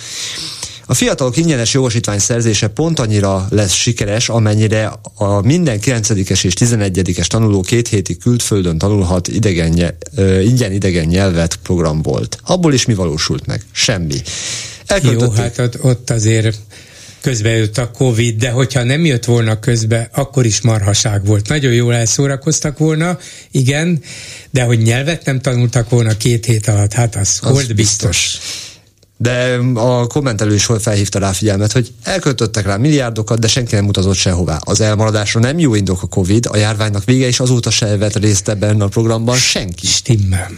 A fiatalok ingyenes jogosítvány szerzése pont annyira lesz sikeres, amennyire a minden kilencedikes és tizenegyedikes tanuló két hétig külföldön tanulhat idegen, ingyen idegen nyelvet program volt. Abból is mi valósult meg? Semmi. Jó, hát ott, ott azért közbe jött a Covid, de hogyha nem jött volna közbe, akkor is marhaság volt. Nagyon jól elszórakoztak volna, igen, de hogy nyelvet nem tanultak volna két hét alatt, hát az, az volt biztos. biztos. De a kommentelő is felhívta rá figyelmet, hogy elköltöttek rá milliárdokat, de senki nem utazott sehová. Az elmaradásra nem jó indok a Covid, a járványnak vége is, azóta se vett részt ebben a programban senki. Stimmel.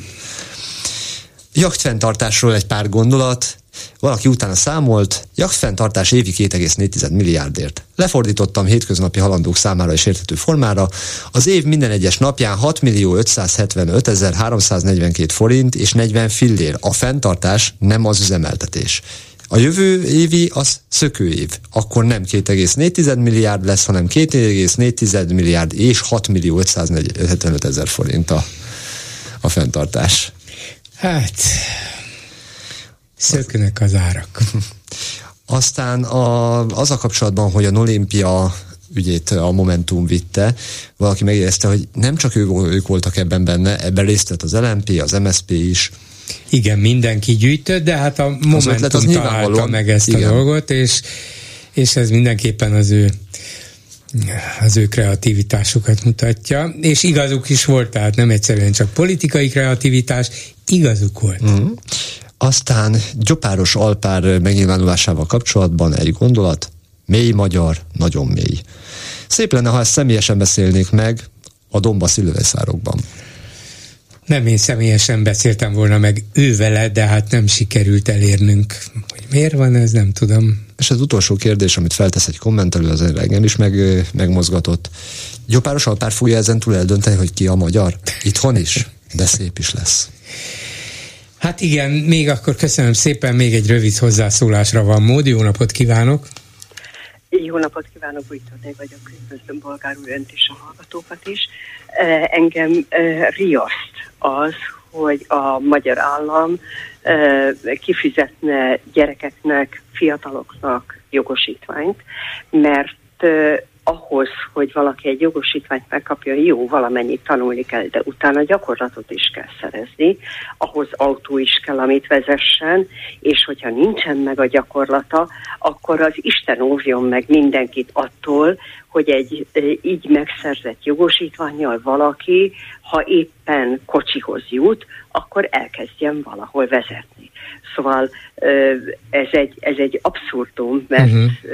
Jachtfenntartásról egy pár gondolat. Valaki utána számolt, jachtfenntartás évi két egész négy milliárdért. Lefordítottam hétköznapi halandók számára és érthető formára. Az év minden egyes napján hat millió ötszázhetvenötezer-háromszáznegyvenkét forint és negyven fillér. A fenntartás, nem az üzemeltetés. A jövő évi az szökőév. Akkor nem két egész négy milliárd lesz, hanem két egész négy milliárd és hat millió ötszázhetvenötezer forint a, a fenntartás. Hát... szöknek az árak. Aztán a, az a kapcsolatban, hogy a Nolimpia ügyét a Momentum vitte, valaki megérezte, hogy nem csak ő, ők voltak ebben benne, ebben részt vett az el em pé, az em es zé pé is. Igen, mindenki gyűjtött, de hát a Momentum találta meg ezt igen. a dolgot, és, és ez mindenképpen az ő az ő kreativitásukat mutatja, és igazuk is volt, tehát nem egyszerűen csak politikai kreativitás, igazuk volt. Mm. Aztán Gyopáros Alpár megnyilvánulásával kapcsolatban egy gondolat, mély magyar, nagyon mély. Szép lenne, ha ezt személyesen beszélnék meg a Dombaszi lövészárokban. Nem én személyesen beszéltem volna meg ő vele, de hát nem sikerült elérnünk. Hogy miért van ez, nem tudom. És az utolsó kérdés, amit feltesz egy kommentelő, az engem is meg, megmozgatott. Gyopáros Alpár fogja ezen túl eldönteni, hogy ki a magyar? Itthon is, de szép is lesz. Hát igen, még akkor köszönöm szépen, még egy rövid hozzászólásra van mód. Jó napot kívánok! Jó napot kívánok, Újtóné vagyok, üdvözlöm Bolgár úr, önt is, a hallgatókat is. Engem riaszt az, hogy a magyar állam kifizetne gyerekeknek, fiataloknak jogosítványt, mert ahhoz, hogy valaki egy jogosítványt megkapja, jó, valamennyit tanulni kell, de utána gyakorlatot is kell szerezni, ahhoz autó is kell, amit vezessen, és hogyha nincsen meg a gyakorlata, akkor az Isten óvjon meg mindenkit attól, hogy egy így megszerzett jogosítvánnyal valaki, ha éppen kocsihoz jut, akkor elkezdjen valahol vezetni. Szóval ez egy, ez egy abszurdum, mert uh-huh.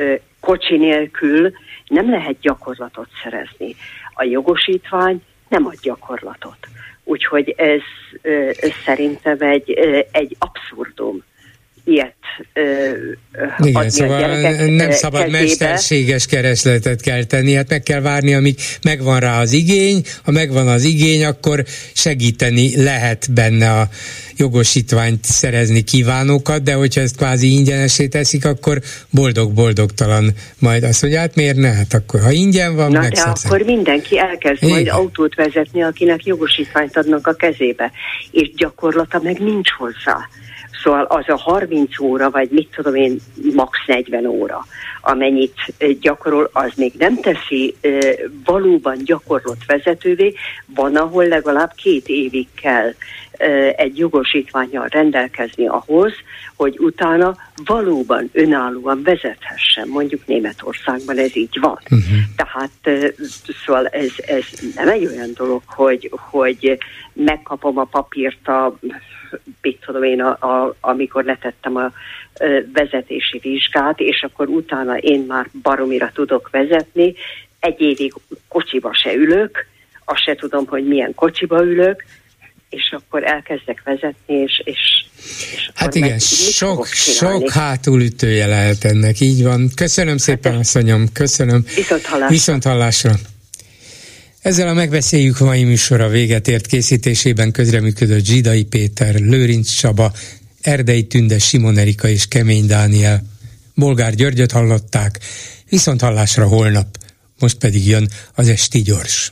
kocsi nélkül nem lehet gyakorlatot szerezni. A jogosítvány nem ad gyakorlatot. Úgyhogy ez, ez szerintem egy, egy abszurdum. Ilyet uh, igen, szóval nem szabad kezébe. Mesterséges keresletet kell tenni, hát meg kell várni, amíg megvan rá az igény, ha megvan az igény, akkor segíteni lehet benne a jogosítványt szerezni kívánókat, de hogyha ezt kvázi ingyenesé teszik, akkor boldog-boldogtalan majd azt, hogy hát miért ne? Hát akkor, ha ingyen van, na megszerzem. de akkor mindenki elkezd igen. majd autót vezetni, akinek jogosítványt adnak a kezébe, és gyakorlata meg nincs hozzá. Szóval az a harminc óra, vagy mit tudom én, max. negyven óra, amennyit gyakorol, az még nem teszi e, valóban gyakorlott vezetővé. Van, ahol legalább két évig kell e, egy jogosítvánnyal rendelkezni ahhoz, hogy utána valóban önállóan vezethessen. Mondjuk Németországban ez így van. Uh-huh. Tehát e, szóval ez, ez nem egy olyan dolog, hogy, hogy megkapom a papírt a mit tudom én, a, a, amikor letettem a, a vezetési vizsgát, és akkor utána én már baromira tudok vezetni, egy évig kocsiba se ülök, azt se tudom, hogy milyen kocsiba ülök, és akkor elkezdek vezetni, és, és, és hát igen, sok, sok hátulütője lehet ennek, így van. Köszönöm szépen, hát asszonyom, köszönöm. Viszont hallásra. Viszont hallásra. Ezzel a megbeszéljük mai műsora véget ért, készítésében közreműködött Zsidai Péter, Lőrinc Csaba, Erdei Tünde, Simon Erika és Kemény Dániel. Bolgár Györgyöt hallották, viszont hallásra holnap. Most pedig jön az Esti Gyors.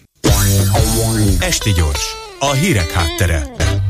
Esti Gyors, a hírek háttere.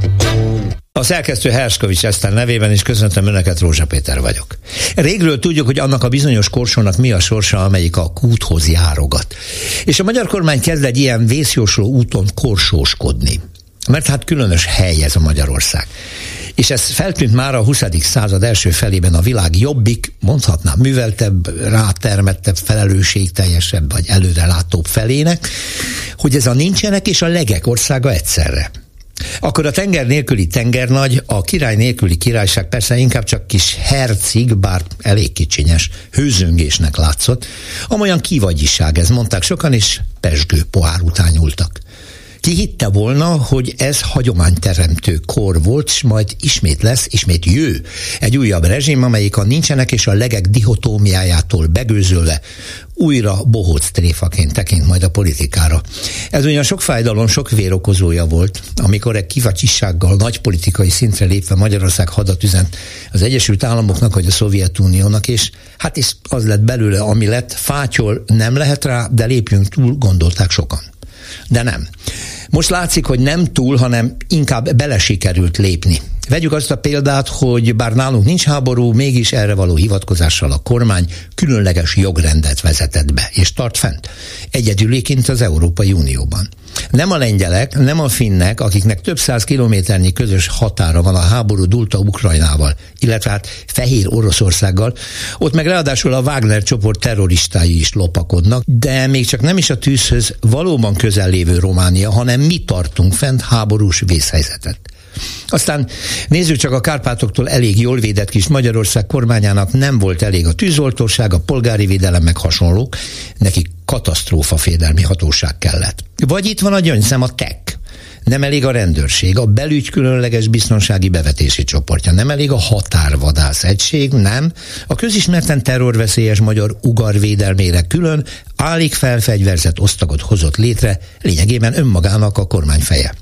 A szerkesztő Herskovics Eszter nevében is köszöntöm Önöket, Rózsa Péter vagyok. Régről tudjuk, hogy annak a bizonyos korsónak mi a sorsa, amelyik a kúthoz járogat. És a magyar kormány kezd egy ilyen vészjósló úton korsóskodni. Mert hát különös hely ez a Magyarország. És ez feltűnt már a huszadik század első felében a világ jobbik, mondhatnám műveltebb, rátermettebb, felelősségteljesebb vagy előrelátóbb felének, hogy ez a nincsenek és a legek országa egyszerre. Akkor a tenger nélküli tengernagy, a király nélküli királyság persze inkább csak kis hercig, bár elég kicsinyes, hőzöngésnek látszott, amolyan kivagyiság ez, mondták sokan, és pezsgő pohár után nyúltak. Ki hitte volna, hogy ez hagyományteremtő kor volt, és majd ismét lesz, ismét jő egy újabb rezsim, amelyik a nincsenek és a legek dihotómiájától begőzölve újra bohóc tréfaként tekint majd a politikára. Ez ugyan sok fájdalom, sok vérokozója volt, amikor egy kivacsisággal nagy politikai szintre lépve Magyarország hadat üzent az Egyesült Államoknak vagy a Szovjetuniónak, és hát is az lett belőle, ami lett, fátyol nem lehet rá, de lépjünk túl, gondolták sokan. De nem. Most látszik, hogy nem túl, hanem inkább belesikerült lépni. Vegyük azt a példát, hogy bár nálunk nincs háború, mégis erre való hivatkozással a kormány különleges jogrendet vezetett be, és tart fent. Egyedüléként az Európai Unióban. Nem a lengyelek, nem a finnek, akiknek több száz kilométernyi közös határa van a háború dúlta Ukrajnával, illetve hát Fehér Oroszországgal, ott meg ráadásul a Wagner csoport terroristái is lopakodnak, de még csak nem is a tűzhöz valóban közel lévő Románia, hanem mi tartunk fent háborús vészhelyzetet. Aztán nézzük csak, a Kárpátoktól elég jól védett kis Magyarország kormányának nem volt elég a tűzoltóság, a polgári védelem meg hasonlók, neki katasztrófafédelmi hatóság kellett. Vagy itt van a gyöngyszem, a té e ká. Nem elég a rendőrség, a belügy különleges biztonsági bevetési csoportja, nem elég a határvadász egység, nem. A közismerten terrorveszélyes magyar ugar védelmére külön, állig felfegyverzett osztagot hozott létre, lényegében önmagának a kormányfeje.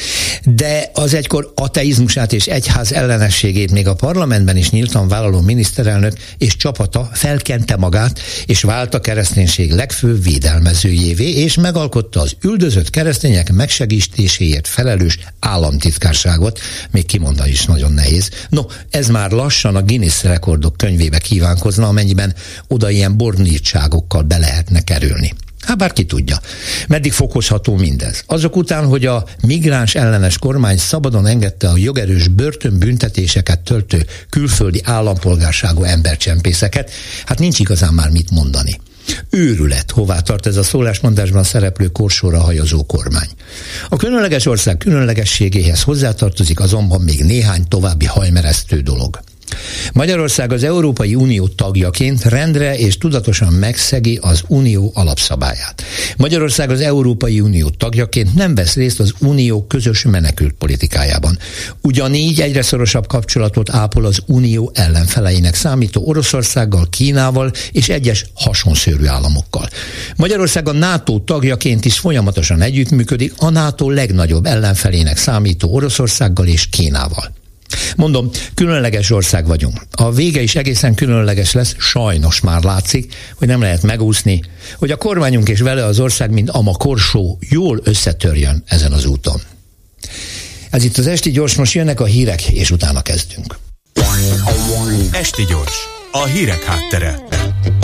De az egykor ateizmusát és egyház ellenességét még a parlamentben is nyíltan vállaló miniszterelnök és csapata felkente magát, és vált a kereszténység legfőbb védelmezőjévé, és megalkotta az üldözött keresztények megsegítéséért felelős államtitkárságot, még kimondani is nagyon nehéz. No, ez már lassan a Guinness rekordok könyvébe kívánkozna, amennyiben oda ilyen bornírtságokkal be lehetne kerülni. Hát bár ki tudja, meddig fokozható mindez. Azok után, hogy a migráns ellenes kormány szabadon engedte a jogerős börtönbüntetéseket töltő külföldi állampolgárságú embercsempészeket, hát nincs igazán már mit mondani. Őrület, hová tart ez a szólásmondásban szereplő korsóra hajazó kormány. A különleges ország különlegességéhez hozzátartozik azonban még néhány további hajmeresztő dolog. Magyarország az Európai Unió tagjaként rendre és tudatosan megszegi az Unió alapszabályát. Magyarország az Európai Unió tagjaként nem vesz részt az Unió közös menekült politikájában. Ugyanígy egyre szorosabb kapcsolatot ápol az Unió ellenfeleinek számító Oroszországgal, Kínával és egyes hasonszőrű államokkal. Magyarország a NATO tagjaként is folyamatosan együttműködik a NATO legnagyobb ellenfelének számító Oroszországgal és Kínával. Mondom, különleges ország vagyunk. A vége is egészen különleges lesz, sajnos már látszik, hogy nem lehet megúszni, hogy a kormányunk és vele az ország, mint ama korsó, jól összetörjön ezen az úton. Ez itt az Esti Gyors, most jönnek a hírek, és utána kezdünk. Esti Gyors, a hírek háttere.